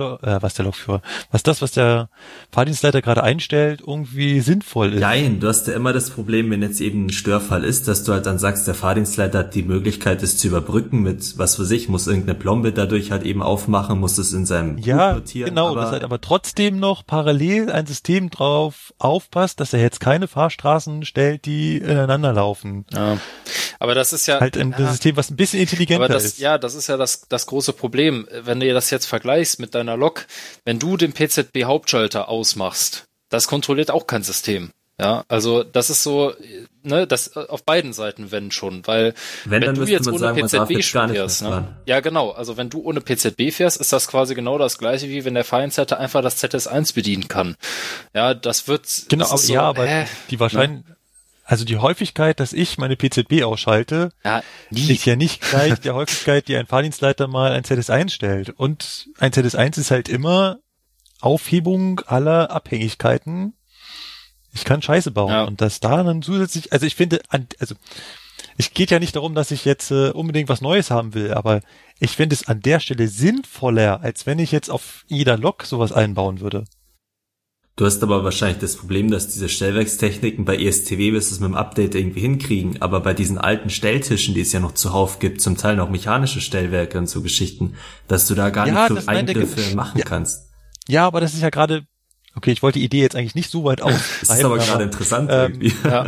Fahrdienstleiter gerade einstellt, irgendwie sinnvoll ist. Nein, du hast ja immer das Problem, wenn jetzt eben ein Störfall ist, dass du halt dann sagst, der Fahrdienstleiter hat die Möglichkeit, es zu überbrücken mit, was weiß ich, muss irgendeine Plombe dadurch halt eben aufmachen, muss es in seinem Buch notieren. Genau, dass halt aber trotzdem noch parallel ein System drauf aufpasst, dass er jetzt keine Fahrstraßen stellt, die ineinander laufen. Ja. Aber das ist ja halt ein System, was ein bisschen intelligenter ist. Ja, das ist ja das große Problem. Wenn du das jetzt vergleichst mit deiner Lok, wenn du den PZB-Hauptschalter ausmachst, das kontrolliert auch kein System. Ja, also das ist so, ne, das auf beiden Seiten wenn schon, weil wenn du jetzt ohne PZB fährst, ne? Ja, genau, also wenn du ohne PZB fährst, ist das quasi genau das gleiche, wie wenn der Fahrdienstleiter einfach das ZS1 bedienen kann. Ja, das wird genau, das so, aber die wahrscheinlich Also die Häufigkeit, dass ich meine PZB ausschalte, ist ja nicht gleich der Häufigkeit, die ein Fahrdienstleiter mal ein ZS1 stellt. Und ein ZS1 ist halt immer Aufhebung aller Abhängigkeiten. Ich kann Scheiße bauen. Ja. Und dass da dann zusätzlich, also ich finde, es geht ja nicht darum, dass ich jetzt unbedingt was Neues haben will, aber ich finde es an der Stelle sinnvoller, als wenn ich jetzt auf jeder Lok sowas einbauen würde. Du hast aber wahrscheinlich das Problem, dass diese Stellwerkstechniken bei ESTW wirst du es mit dem Update irgendwie hinkriegen, aber bei diesen alten Stelltischen, die es ja noch zuhauf gibt, zum Teil noch mechanische Stellwerke und so Geschichten, dass du da gar nicht so Eingriffe machen kannst. Ja, aber das ist ja gerade, okay, ich wollte die Idee jetzt eigentlich nicht so weit aus. Das ist aber gerade interessant irgendwie.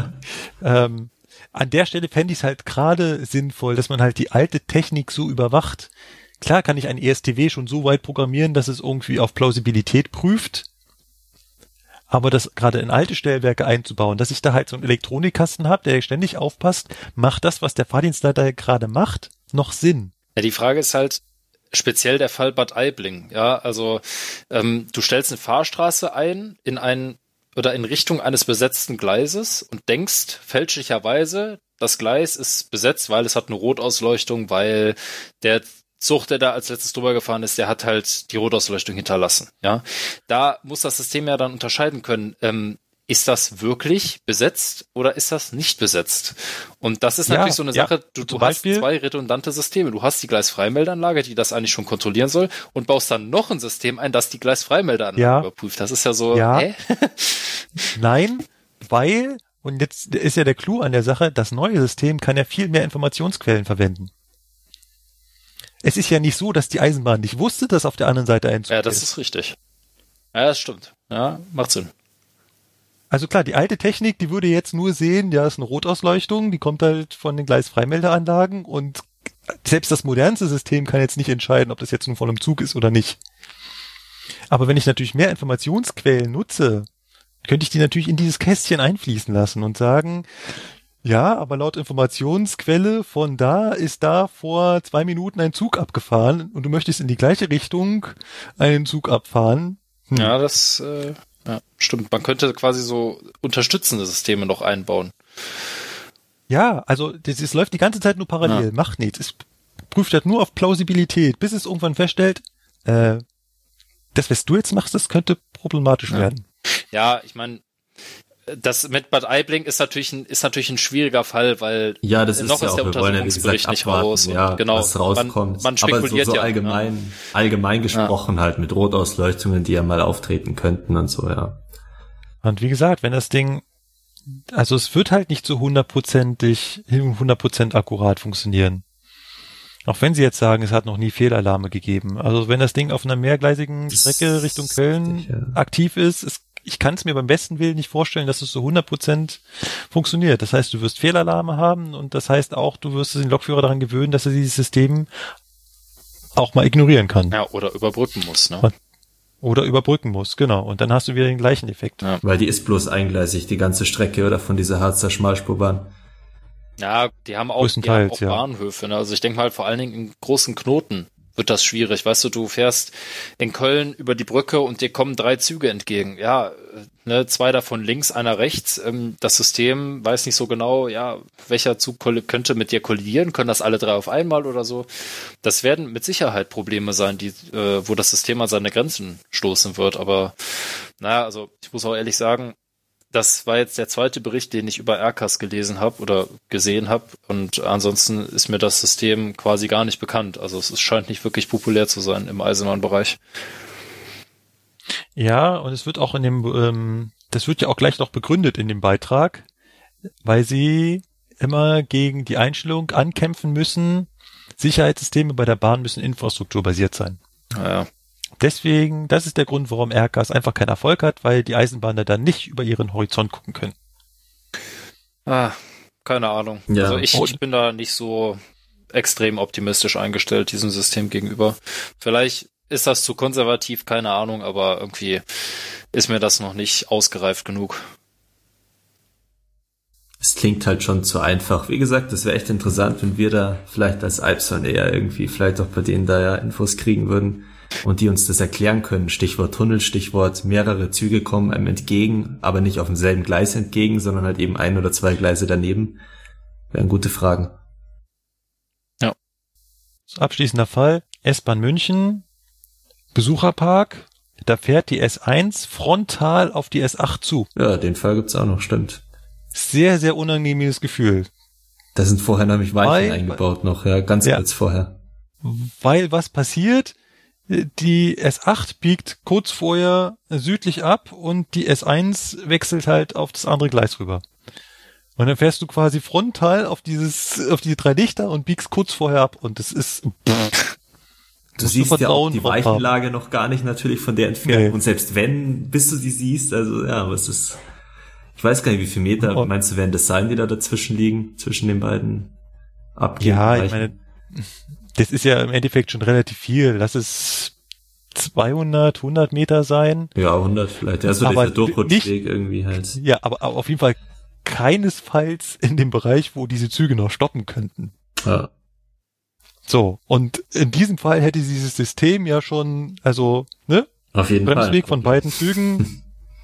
An der Stelle fände ich es halt gerade sinnvoll, dass man halt die alte Technik so überwacht. Klar kann ich ein ESTW schon so weit programmieren, dass es irgendwie auf Plausibilität prüft, aber das gerade in alte Stellwerke einzubauen, dass ich da halt so einen Elektronikkasten habe, der ständig aufpasst, macht das, was der Fahrdienstleiter gerade macht, noch Sinn? Ja, die Frage ist halt speziell der Fall Bad Aibling. Ja, also du stellst eine Fahrstraße ein in Richtung eines besetzten Gleises und denkst fälschlicherweise, das Gleis ist besetzt, weil es hat eine Rotausleuchtung, weil der Zug, der da als letztes drüber gefahren ist, der hat halt die Rotausleuchtung hinterlassen. Ja, da muss das System ja dann unterscheiden können, ist das wirklich besetzt oder ist das nicht besetzt? Und das ist natürlich so eine Sache, du hast zwei redundante Systeme. Du hast die Gleisfreimeldeanlage, die das eigentlich schon kontrollieren soll, und baust dann noch ein System ein, das die Gleisfreimeldeanlage überprüft. Das ist ja so, Nein, weil, und jetzt ist ja der Clou an der Sache, das neue System kann ja viel mehr Informationsquellen verwenden. Es ist ja nicht so, dass die Eisenbahn nicht wusste, dass auf der anderen Seite ein Zug ist. Ja, das ist richtig. Ja, das stimmt. Ja, macht Sinn. Also klar, die alte Technik, die würde jetzt nur sehen, ja, ist eine Rotausleuchtung, die kommt halt von den Gleisfreimeldeanlagen und selbst das modernste System kann jetzt nicht entscheiden, ob das jetzt nun von einem Zug ist oder nicht. Aber wenn ich natürlich mehr Informationsquellen nutze, könnte ich die natürlich in dieses Kästchen einfließen lassen und sagen, ja, aber laut Informationsquelle von da ist da vor 2 Minuten ein Zug abgefahren und du möchtest in die gleiche Richtung einen Zug abfahren. Ja, das stimmt. Man könnte quasi so unterstützende Systeme noch einbauen. Ja, also es läuft die ganze Zeit nur parallel, macht nichts. Es prüft halt nur auf Plausibilität, bis es irgendwann feststellt, das, was du jetzt machst, das könnte problematisch werden. Ja, ich meine, das mit Bad Aibling ist natürlich ein schwieriger Fall, weil das noch ist der Untersuchungsbericht nicht raus. Und genau, was rauskommt. Man spekuliert aber so allgemein gesprochen halt mit Rotausleuchtungen, die ja mal auftreten könnten und so, ja. Und wie gesagt, wenn das Ding, also es wird halt nicht so 100% akkurat funktionieren. Auch wenn sie jetzt sagen, es hat noch nie Fehlalarme gegeben. Also wenn das Ding auf einer mehrgleisigen Strecke Richtung Köln aktiv ist, ich kann es mir beim besten Willen nicht vorstellen, dass es so 100% funktioniert. Das heißt, du wirst Fehlalarme haben und das heißt auch, du wirst den Lokführer daran gewöhnen, dass er dieses System auch mal ignorieren kann. Ja, oder überbrücken muss, ne? Oder überbrücken muss, genau. Und dann hast du wieder den gleichen Effekt. Ja. Weil die ist bloß eingleisig, die ganze Strecke, oder von dieser Harzer Schmalspurbahn. Ja, die haben auch Bahnhöfe, ne? Also ich denke mal vor allen Dingen in großen Knoten wird das schwierig. Weißt du, du fährst in Köln über die Brücke und dir kommen 3 Züge entgegen. Ja, ne, 2 davon links, einer rechts. Das System weiß nicht so genau, ja, welcher Zug könnte mit dir kollidieren. Können das alle 3 auf einmal oder so? Das werden mit Sicherheit Probleme sein, die, wo das System an seine Grenzen stoßen wird. Aber naja, also ich muss auch ehrlich sagen, das war jetzt der zweite Bericht, den ich über Aircast gelesen habe oder gesehen habe. Und ansonsten ist mir das System quasi gar nicht bekannt. Also es scheint nicht wirklich populär zu sein im Eisenbahnbereich. Ja, und es wird auch in dem, das wird ja auch gleich noch begründet in dem Beitrag, weil sie immer gegen die Einstellung ankämpfen müssen, Sicherheitssysteme bei der Bahn müssen infrastrukturbasiert sein. Ja. Deswegen, das ist der Grund, warum Aircast einfach keinen Erfolg hat, weil die Eisenbahner dann nicht über ihren Horizont gucken können. Keine Ahnung. Ja. Also ich bin da nicht so extrem optimistisch eingestellt diesem System gegenüber. Vielleicht ist das zu konservativ, keine Ahnung, aber irgendwie ist mir das noch nicht ausgereift genug. Es klingt halt schon zu einfach. Wie gesagt, das wäre echt interessant, wenn wir da vielleicht als Alpson eher irgendwie vielleicht auch bei denen da ja Infos kriegen würden und die uns das erklären können. Stichwort Tunnel, Stichwort mehrere Züge kommen einem entgegen, aber nicht auf demselben Gleis entgegen, sondern halt eben 1 oder 2 Gleise daneben. Wären gute Fragen. Ja. Abschließender Fall, S-Bahn München, Besucherpark, da fährt die S1 frontal auf die S8 zu. Ja, den Fall gibt's auch noch, stimmt. Sehr, sehr unangenehmes Gefühl. Da sind vorher nämlich Weichen eingebaut noch, ja, ganz kurz vorher. Weil was passiert? Die S8 biegt kurz vorher südlich ab und die S1 wechselt halt auf das andere Gleis rüber. Und dann fährst du quasi frontal auf diese 3 Lichter und biegst kurz vorher ab und das ist... Du siehst ja auch die Weichenlage noch gar nicht natürlich von der Entfernung. Und selbst wenn, bis du sie siehst, also ja, was ist... Ich weiß gar nicht, wie viele Meter meinst du, werden das sein, die da dazwischen liegen, zwischen den beiden Abgängen? Ja, ich meine, das ist ja im Endeffekt schon relativ viel. Lass es 200, 100 Meter sein. Ja, 100 vielleicht. Ja, so der Durchrutschweg irgendwie halt. Ja, aber auf jeden Fall keinesfalls in dem Bereich, wo diese Züge noch stoppen könnten. Ja. So, und in diesem Fall hätte dieses System ja schon, also, ne? Auf jeden Bremsweg Fall. von beiden Zügen.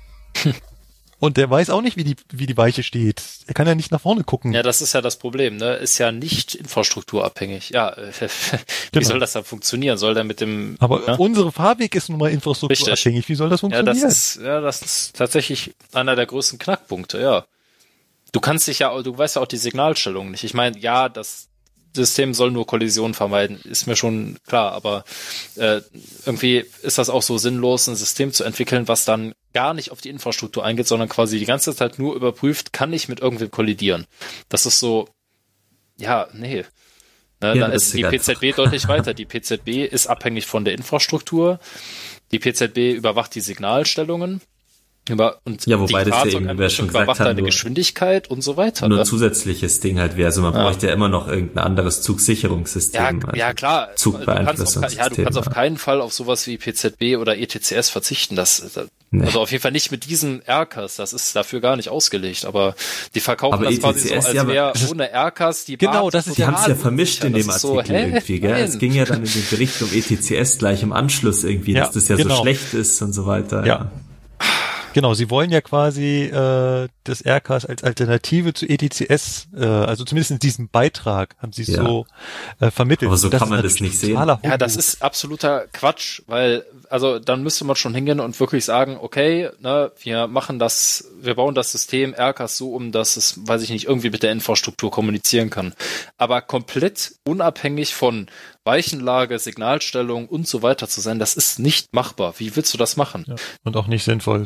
Und der weiß auch nicht, wie die Weiche steht. Er kann ja nicht nach vorne gucken. Ja, das ist ja das Problem, ne? Ist ja nicht infrastrukturabhängig. Ja, wie soll das dann funktionieren? Soll der mit dem... Aber unsere Fahrweg ist nun mal infrastrukturabhängig. Richtig. Wie soll das funktionieren? Ja, das ist tatsächlich einer der größten Knackpunkte, ja. Du weißt ja auch die Signalstellung nicht. Ich meine, ja, das System soll nur Kollisionen vermeiden, ist mir schon klar, aber irgendwie ist das auch so sinnlos, ein System zu entwickeln, was dann gar nicht auf die Infrastruktur eingeht, sondern quasi die ganze Zeit nur überprüft, kann ich mit irgendwem kollidieren. Das ist so, ja, nee. Ne, dann ist die PZB deutlich weiter. Die PZB ist abhängig von der Infrastruktur. Die PZB überwacht die Signalstellungen. Und ja, wobei die das ja eben, wer schon gesagt überwacht hat, deine Geschwindigkeit und so weiter. Nur zusätzliches Ding halt wäre, also man bräuchte ja immer noch irgendein anderes Zugsicherungssystem. Ja, klar. Zugbeeinflussungssystem. Du kannst auf keinen Fall auf sowas wie PZB oder ETCS verzichten. Also auf jeden Fall nicht mit diesen Aircast, das ist dafür gar nicht ausgelegt, aber die verkaufen das quasi so, als wäre ohne Aircast die Bahn. Genau, das ist die haben es ja vermischt in dem Artikel irgendwie, gell? Es ging ja dann in den Bericht um ETCS gleich im Anschluss irgendwie, dass das ja so schlecht ist und so weiter. Ja. Genau, sie wollen ja quasi das Aircast als Alternative zu ETCS, also zumindest in diesem Beitrag haben sie es so vermittelt. Aber so kann man das nicht sehen. Ja, das ist absoluter Quatsch, weil also dann müsste man schon hingehen und wirklich sagen, okay, ne, wir bauen das System Aircast so um, dass es, weiß ich nicht, irgendwie mit der Infrastruktur kommunizieren kann. Aber komplett unabhängig von Weichenlage, Signalstellung und so weiter zu sein, das ist nicht machbar. Wie willst du das machen? Ja, und auch nicht sinnvoll.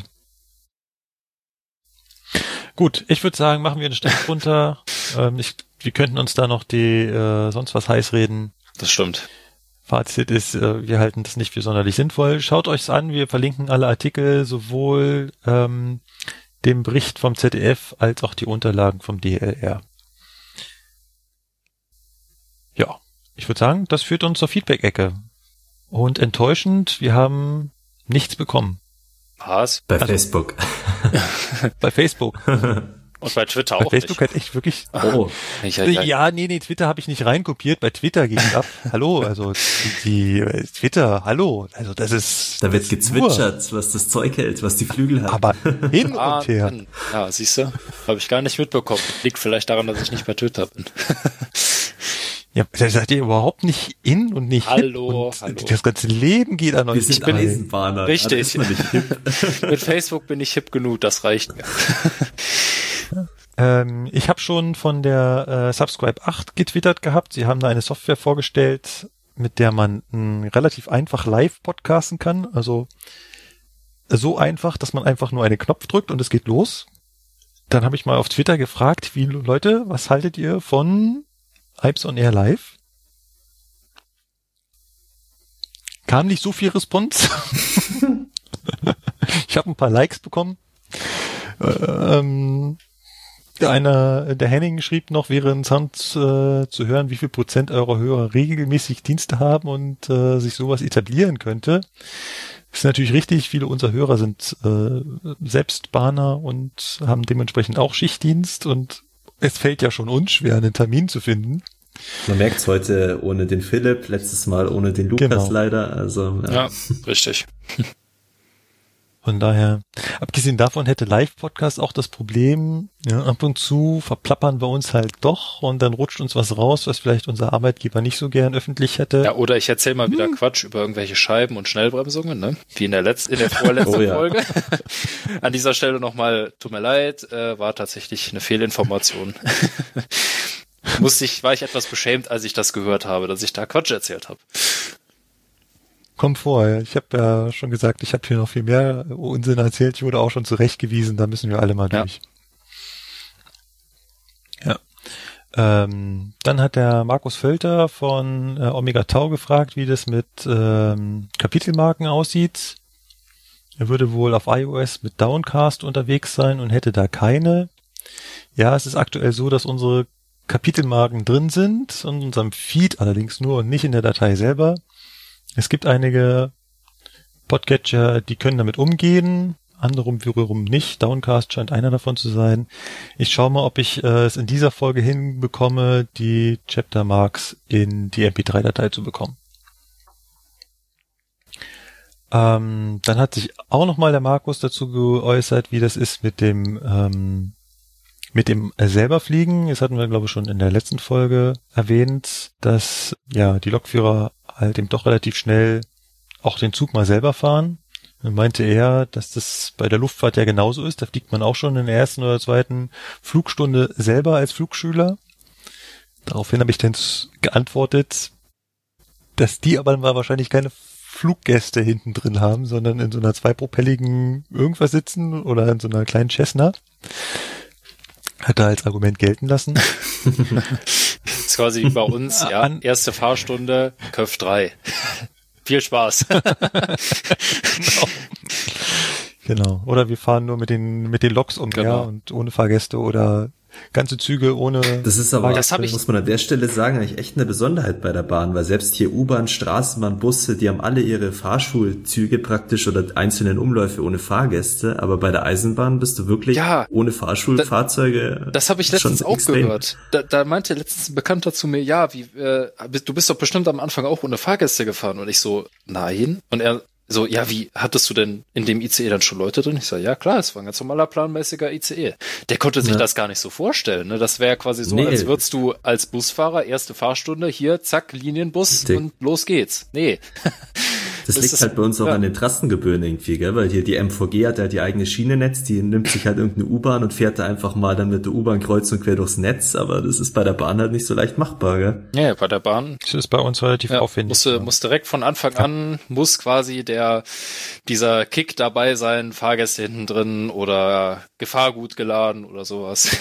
Gut, ich würde sagen, machen wir einen Strich runter. Wir könnten uns da noch die sonst was heiß reden. Das stimmt. Fazit ist, wir halten das nicht für sonderlich sinnvoll. Schaut euch's an, wir verlinken alle Artikel, sowohl den Bericht vom ZDF als auch die Unterlagen vom DLR. Ja, ich würde sagen, das führt uns zur Feedback-Ecke. Und enttäuschend, wir haben nichts bekommen. Was? Bei Facebook. Bei Facebook. Und bei Twitter bei auch Facebook nicht. halt echt wirklich... Oh. Ja, nee, Twitter habe ich nicht reinkopiert. Bei Twitter ging es ab. Hallo, also die Twitter, hallo. Also das ist... Da wird das gezwitschert, was das Zeug hält, was die Flügel hat. Aber hin und her. Ja, siehst du? Habe ich gar nicht mitbekommen. Liegt vielleicht daran, dass ich nicht bei Twitter bin. Ja, da seid ihr überhaupt nicht in und nicht Hallo, hip. Und hallo. das ganze Leben geht an euch. Wir sind Eisenbahner. Richtig. Da ist man nicht hip. Mit Facebook bin ich hip genug, das reicht mir. Ich habe schon von der Subscribe 8 getwittert gehabt. Sie haben da eine Software vorgestellt, mit der man relativ einfach live podcasten kann. Also so einfach, dass man einfach nur einen Knopf drückt und es geht los. Dann habe ich mal auf Twitter gefragt, Leute, was haltet ihr von Hypes on Air Live? Kam nicht so viel Response. Ich habe ein paar Likes bekommen. Der Henning schrieb noch, wäre interessant zu hören, wie viel Prozent eurer Hörer regelmäßig Dienste haben und sich sowas etablieren könnte. Das ist natürlich richtig, viele unserer Hörer sind selbst Bahner und haben dementsprechend auch Schichtdienst und es fällt ja schon uns schwer, einen Termin zu finden. Man merkt es heute ohne den Philipp, letztes Mal ohne den Lukas leider. Also ja, richtig. Von daher, abgesehen davon hätte Live-Podcast auch das Problem, ja, ab und zu verplappern wir uns halt doch und dann rutscht uns was raus, was vielleicht unser Arbeitgeber nicht so gern öffentlich hätte. Ja, oder ich erzähle mal wieder Quatsch über irgendwelche Scheiben und Schnellbremsungen, ne? Wie in der vorletzten Folge. An dieser Stelle nochmal, tut mir leid, war tatsächlich eine Fehlinformation. War ich etwas beschämt, als ich das gehört habe, dass ich da Quatsch erzählt habe. Kommt vor, ich habe ja schon gesagt, ich habe hier noch viel mehr Unsinn erzählt, ich wurde auch schon zurechtgewiesen, da müssen wir alle mal durch. Ja. Dann hat der Markus Völter von Omega Tau gefragt, wie das mit Kapitelmarken aussieht. Er würde wohl auf iOS mit Downcast unterwegs sein und hätte da keine. Ja, es ist aktuell so, dass unsere Kapitelmarken drin sind, in unserem Feed allerdings nur und nicht in der Datei selber. Es gibt einige Podcatcher, die können damit umgehen, andere wiederum nicht. Downcast scheint einer davon zu sein. Ich schaue mal, ob ich es in dieser Folge hinbekomme, die Chapter Marks in die MP3-Datei zu bekommen. Dann hat sich auch nochmal der Markus dazu geäußert, wie das ist mit dem selber Fliegen. Das hatten wir, glaube ich, schon in der letzten Folge erwähnt, dass ja die Lokführer halt eben doch relativ schnell auch den Zug mal selber fahren. Dann meinte er, dass das bei der Luftfahrt ja genauso ist. Da fliegt man auch schon in der ersten oder zweiten Flugstunde selber als Flugschüler. Daraufhin habe ich dann geantwortet, dass die aber mal wahrscheinlich keine Fluggäste hinten drin haben, sondern in so einer zweipropelligen irgendwas sitzen oder in so einer kleinen Cessna. Hat er als Argument gelten lassen. Das ist quasi wie bei uns, ja, erste Fahrstunde, Köpf 3. Viel Spaß. Genau. Oder wir fahren nur mit den Loks umher und ohne Fahrgäste oder ganze Züge ohne... Das ist aber, muss man an der Stelle sagen, eigentlich echt eine Besonderheit bei der Bahn, weil selbst hier U-Bahn, Straßenbahn, Busse, die haben alle ihre Fahrschulzüge praktisch oder einzelnen Umläufe ohne Fahrgäste, aber bei der Eisenbahn bist du wirklich ohne Fahrschulfahrzeuge. Das habe ich letztens auch gehört. Da meinte letztens ein Bekannter zu mir, ja, du bist doch bestimmt am Anfang auch ohne Fahrgäste gefahren. Und ich so, nein. Und er so, ja, wie hattest du denn in dem ICE dann schon Leute drin? Ich sage, ja klar, es war ein ganz normaler planmäßiger ICE. Der konnte sich das gar nicht so vorstellen. Ne? Das wäre quasi so, als würdest du als Busfahrer erste Fahrstunde hier, zack, Linienbus und los geht's. Nee. Das liegt halt bei uns auch an den Trassengebühren irgendwie, gell? Weil hier die MVG hat ja die eigene Schienennetz, die nimmt sich halt irgendeine U-Bahn und fährt da einfach mal dann mit der U-Bahn kreuz und quer durchs Netz, aber das ist bei der Bahn halt nicht so leicht machbar, gell? Ja, bei der Bahn. Das ist bei uns relativ aufwendig. Muss direkt von Anfang an, muss quasi dieser Kick dabei sein, Fahrgäste hinten drin oder Gefahrgut geladen oder sowas.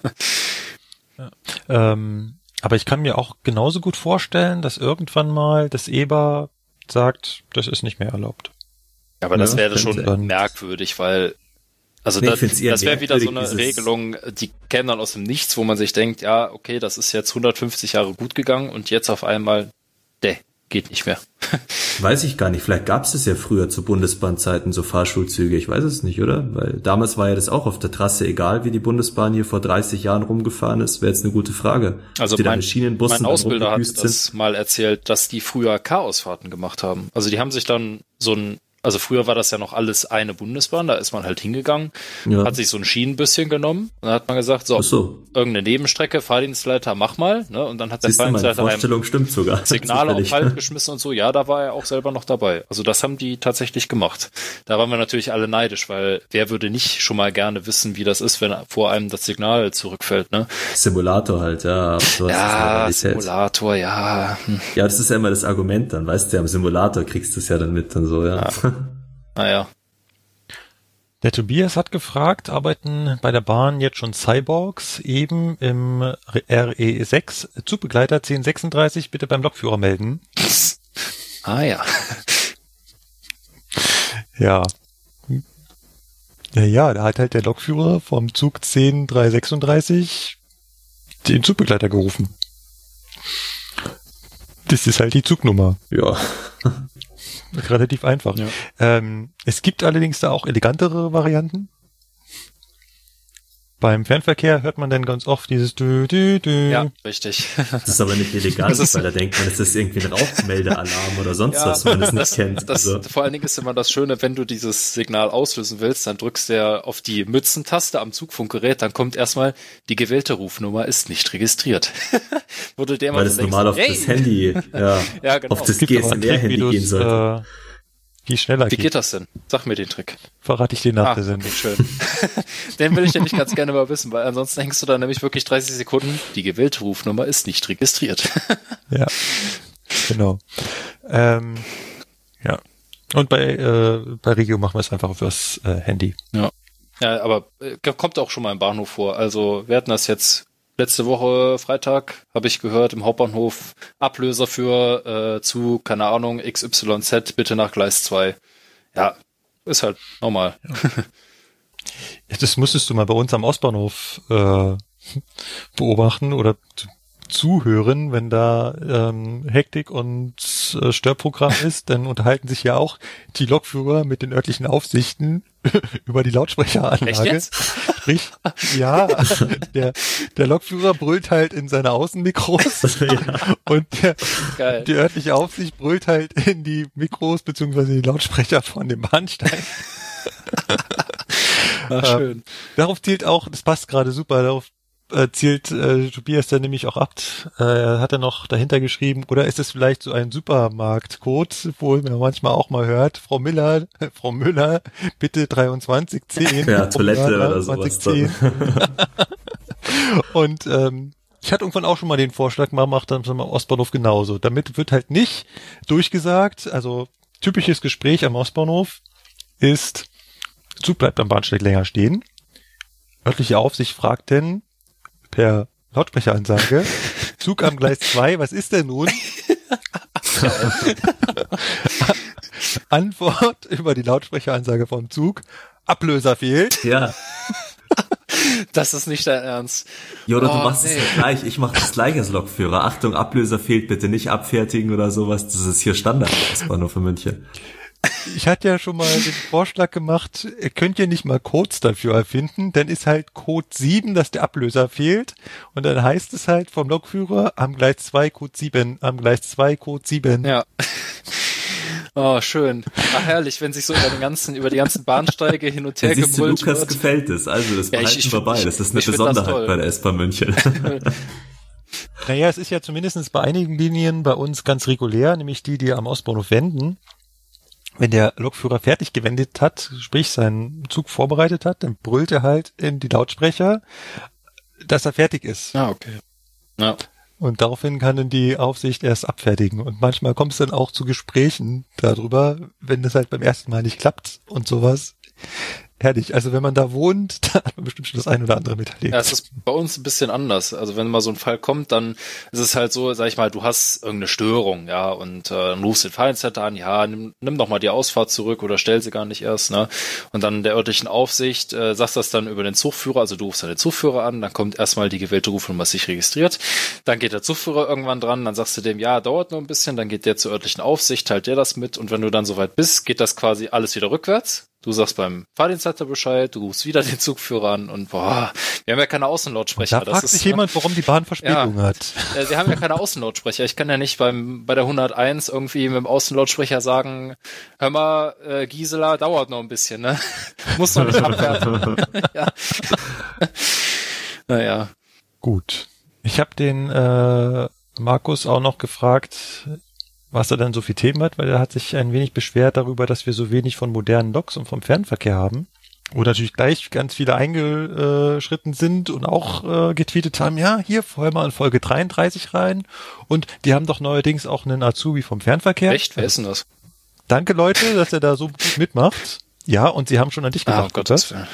Aber ich kann mir auch genauso gut vorstellen, dass irgendwann mal das EBA sagt, das ist nicht mehr erlaubt. Ja, aber das wäre schon merkwürdig, weil das wäre wieder so eine Regelung, die käme dann aus dem Nichts, wo man sich denkt, ja, okay, das ist jetzt 150 Jahre gut gegangen und jetzt auf einmal, geht nicht mehr. Weiß ich gar nicht. Vielleicht gab es das ja früher zu Bundesbahnzeiten, so Fahrschulzüge. Ich weiß es nicht, oder? Weil damals war ja das auch auf der Trasse, egal wie die Bundesbahn hier vor 30 Jahren rumgefahren ist, wäre jetzt eine gute Frage. Also die mein Ausbilder hat das mal erzählt, dass die früher Chaosfahrten gemacht haben. Also die haben sich dann also früher war das ja noch alles eine Bundesbahn, da ist man halt hingegangen, hat sich so ein Schienenbüsschen genommen und dann hat man gesagt, so, irgendeine Nebenstrecke, Fahrdienstleiter, mach mal, ne? Und dann hat der Fahrdienstleiter ein Signale auf Halt geschmissen und so, ja, da war er auch selber noch dabei. Also das haben die tatsächlich gemacht. Da waren wir natürlich alle neidisch, weil wer würde nicht schon mal gerne wissen, wie das ist, wenn vor einem das Signal zurückfällt, ne? Simulator halt, ja. Ja, Simulator, ja. Ja, das ist ja immer das Argument dann, weißt du, am Simulator kriegst du es ja dann mit und so, ja. Naja. Der Tobias hat gefragt, arbeiten bei der Bahn jetzt schon Cyborgs eben im RE6 Zugbegleiter 1036, bitte beim Lokführer melden. Ah ja. Ja. Ja, da hat halt der Lokführer vom Zug 10336 den Zugbegleiter gerufen. Das ist halt die Zugnummer. Ja. Relativ einfach. Ja. Es gibt allerdings da auch elegantere Varianten. Beim Fernverkehr hört man dann ganz oft dieses Dü. Ja, richtig. Das ist aber nicht elegant, weil da denkt man, es ist irgendwie ein Rauchmeldealarm oder sonst was, wenn man es nicht kennt. Vor allen Dingen ist immer das Schöne, wenn du dieses Signal auslösen willst, dann drückst du ja auf die Mützentaste am Zugfunkgerät, dann kommt erstmal, die gewählte Rufnummer ist nicht registriert. Wo du dir weil das normal auf das Handy, ja, genau. auf das GSMR-Handy gehen sollte. Wie schneller geht. Wie geht das denn? Sag mir den Trick. Verrate ich dir nach der Sendung. Schön. Den will ich nämlich ganz gerne mal wissen, weil ansonsten hängst du da nämlich wirklich 30 Sekunden, die gewählte Rufnummer ist nicht registriert. Ja, genau. Ja. Und bei Regio machen wir es einfach übers Handy. Ja, aber kommt auch schon mal im Bahnhof vor. Also wir hatten das jetzt letzte Woche Freitag, habe ich gehört, im Hauptbahnhof Ablöser für Zug, keine Ahnung, XYZ, bitte nach Gleis 2. Ja, ist halt normal. Ja, das musstest du mal bei uns am Ostbahnhof beobachten oder zuhören, wenn da Hektik und Störprogramm ist, dann unterhalten sich ja auch die Lokführer mit den örtlichen Aufsichten über die Lautsprecheranlage. Echt jetzt? Sprich, ja, der Lokführer brüllt halt in seine Außenmikros und die örtliche Aufsicht brüllt halt in die Mikros beziehungsweise die Lautsprecher von dem Bahnsteig. Ach, schön. Darauf zielt auch, das passt gerade super, darauf zielt Tobias dann nämlich auch ab. Hat er noch dahinter geschrieben, oder ist es vielleicht so ein Supermarktcode, wo man manchmal auch mal hört, Frau Müller, bitte 2310. Ja, Toilette oder sowas. Und ich hatte irgendwann auch schon mal den Vorschlag, man macht dann am Ostbahnhof genauso. Damit wird halt nicht durchgesagt, also typisches Gespräch am Ostbahnhof ist, Zug bleibt am Bahnsteig länger stehen. Örtliche Aufsicht fragt denn per Lautsprecheransage, Zug am Gleis 2, was ist denn nun? Antwort über die Lautsprecheransage vom Zug, Ablöser fehlt. Ja. Das ist nicht dein Ernst. Ja, oder du machst es ja gleich. Ich mache das gleich als Lokführer. Achtung, Ablöser fehlt, bitte nicht abfertigen oder sowas. Das ist hier Standard im Bahnhof in München. Ich hatte ja schon mal den Vorschlag gemacht, ihr könnt ja nicht mal Codes dafür erfinden, dann ist halt Code 7, dass der Ablöser fehlt und dann heißt es halt vom Lokführer am Gleis 2 Code 7, am Gleis 2 Code 7. Ja. Oh, schön. Ach, herrlich, wenn sich so über die ganzen Bahnsteige hin und her gebrüllt wird. Lukas gefällt es, also das behalten wir bei. Das ist eine Besonderheit bei der S-Bahn München. Naja, es ist ja zumindest bei einigen Linien bei uns ganz regulär, nämlich die am Ostbahnhof wenden. Wenn der Lokführer fertig gewendet hat, sprich seinen Zug vorbereitet hat, dann brüllt er halt in die Lautsprecher, dass er fertig ist. Ah, okay. Ja. Und daraufhin kann dann die Aufsicht erst abfertigen. Und manchmal kommt es dann auch zu Gesprächen darüber, wenn das halt beim ersten Mal nicht klappt und sowas. herrlich. Also wenn man da wohnt, da hat man bestimmt schon das ein oder andere miterlebt. Ja, es ist bei uns ein bisschen anders. Also wenn mal so ein Fall kommt, dann ist es halt so, sag ich mal, du hast irgendeine Störung, ja, und dann rufst den Fahrdienstleiter an, ja, nimm doch mal die Ausfahrt zurück oder stell sie gar nicht erst, ne? Und dann der örtlichen Aufsicht sagst das dann über den Zugführer, also du rufst dann den Zugführer an, dann kommt erstmal die gewählte Rufnummer, sich registriert, dann geht der Zugführer irgendwann dran, dann sagst du dem, ja, dauert nur ein bisschen, dann geht der zur örtlichen Aufsicht, teilt der das mit und wenn du dann soweit bist, geht das quasi alles wieder rückwärts. Du sagst beim Fahrdienstleiter Bescheid, du rufst wieder den Zugführer an und wir haben ja keine Außenlautsprecher. Da fragt sich jemand, warum die Bahn Verspätung hat. Wir haben ja keine Außenlautsprecher. Ich kann ja nicht bei der 101 irgendwie mit dem Außenlautsprecher sagen, hör mal, Gisela, dauert noch ein bisschen, ne? Muss noch nicht abwerten. Ja. Naja. Gut. Ich habe den Markus auch noch gefragt, was er denn so für Themen hat, weil er hat sich ein wenig beschwert darüber, dass wir so wenig von modernen Loks und vom Fernverkehr haben. Wo natürlich gleich ganz viele eingeschritten sind und auch getweetet haben, ja, hier vorher mal in Folge 33 rein. Und die haben doch neuerdings auch einen Azubi vom Fernverkehr. Echt? Wer ist denn das? Danke, Leute, dass er da so gut mitmacht. Ja, und sie haben schon an dich gedacht. Oh Gottes Willen.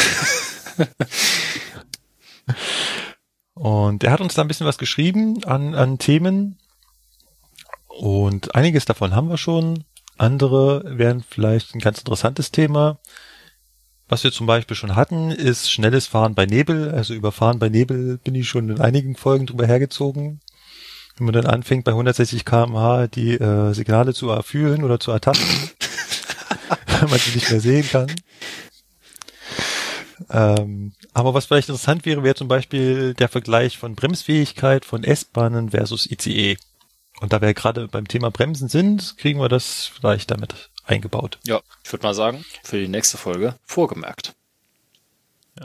Und er hat uns da ein bisschen was geschrieben an Themen. Und einiges davon haben wir schon. Andere wären vielleicht ein ganz interessantes Thema. Was wir zum Beispiel schon hatten, ist schnelles Fahren bei Nebel. Also über Fahren bei Nebel bin ich schon in einigen Folgen drüber hergezogen. Wenn man dann anfängt, bei 160 km/h die Signale zu erfühlen oder zu ertasten, weil man sie nicht mehr sehen kann. Aber was vielleicht interessant wäre zum Beispiel der Vergleich von Bremsfähigkeit von S-Bahnen versus ICE. Und da wir gerade beim Thema Bremsen sind, kriegen wir das vielleicht damit eingebaut. Ja, ich würde mal sagen, für die nächste Folge vorgemerkt. Ja.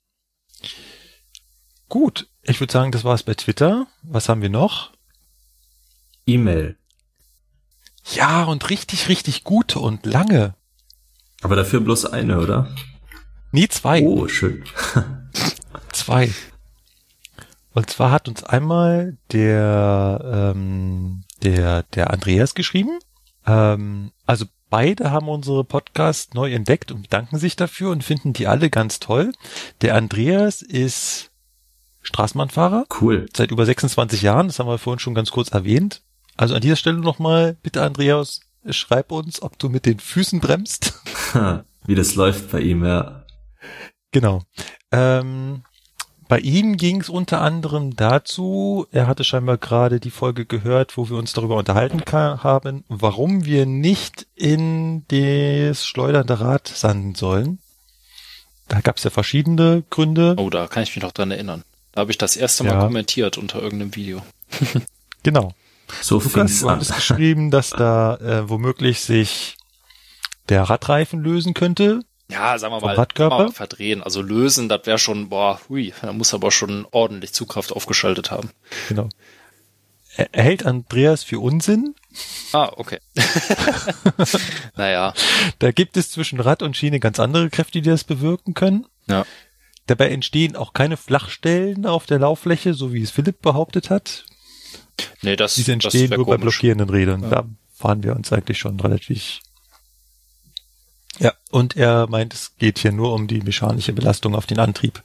Gut, ich würde sagen, das war's bei Twitter. Was haben wir noch? E-Mail. Ja, und richtig, richtig gute und lange. Aber dafür bloß eine, oder? Nie zwei. Oh, schön. 2. Und zwar hat uns einmal der Andreas geschrieben. Also beide haben unsere Podcasts neu entdeckt und danken sich dafür und finden die alle ganz toll. Der Andreas ist Straßenbahnfahrer. Cool. Seit über 26 Jahren, das haben wir vorhin schon ganz kurz erwähnt. Also an dieser Stelle nochmal, bitte Andreas, schreib uns, ob du mit den Füßen bremst. Wie das läuft bei ihm, ja. Genau. Bei ihm ging es unter anderem dazu, er hatte scheinbar gerade die Folge gehört, wo wir uns darüber unterhalten haben, warum wir nicht in das schleudernde Rad sanden sollen. Da gab es ja verschiedene Gründe. Oh, da kann ich mich noch dran erinnern. Da habe ich das erste Mal kommentiert unter irgendeinem Video. Genau. So Lukas, du hast geschrieben, dass da womöglich sich der Radreifen lösen könnte. Ja, sagen wir mal verdrehen. Also lösen, das wäre schon, da muss aber schon ordentlich Zugkraft aufgeschaltet haben. Genau. Er hält Andreas für Unsinn. Ah, okay. Naja. Da gibt es zwischen Rad und Schiene ganz andere Kräfte, die das bewirken können. Ja. Dabei entstehen auch keine Flachstellen auf der Lauffläche, so wie es Philipp behauptet hat. Nee, diese entstehen nur bei blockierenden Rädern. Ja. Da fahren wir uns eigentlich schon relativ. Ja, und er meint, es geht hier nur um die mechanische Belastung auf den Antrieb.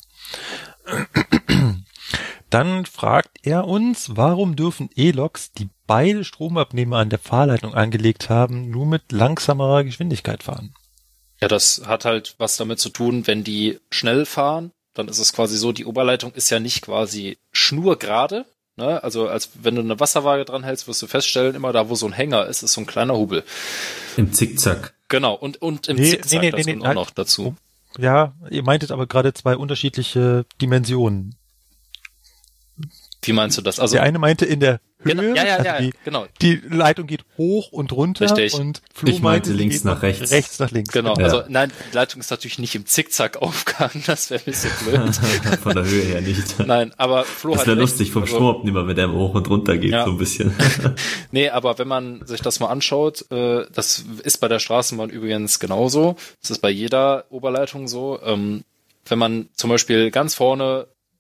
Dann fragt er uns, warum dürfen E-Loks, die beide Stromabnehmer an der Fahrleitung angelegt haben, nur mit langsamerer Geschwindigkeit fahren? Ja, das hat halt was damit zu tun, wenn die schnell fahren, dann ist es quasi so, die Oberleitung ist ja nicht quasi schnurgerade, ne? Also als wenn du eine Wasserwaage dran hältst, wirst du feststellen, immer da, wo so ein Hänger ist so ein kleiner Hubel. Im Zickzack. Genau, und im Zickzack das kommt auch noch dazu. Ja, ihr meintet aber gerade zwei unterschiedliche Dimensionen. Wie meinst du das? Also der eine meinte in der Höhe, genau. Die Leitung geht hoch und runter. Richtig. Und Flo ich meinte links nach rechts. Rechts nach links. Genau, Ja. also nein, die Leitung ist natürlich nicht im Zickzack aufgegangen, das wäre ein bisschen blöd. Von der Höhe her nicht. Nein, aber Flo Das hat wäre recht. lustig vom Stromabnehmer, wenn der hoch und runter geht, Ja. so ein bisschen. Nee, aber wenn man sich das mal anschaut, das ist bei der Straßenbahn übrigens genauso. Das ist bei jeder Oberleitung so. Wenn man zum Beispiel ganz vorne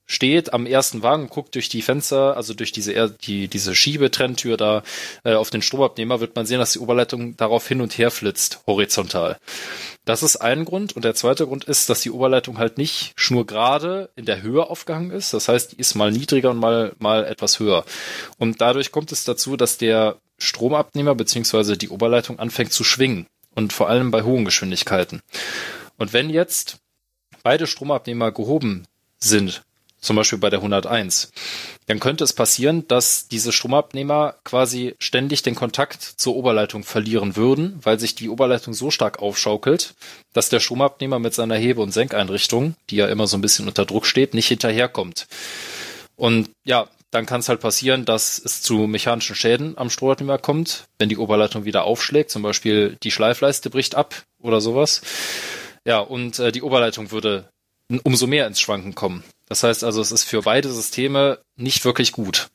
steht am ersten Wagen, guckt durch die Fenster, also durch diese Schiebetrenntür da auf den Stromabnehmer, wird man sehen, dass die Oberleitung darauf hin und her flitzt, horizontal. Das ist ein Grund. Und der zweite Grund ist, dass die Oberleitung halt nicht schnurgerade in der Höhe aufgehangen ist. Das heißt, die ist mal niedriger und mal etwas höher. Und dadurch kommt es dazu, dass der Stromabnehmer bzw. die Oberleitung anfängt zu schwingen. Und vor allem bei hohen Geschwindigkeiten. Und wenn jetzt beide Stromabnehmer gehoben sind, zum Beispiel bei der 101, dann könnte es passieren, dass diese Stromabnehmer quasi ständig den Kontakt zur Oberleitung verlieren würden, weil sich die Oberleitung so stark aufschaukelt, dass der Stromabnehmer mit seiner Hebe- und Senkeinrichtung, die ja immer so ein bisschen unter Druck steht, nicht hinterherkommt. Und ja, dann kann es halt passieren, dass es zu mechanischen Schäden am Stromabnehmer kommt, wenn die Oberleitung wieder aufschlägt, zum Beispiel die Schleifleiste bricht ab oder sowas. Ja, und die Oberleitung würde umso mehr ins Schwanken kommen. Das heißt also, es ist für beide Systeme nicht wirklich gut.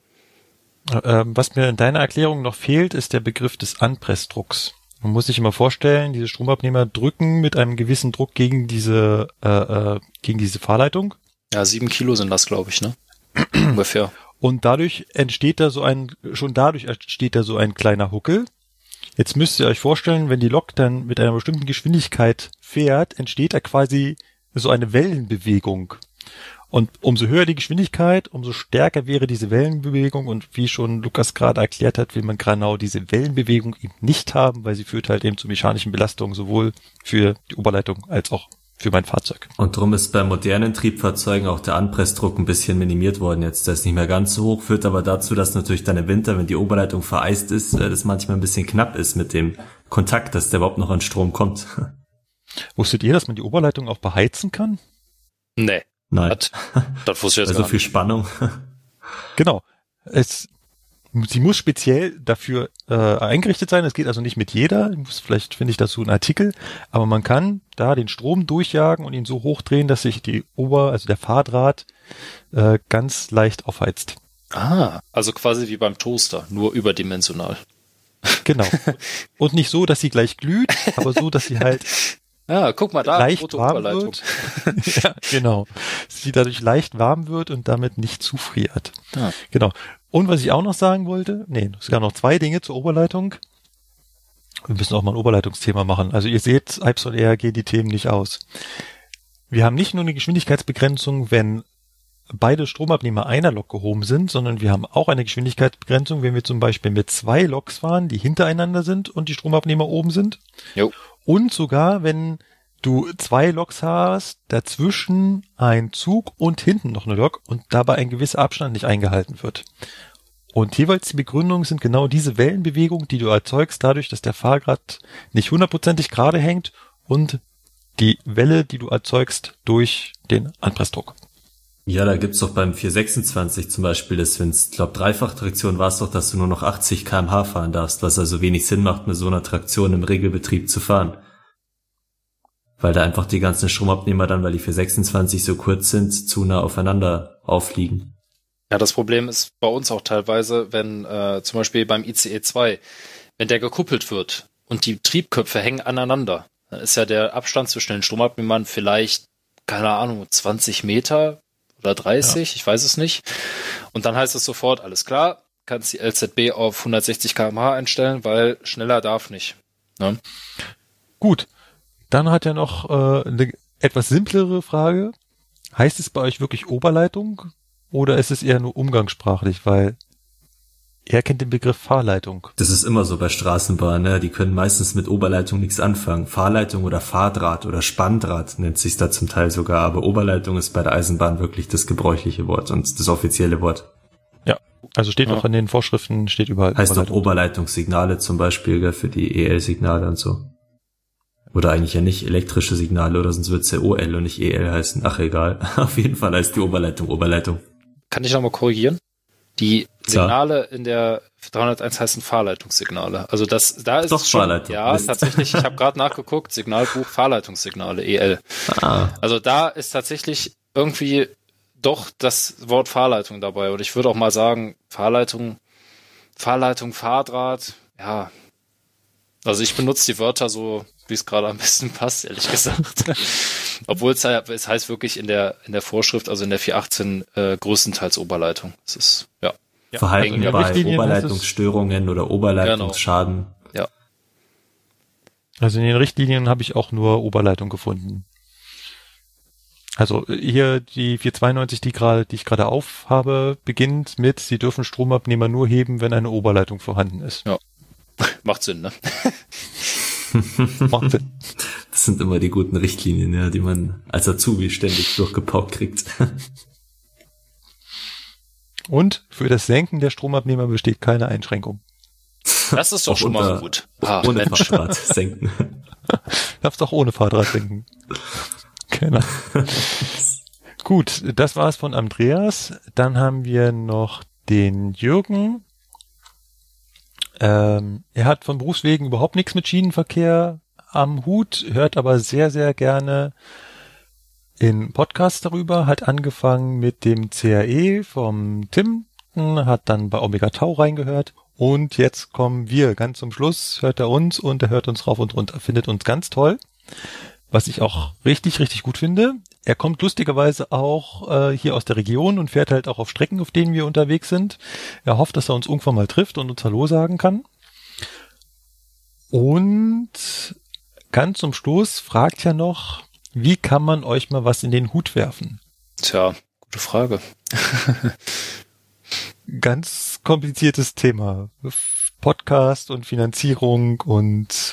Was mir in deiner Erklärung noch fehlt, ist der Begriff des Anpressdrucks. Man muss sich immer vorstellen, diese Stromabnehmer drücken mit einem gewissen Druck gegen diese Fahrleitung. Ja, 7 Kilo sind das, glaube ich, ne? Ungefähr. Und dadurch entsteht da so ein kleiner Huckel. Jetzt müsst ihr euch vorstellen, wenn die Lok dann mit einer bestimmten Geschwindigkeit fährt, entsteht da quasi so eine Wellenbewegung. Und umso höher die Geschwindigkeit, umso stärker wäre diese Wellenbewegung. Und wie schon Lukas gerade erklärt hat, will man genau diese Wellenbewegung eben nicht haben, weil sie führt halt eben zu mechanischen Belastungen, sowohl für die Oberleitung als auch für mein Fahrzeug. Und darum ist bei modernen Triebfahrzeugen auch der Anpressdruck ein bisschen minimiert worden jetzt. Der ist nicht mehr ganz so hoch, führt aber dazu, dass natürlich dann im Winter, wenn die Oberleitung vereist ist, das manchmal ein bisschen knapp ist mit dem Kontakt, dass der überhaupt noch an Strom kommt. Wusstet ihr, dass man die Oberleitung auch beheizen kann? Nee. Nein. Das wusste ich jetzt also gar viel nicht. Spannung. Genau. Sie muss speziell dafür eingerichtet sein. Es geht also nicht mit jeder. Vielleicht finde ich dazu einen Artikel. Aber man kann da den Strom durchjagen und ihn so hochdrehen, dass sich also der Fahrdraht ganz leicht aufheizt. Ah, also quasi wie beim Toaster, nur überdimensional. Genau. Und nicht so, dass sie gleich glüht, aber so, dass sie halt Ja, guck mal da, leicht rote warm Oberleitung. wird. Ja, genau. Sie dadurch leicht warm wird und damit nicht zufriert. Ja. Genau. Und was ich auch noch sagen wollte, es gab noch 2 Dinge zur Oberleitung. Wir müssen auch mal ein Oberleitungsthema machen. Also ihr seht, Ipson gehen die Themen nicht aus. Wir haben nicht nur eine Geschwindigkeitsbegrenzung, wenn beide Stromabnehmer einer Lok gehoben sind, sondern wir haben auch eine Geschwindigkeitsbegrenzung, wenn wir zum Beispiel mit 2 Loks fahren, die hintereinander sind und die Stromabnehmer oben sind. Jo. Und sogar, wenn du 2 Loks hast, dazwischen ein Zug und hinten noch eine Lok und dabei ein gewisser Abstand nicht eingehalten wird. Und jeweils die Begründung sind genau diese Wellenbewegung, die du erzeugst, dadurch, dass der Fahrrad nicht 100% gerade hängt und die Welle, die du erzeugst durch den Anpressdruck. Ja, da gibt's doch beim 426 zum Beispiel, dass wenn es, glaube Dreifachtraktion war es doch, dass du nur noch 80 km/h fahren darfst, was also wenig Sinn macht, mit so einer Traktion im Regelbetrieb zu fahren. Weil da einfach die ganzen Stromabnehmer dann, weil die 426 so kurz sind, zu nah aufeinander aufliegen. Ja, das Problem ist bei uns auch teilweise, wenn zum Beispiel beim ICE 2, wenn der gekuppelt wird und die Triebköpfe hängen aneinander, dann ist ja der Abstand zwischen den Stromabnehmern vielleicht, keine Ahnung, 20 Meter oder 30, ich weiß es nicht. Und dann heißt es sofort, alles klar, kannst die LZB auf 160 km/h einstellen, weil schneller darf nicht. Ne? Gut, dann hat er noch eine etwas simplere Frage. Heißt es bei euch wirklich Oberleitung oder ist es eher nur umgangssprachlich, weil er kennt den Begriff Fahrleitung. Das ist immer so bei Straßenbahnen, ne? Die können meistens mit Oberleitung nichts anfangen. Fahrleitung oder Fahrdraht oder Spanndraht nennt sich da zum Teil sogar, aber Oberleitung ist bei der Eisenbahn wirklich das gebräuchliche Wort und das offizielle Wort. Ja, also steht auch in den Vorschriften, steht überall. Heißt doch Oberleitungssignale zum Beispiel, gell, für die EL-Signale und so. Oder eigentlich ja nicht elektrische Signale, oder sonst wird's ja OL und nicht EL heißen. Ach, egal. Auf jeden Fall heißt die Oberleitung Oberleitung. Kann ich nochmal korrigieren? Die Signale in der 301 heißen Fahrleitungssignale. Also da ist doch es schon, Fahrleitung. ja, tatsächlich, ich habe gerade nachgeguckt, Signalbuch Fahrleitungssignale, EL. Also da ist tatsächlich irgendwie doch das Wort Fahrleitung dabei. Und ich würde auch mal sagen, Fahrleitung, Fahrdraht, ja, Also ich benutze die Wörter so, wie es gerade am besten passt, ehrlich gesagt. Obwohl es heißt wirklich in der Vorschrift, also in der 418 größtenteils Oberleitung. Das ist, ja. Verhalten bei Oberleitungsstörungen oder Oberleitungsschaden. Genau. Ja. Also in den Richtlinien habe ich auch nur Oberleitung gefunden. Also hier die 492, die ich gerade aufhabe, beginnt mit, Sie dürfen Stromabnehmer nur heben, wenn eine Oberleitung vorhanden ist. Ja. Macht Sinn, ne? Macht Sinn. Das sind immer die guten Richtlinien, ja, die man als Azubi ständig durchgepaukt kriegt. Und für das Senken der Stromabnehmer besteht keine Einschränkung. Das ist doch schon mal gut. Ohne Fahrrad senken. Darfst auch ohne Fahrrad senken. Genau. Gut, das war's von Andreas. Dann haben wir noch den Jürgen. Er hat von Berufswegen überhaupt nichts mit Schienenverkehr am Hut, hört aber sehr, sehr gerne in Podcasts darüber, hat angefangen mit dem CAE vom Tim, hat dann bei Omega Tau reingehört und jetzt kommen wir ganz zum Schluss, hört er uns und er hört uns rauf und runter, findet uns ganz toll, was ich auch richtig, richtig gut finde. Er kommt lustigerweise auch hier aus der Region und fährt halt auch auf Strecken, auf denen wir unterwegs sind. Er hofft, dass er uns irgendwann mal trifft und uns Hallo sagen kann. Und ganz zum Schluss fragt ja noch, wie kann man euch mal was in den Hut werfen? Tja, gute Frage. Ganz kompliziertes Thema. Podcast und Finanzierung und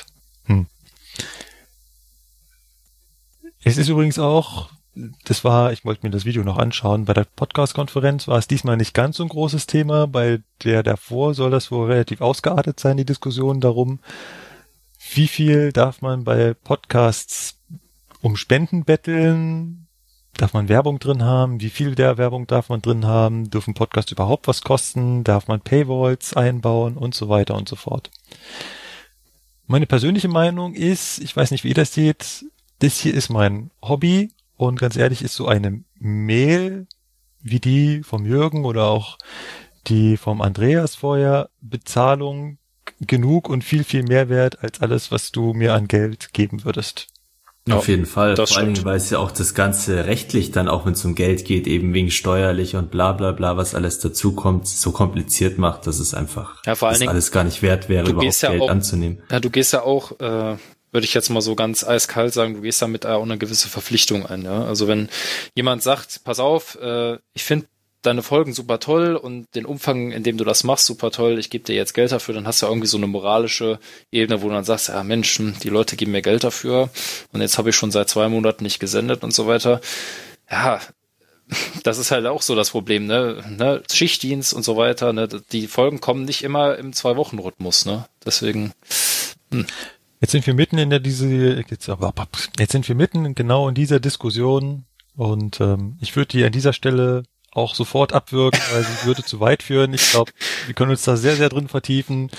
Es ist übrigens auch, ich wollte mir das Video noch anschauen, bei der Podcast-Konferenz war es diesmal nicht ganz so ein großes Thema, bei der davor soll das wohl relativ ausgeartet sein, die Diskussion darum, wie viel darf man bei Podcasts um Spenden betteln, darf man Werbung drin haben, wie viel der Werbung darf man drin haben, dürfen Podcasts überhaupt was kosten, darf man Paywalls einbauen und so weiter und so fort. Meine persönliche Meinung ist, ich weiß nicht, wie ihr das seht, das hier ist mein Hobby und ganz ehrlich ist so eine Mail wie die vom Jürgen oder auch die vom Andreas vorher Bezahlung genug und viel, viel mehr wert als alles, was du mir an Geld geben würdest. Auf jeden Fall, vor allem, weil es ja auch das Ganze rechtlich dann auch, wenn es um Geld geht, eben wegen steuerlich und bla bla bla, was alles dazukommt, so kompliziert macht, dass es einfach vor allen Dingen, alles gar nicht wert wäre, überhaupt Geld anzunehmen. Ja, du gehst ja auch, würde ich jetzt mal so ganz eiskalt sagen, du gehst damit auch eine gewisse Verpflichtung ein. Ja? Also wenn jemand sagt, pass auf, ich finde deine Folgen super toll und den Umfang, in dem du das machst, super toll, ich gebe dir jetzt Geld dafür, dann hast du irgendwie so eine moralische Ebene, wo du dann sagst, ja Mensch, die Leute geben mir Geld dafür und jetzt habe ich schon seit 2 Monaten nicht gesendet und so weiter. Ja, das ist halt auch so das Problem, ne? Schichtdienst und so weiter, ne? Die Folgen kommen nicht immer im 2-Wochen-Rhythmus, ne? Deswegen. Jetzt sind wir mitten jetzt sind wir mitten genau in dieser Diskussion und ich würde die an dieser Stelle auch sofort abwürgen, weil sie würde zu weit führen. Ich glaube, wir können uns da sehr, sehr drin vertiefen.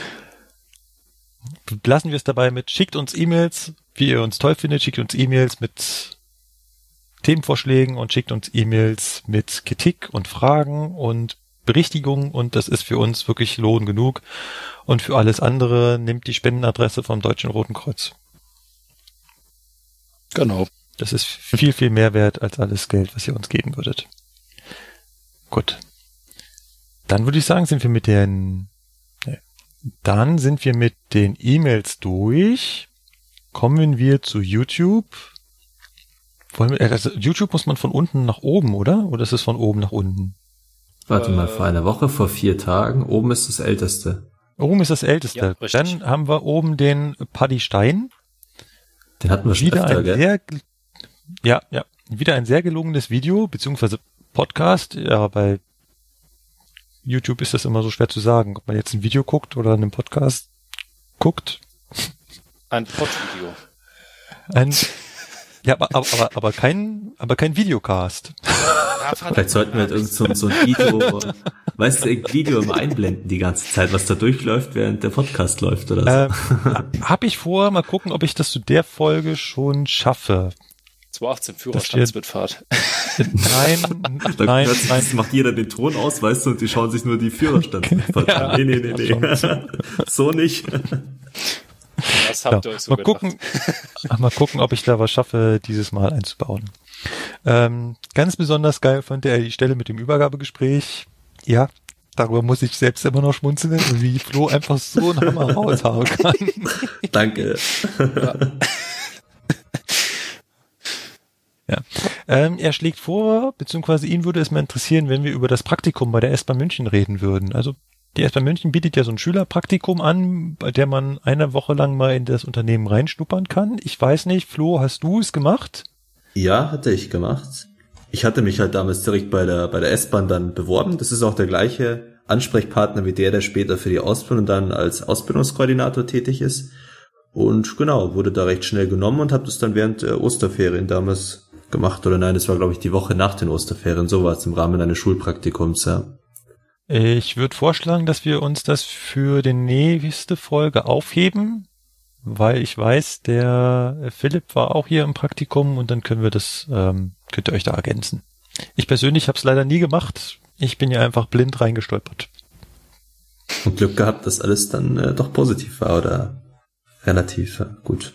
Lassen wir es dabei mit, schickt uns E-Mails, wie ihr uns toll findet, schickt uns E-Mails mit Themenvorschlägen und schickt uns E-Mails mit Kritik und Fragen und Berichtigungen und das ist für uns wirklich Lohn genug. Und für alles andere nehmt die Spendenadresse vom Deutschen Roten Kreuz. Genau. Das ist viel, viel mehr wert als alles Geld, was ihr uns geben würdet. Gut. Dann würde ich sagen, sind wir mit den E-Mails durch. Kommen wir zu YouTube. YouTube muss man von unten nach oben, oder? Oder ist es von oben nach unten? Warte mal, vor einer Woche, vor 4 Tagen. Oben ist das Älteste. Oben ist das Älteste. Ja, dann haben wir oben den Paddy Stein. Den hatten wir schon öfter, gell? Wieder ein sehr gelungenes Video, beziehungsweise Podcast. Ja, bei YouTube ist das immer so schwer zu sagen, ob man jetzt ein Video guckt oder einen Podcast guckt. Ein Podvideo. Aber kein Videocast. Vielleicht sollten wir halt irgend so ein Video, weißt du, ein Video immer einblenden die ganze Zeit, was da durchläuft, während der Podcast läuft oder so. Hab ich vor, mal gucken, ob ich das zu der Folge schon schaffe. 2018 Führerstandsmitfahrt. Nein. Das macht jeder den Ton aus, weißt du, und die schauen sich nur die Führerstandsmitfahrt an. Nee. So nicht. Das habt ihr euch so gedacht. Mal gucken, ob ich da was schaffe, dieses Mal einzubauen. Ganz besonders geil fand er die Stelle mit dem Übergabegespräch. Ja, darüber muss ich selbst immer noch schmunzeln, wie Flo einfach so einen Hammer raushauen kann. Danke. Ja. Er schlägt vor, beziehungsweise ihn würde es mal interessieren, wenn wir über das Praktikum bei der S-Bahn München reden würden. Also die S-Bahn München bietet ja so ein Schülerpraktikum an, bei der man eine Woche lang mal in das Unternehmen reinschnuppern kann. Ich weiß nicht, Flo, hast du es gemacht? Ja, hatte ich gemacht. Ich hatte mich halt damals direkt bei der S-Bahn dann beworben. Das ist auch der gleiche Ansprechpartner wie der später für die Ausbildung dann als Ausbildungskoordinator tätig ist. Und genau, wurde da recht schnell genommen und habe das dann während der Osterferien damals gemacht. Oder nein, das war, glaube ich, die Woche nach den Osterferien. So war es im Rahmen eines Schulpraktikums, ja. Ich würde vorschlagen, dass wir uns das für die nächste Folge aufheben, weil ich weiß, der Philipp war auch hier im Praktikum und dann können wir das, könnt ihr euch da ergänzen. Ich persönlich habe es leider nie gemacht. Ich bin ja einfach blind reingestolpert. Und Glück gehabt, dass alles dann doch positiv war oder relativ gut.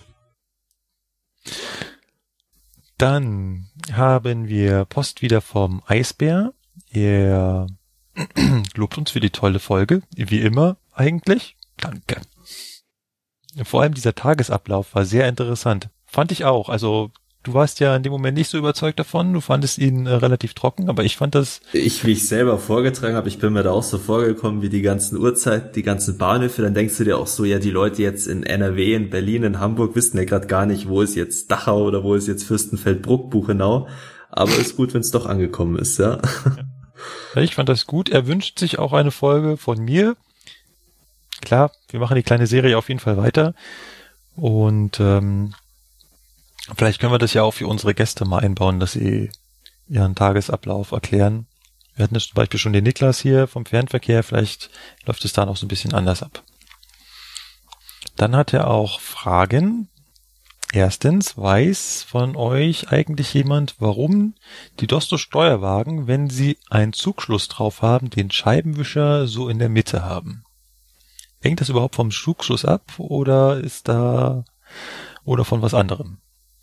Dann haben wir Post wieder vom Eisbär. Er lobt uns für die tolle Folge, wie immer eigentlich. Danke. Vor allem dieser Tagesablauf war sehr interessant. Fand ich auch. Also du warst ja in dem Moment nicht so überzeugt davon. Du fandest ihn relativ trocken, aber ich fand das... Wie ich selber vorgetragen habe, ich bin mir da auch so vorgekommen wie die ganzen Uhrzeiten, die ganzen Bahnhöfe. Dann denkst du dir auch so, ja, die Leute jetzt in NRW, in Berlin, in Hamburg wissen ja gerade gar nicht, wo ist jetzt Dachau oder wo ist jetzt Fürstenfeldbruck, Buchenau. Aber ist gut, wenn es doch angekommen ist, ja. Ja, ich fand das gut. Er wünscht sich auch eine Folge von mir. Klar, wir machen die kleine Serie auf jeden Fall weiter. Und vielleicht können wir das ja auch für unsere Gäste mal einbauen, dass sie ihren Tagesablauf erklären. Wir hatten jetzt zum Beispiel schon den Niklas hier vom Fernverkehr. Vielleicht läuft es da noch so ein bisschen anders ab. Dann hat er auch Fragen. Erstens, weiß von euch eigentlich jemand, warum die Dosto-Steuerwagen, wenn sie einen Zugschluss drauf haben, den Scheibenwischer so in der Mitte haben? Hängt das überhaupt vom Zugschluss ab oder ist da oder von was anderem?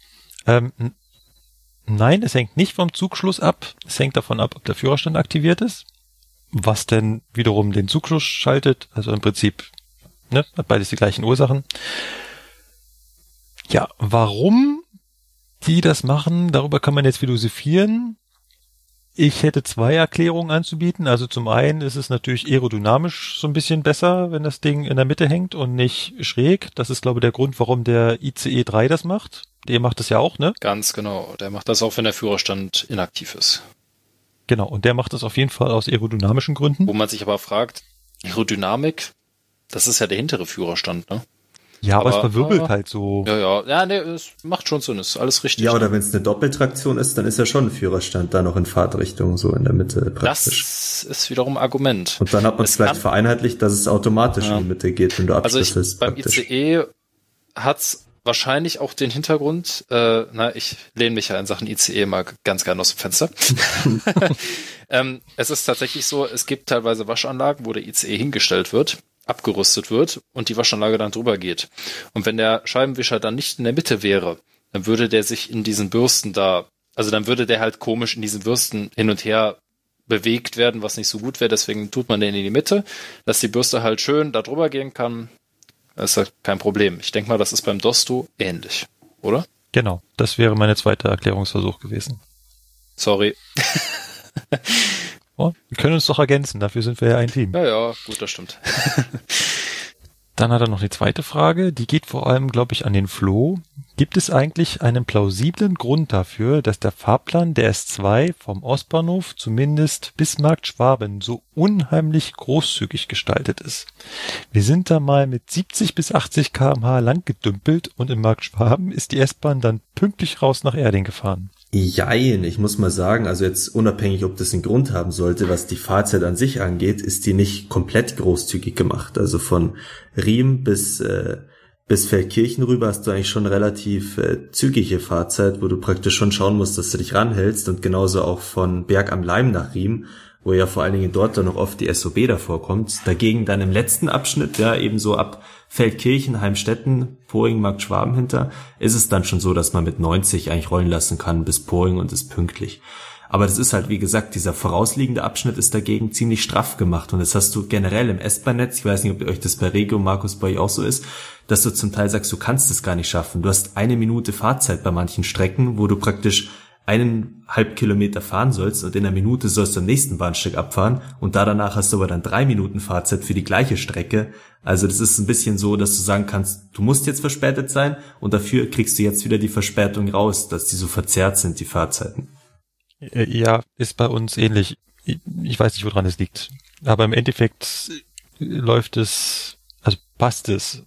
Nein, es hängt nicht vom Zugschluss ab. Es hängt davon ab, ob der Führerstand aktiviert ist, was denn wiederum den Zugschluss schaltet. Also im Prinzip, ne, hat beides die gleichen Ursachen. Ja, warum die das machen, darüber kann man jetzt philosophieren. Ich hätte zwei Erklärungen anzubieten. Also zum einen ist es natürlich aerodynamisch so ein bisschen besser, wenn das Ding in der Mitte hängt und nicht schräg. Das ist, glaube ich, der Grund, warum der ICE 3 das macht. Der macht das ja auch, ne? Ganz genau. Der macht das auch, wenn der Führerstand inaktiv ist. Genau, und der macht das auf jeden Fall aus aerodynamischen Gründen. Wo man sich aber fragt, Aerodynamik, das ist ja der hintere Führerstand, ne? Ja, aber es verwirbelt halt so. Ja, nee, es macht schon Sinn, ist alles richtig. Ja, oder wenn es eine Doppeltraktion ist, dann ist ja schon ein Führerstand da noch in Fahrtrichtung, so in der Mitte praktisch. Das ist wiederum ein Argument. Und dann hat man es vielleicht vereinheitlicht, dass es automatisch in die Mitte geht, wenn du abschlüsselst. Also beim ICE hat's wahrscheinlich auch den Hintergrund, ich lehne mich ja in Sachen ICE mal ganz gerne aus dem Fenster. Es ist tatsächlich so, es gibt teilweise Waschanlagen, wo der ICE hingestellt wird, abgerüstet wird und die Waschanlage dann drüber geht. Und wenn der Scheibenwischer dann nicht in der Mitte wäre, dann würde der sich in diesen Bürsten dann würde der halt komisch in diesen Bürsten hin und her bewegt werden, was nicht so gut wäre. Deswegen tut man den in die Mitte, dass die Bürste halt schön da drüber gehen kann. Das ist halt kein Problem. Ich denke mal, das ist beim Dosto ähnlich, oder? Genau, das wäre meine zweite Erklärungsversuch gewesen. Sorry. Oh, wir können uns doch ergänzen, dafür sind wir ja ein Team. Ja, gut, das stimmt. Dann hat er noch die zweite Frage, die geht vor allem, glaube ich, an den Flo. Gibt es eigentlich einen plausiblen Grund dafür, dass der Fahrplan der S2 vom Ostbahnhof zumindest bis Marktschwaben so unheimlich großzügig gestaltet ist? Wir sind da mal mit 70 bis 80 km/h lang gedümpelt und in Marktschwaben ist die S-Bahn dann pünktlich raus nach Erding gefahren. Jein, ich muss mal sagen, also jetzt unabhängig, ob das einen Grund haben sollte, was die Fahrzeit an sich angeht, ist die nicht komplett großzügig gemacht. Also von Riem bis Feldkirchen rüber hast du eigentlich schon relativ zügige Fahrzeit, wo du praktisch schon schauen musst, dass du dich ranhältst, und genauso auch von Berg am Laim nach Riem, wo ja vor allen Dingen dort dann noch oft die SOB davor kommt. Dagegen dann im letzten Abschnitt, ja, eben so ab Feldkirchen, Heimstetten, Poing, Markt Schwaben hinter, ist es dann schon so, dass man mit 90 eigentlich rollen lassen kann bis Poing und ist pünktlich. Aber das ist halt, wie gesagt, dieser vorausliegende Abschnitt ist dagegen ziemlich straff gemacht. Und das hast du generell im S-Bahn-Netz, ich weiß nicht, ob euch das bei Regio, Markus, bei euch auch so ist, dass du zum Teil sagst, du kannst es gar nicht schaffen. Du hast 1 Minute Fahrzeit bei manchen Strecken, wo du praktisch 1,5 Kilometer fahren sollst und in 1 Minute sollst du am nächsten Bahnsteig abfahren und danach hast du aber dann 3 Minuten Fahrzeit für die gleiche Strecke. Also das ist ein bisschen so, dass du sagen kannst, du musst jetzt verspätet sein und dafür kriegst du jetzt wieder die Verspätung raus, dass die so verzerrt sind, die Fahrzeiten. Ja, ist bei uns ähnlich. Ich weiß nicht, woran es liegt. Aber im Endeffekt läuft es, also passt es.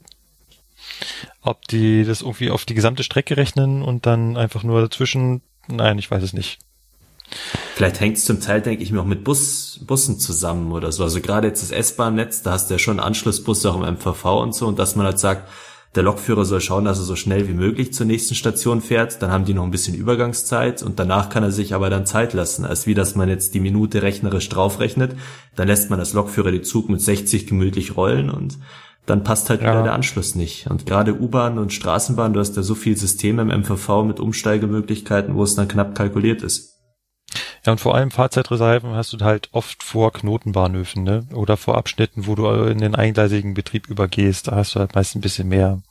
Ob die das irgendwie auf die gesamte Strecke rechnen und dann einfach nur dazwischen, nein, ich weiß es nicht. Vielleicht hängt es zum Teil, denke ich mir, auch mit Bussen zusammen oder so. Also gerade jetzt das S-Bahn-Netz, da hast du ja schon Anschlussbusse auch im MVV und so. Und dass man halt sagt, der Lokführer soll schauen, dass er so schnell wie möglich zur nächsten Station fährt. Dann haben die noch ein bisschen Übergangszeit und danach kann er sich aber dann Zeit lassen. Als wie, dass man jetzt die Minute rechnerisch draufrechnet. Dann lässt man als Lokführer den Zug mit 60 gemütlich rollen und dann passt halt wieder der Anschluss nicht. Und gerade U-Bahn und Straßenbahn, du hast ja so viel Systeme im MVV mit Umsteigemöglichkeiten, wo es dann knapp kalkuliert ist. Ja, und vor allem Fahrzeitreserven hast du halt oft vor Knotenbahnhöfen, ne? Oder vor Abschnitten, wo du in den eingleisigen Betrieb übergehst. Da hast du halt meist ein bisschen mehr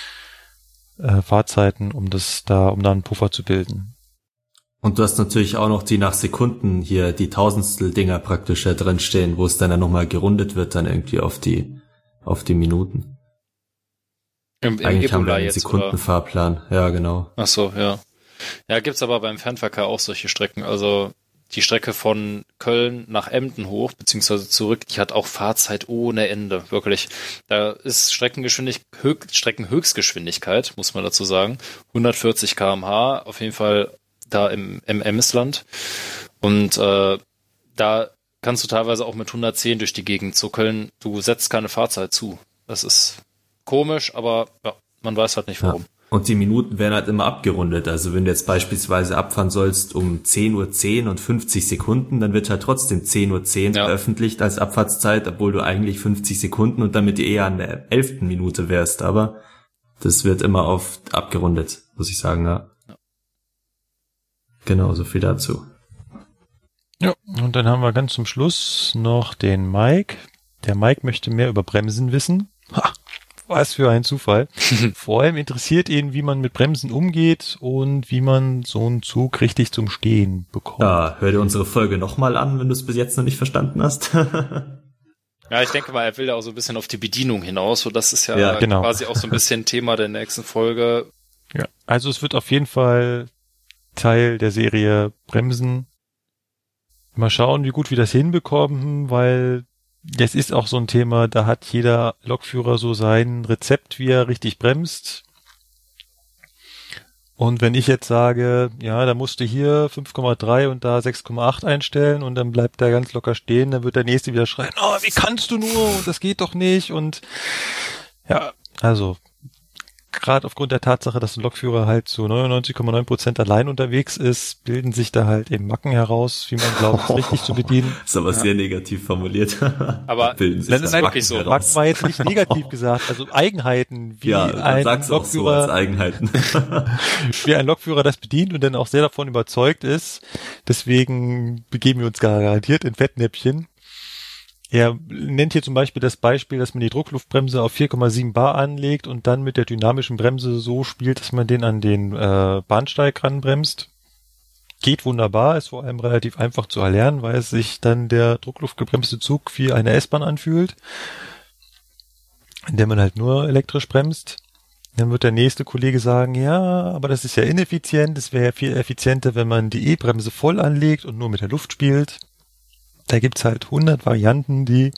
Fahrzeiten, um da einen Puffer zu bilden. Und du hast natürlich auch noch die nach Sekunden hier, die Tausendstel-Dinger praktisch da drin stehen, wo es dann ja nochmal gerundet wird, dann irgendwie auf die Minuten. Eigentlich haben wir einen Sekundenfahrplan. Ja, genau. Ach so, ja. Ja, gibt's aber beim Fernverkehr auch solche Strecken. Also die Strecke von Köln nach Emden hoch, beziehungsweise zurück, die hat auch Fahrzeit ohne Ende, wirklich. Da ist Streckenhöchstgeschwindigkeit, muss man dazu sagen, 140 km/h, auf jeden Fall da im Emsland. Und da kannst du teilweise auch mit 110 durch die Gegend zuckeln. Du setzt keine Fahrzeit zu. Das ist komisch, aber ja, man weiß halt nicht warum. Ja. Und die Minuten werden halt immer abgerundet. Also wenn du jetzt beispielsweise abfahren sollst um 10:10 und 50 Sekunden, dann wird halt trotzdem 10:10 veröffentlicht als Abfahrtszeit, obwohl du eigentlich 50 Sekunden und damit eher an der 11. Minute wärst. Aber das wird immer oft abgerundet, muss ich sagen, ja. Genau, so viel dazu. Ja, und dann haben wir ganz zum Schluss noch den Mike. Der Mike möchte mehr über Bremsen wissen. Ha! Was für ein Zufall. Vor allem interessiert ihn, wie man mit Bremsen umgeht und wie man so einen Zug richtig zum Stehen bekommt. Ja, hör dir unsere Folge nochmal an, wenn du es bis jetzt noch nicht verstanden hast. Ja, ich denke mal, er will ja auch so ein bisschen auf die Bedienung hinaus. So, das ist ja genau. Quasi auch so ein bisschen Thema der nächsten Folge. Ja, also es wird auf jeden Fall Teil der Serie Bremsen. Mal schauen, wie gut wir das hinbekommen, weil das ist auch so ein Thema, da hat jeder Lokführer so sein Rezept, wie er richtig bremst. Und wenn ich jetzt sage, ja, da musst du hier 5,3 und da 6,8 einstellen und dann bleibt der ganz locker stehen, dann wird der Nächste wieder schreien, oh, wie kannst du nur, und das geht doch nicht. Und ja, also gerade aufgrund der Tatsache, dass ein Lokführer halt zu 99,9% allein unterwegs ist, bilden sich da halt eben Macken heraus, wie man glaubt, es richtig zu bedienen. Ist aber sehr negativ formuliert. Aber bilden sich das wirklich so. Macken war jetzt nicht negativ gesagt, also Eigenheiten, wie ein Lokführer, so Eigenheiten. wie ein Lokführer das bedient und dann auch sehr davon überzeugt ist. Deswegen begeben wir uns garantiert in Fettnäpfchen. Er nennt hier zum Beispiel das Beispiel, dass man die Druckluftbremse auf 4,7 bar anlegt und dann mit der dynamischen Bremse so spielt, dass man den an den Bahnsteig ranbremst. Geht wunderbar, ist vor allem relativ einfach zu erlernen, weil es sich dann der druckluftgebremste Zug wie eine S-Bahn anfühlt, in der man halt nur elektrisch bremst. Dann wird der nächste Kollege sagen, ja, aber das ist ja ineffizient, es wäre ja viel effizienter, wenn man die E-Bremse voll anlegt und nur mit der Luft spielt. Da gibt's halt 100 Varianten, die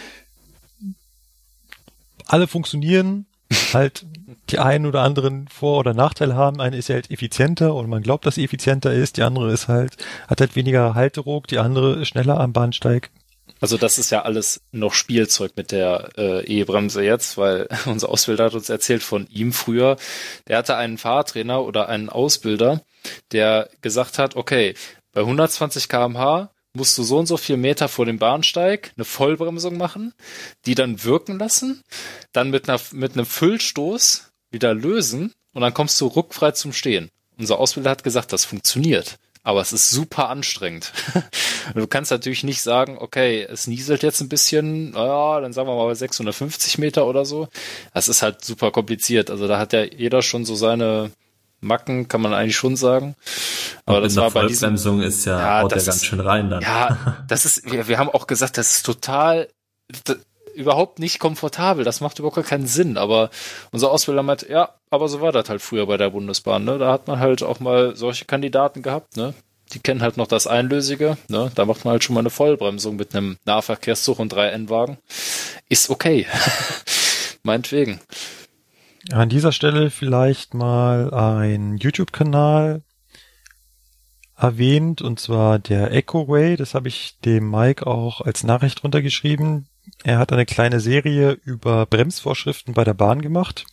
alle funktionieren, halt die einen oder anderen Vor- oder Nachteil haben. Eine ist halt effizienter und man glaubt, dass sie effizienter ist. Die andere ist hat halt weniger Halteruck. Die andere ist schneller am Bahnsteig. Also das ist ja alles noch Spielzeug mit der E-Bremse jetzt, weil unser Ausbilder hat uns erzählt von ihm früher. Der hatte einen Fahrtrainer oder einen Ausbilder, der gesagt hat, okay, bei 120 km/h musst du so und so viel Meter vor dem Bahnsteig eine Vollbremsung machen, die dann wirken lassen, dann mit einem Füllstoß wieder lösen und dann kommst du ruckfrei zum Stehen. Unser Ausbilder hat gesagt, das funktioniert. Aber es ist super anstrengend. Du kannst natürlich nicht sagen, okay, es nieselt jetzt ein bisschen, naja, dann sagen wir mal 650 Meter oder so. Das ist halt super kompliziert. Also da hat ja jeder schon so seine Macken, kann man eigentlich schon sagen. Aber das war bei diesem Vollbremsung ist ja, haut ja ganz schön rein dann. Ja, das ist, wir haben auch gesagt, das ist total überhaupt nicht komfortabel. Das macht überhaupt keinen Sinn. Aber unser Ausbilder meint, ja, aber so war das halt früher bei der Bundesbahn. Ne? Da hat man halt auch mal solche Kandidaten gehabt. Ne? Die kennen halt noch das Einlösige. Ne? Da macht man halt schon mal eine Vollbremsung mit einem Nahverkehrszug und 3 N-Wagen. Ist okay. Meinetwegen. An dieser Stelle vielleicht mal ein YouTube-Kanal erwähnt, und zwar der EcoWay. Das habe ich dem Mike auch als Nachricht runtergeschrieben. Er hat eine kleine Serie über Bremsvorschriften bei der Bahn gemacht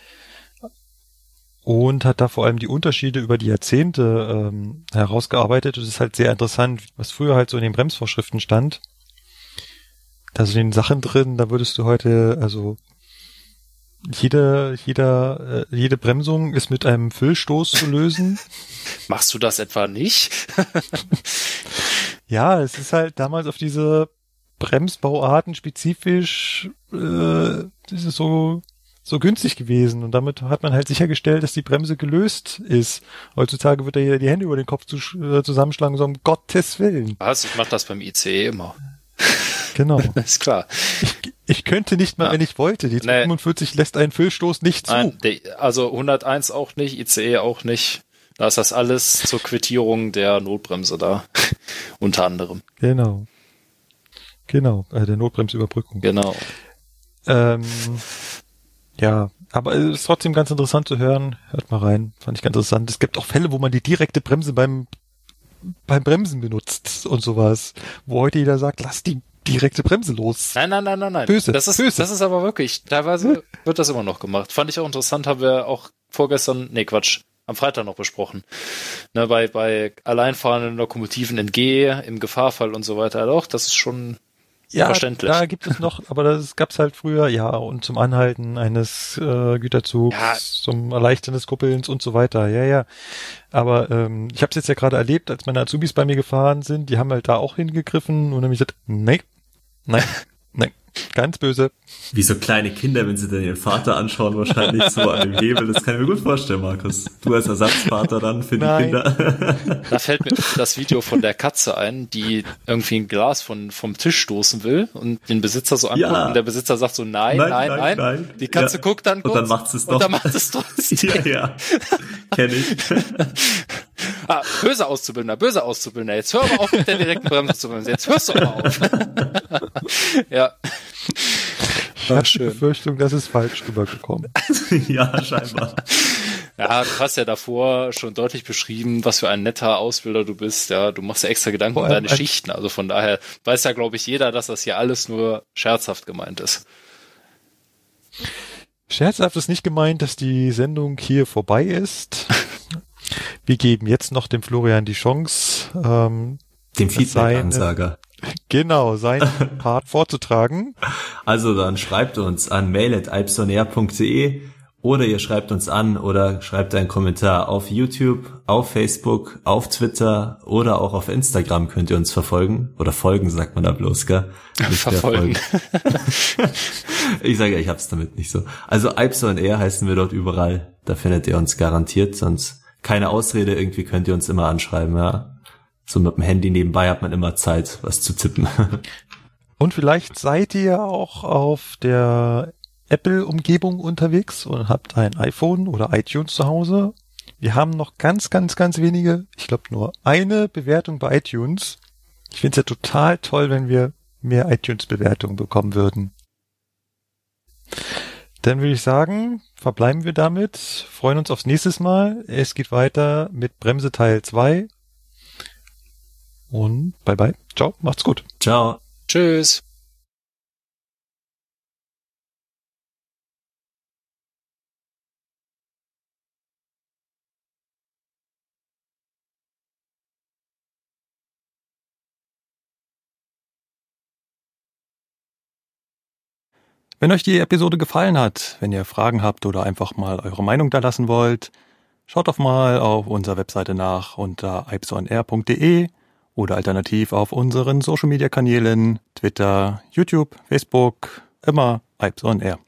und hat da vor allem die Unterschiede über die Jahrzehnte herausgearbeitet. Und es ist halt sehr interessant, was früher halt so in den Bremsvorschriften stand. Da sind Sachen drin, da würdest du heute, also jede Bremsung ist mit einem Füllstoß zu lösen. Machst du das etwa nicht? Ja, es ist halt damals auf diese Bremsbauarten spezifisch, das ist so günstig gewesen, und damit hat man halt sichergestellt, dass die Bremse gelöst ist. Heutzutage wird da jeder die Hände über den Kopf zusammenschlagen, so um Gottes Willen. Was? Ich mach das beim ICE immer. Genau. Ist klar. Ich könnte nicht mal, wenn ich wollte. Die 45 lässt einen Füllstoß nicht zu. Nein, also 101 auch nicht, ICE auch nicht. Da ist das alles zur Quittierung der Notbremse da. Unter anderem. Genau, der Notbremsüberbrückung. Genau. Ja, aber es ist trotzdem ganz interessant zu hören. Hört mal rein, fand ich ganz interessant. Es gibt auch Fälle, wo man die direkte Bremse beim Bremsen benutzt und sowas. Wo heute jeder sagt, lass die direkte Bremse los. Nein. Böse. Das ist aber wirklich, teilweise wird das immer noch gemacht. Fand ich auch interessant, haben wir auch am Freitag noch besprochen. Ne, bei alleinfahrenden Lokomotiven in G, im Gefahrfall und so weiter. Doch, das ist schon verständlich. Da gibt es noch, aber das gab's halt früher, ja, und zum Anhalten eines Güterzugs, ja, zum Erleichtern des Kuppelns und so weiter, ja. Aber ich habe es jetzt ja gerade erlebt, als meine Azubis bei mir gefahren sind, die haben halt da auch hingegriffen und haben gesagt, nein, ganz böse. Wie so kleine Kinder, wenn sie dann ihren Vater anschauen, wahrscheinlich so an dem Hebel. Das kann ich mir gut vorstellen, Markus. Du als Ersatzvater dann für die Kinder. Da fällt mir das Video von der Katze ein, die irgendwie ein Glas vom Tisch stoßen will und den Besitzer so anguckt, und der Besitzer sagt so, nein. Die Katze guckt dann kurz. Und dann macht es doch. Und dann macht es trotzdem. Ja. Kenn ich. Böse Auszubildender. Jetzt hör mal auf mit der direkten Bremse zu bremsen. Jetzt hörst du mal auf. Ja. Ich habe die Befürchtung, das ist falsch rübergekommen. Ja, scheinbar. Ja, du hast ja davor schon deutlich beschrieben, was für ein netter Ausbilder du bist. Ja, du machst ja extra Gedanken um deine Schichten. Also von daher weiß ja, glaube ich, jeder, dass das hier alles nur scherzhaft gemeint ist. Scherzhaft ist nicht gemeint, dass die Sendung hier vorbei ist. Wir geben jetzt noch dem Florian die Chance, dem Feedback-Ansager. Genau, seinen Part vorzutragen. Also dann schreibt uns an mail@alpsonair.de oder ihr schreibt uns an oder schreibt einen Kommentar auf YouTube, auf Facebook, auf Twitter oder auch auf Instagram könnt ihr uns verfolgen. Oder folgen, sagt man da bloß, gell? Nicht verfolgen. Ich sage, ich hab's damit nicht so. Also Alpsonair heißen wir dort überall. Da findet ihr uns garantiert, sonst keine Ausrede, irgendwie könnt ihr uns immer anschreiben, ja. So mit dem Handy nebenbei hat man immer Zeit, was zu tippen. Und vielleicht seid ihr auch auf der Apple-Umgebung unterwegs und habt ein iPhone oder iTunes zu Hause. Wir haben noch ganz wenige, ich glaube nur eine Bewertung bei iTunes. Ich finde es ja total toll, wenn wir mehr iTunes-Bewertungen bekommen würden. Dann würde ich sagen, verbleiben wir damit, freuen uns aufs nächste Mal. Es geht weiter mit Bremse Teil 2. Und bye. Ciao, macht's gut. Ciao. Tschüss. Wenn euch die Episode gefallen hat, wenn ihr Fragen habt oder einfach mal eure Meinung da lassen wollt, schaut doch mal auf unserer Webseite nach unter ipsonair.de oder alternativ auf unseren Social-Media-Kanälen, Twitter, YouTube, Facebook, immer Ipsonair.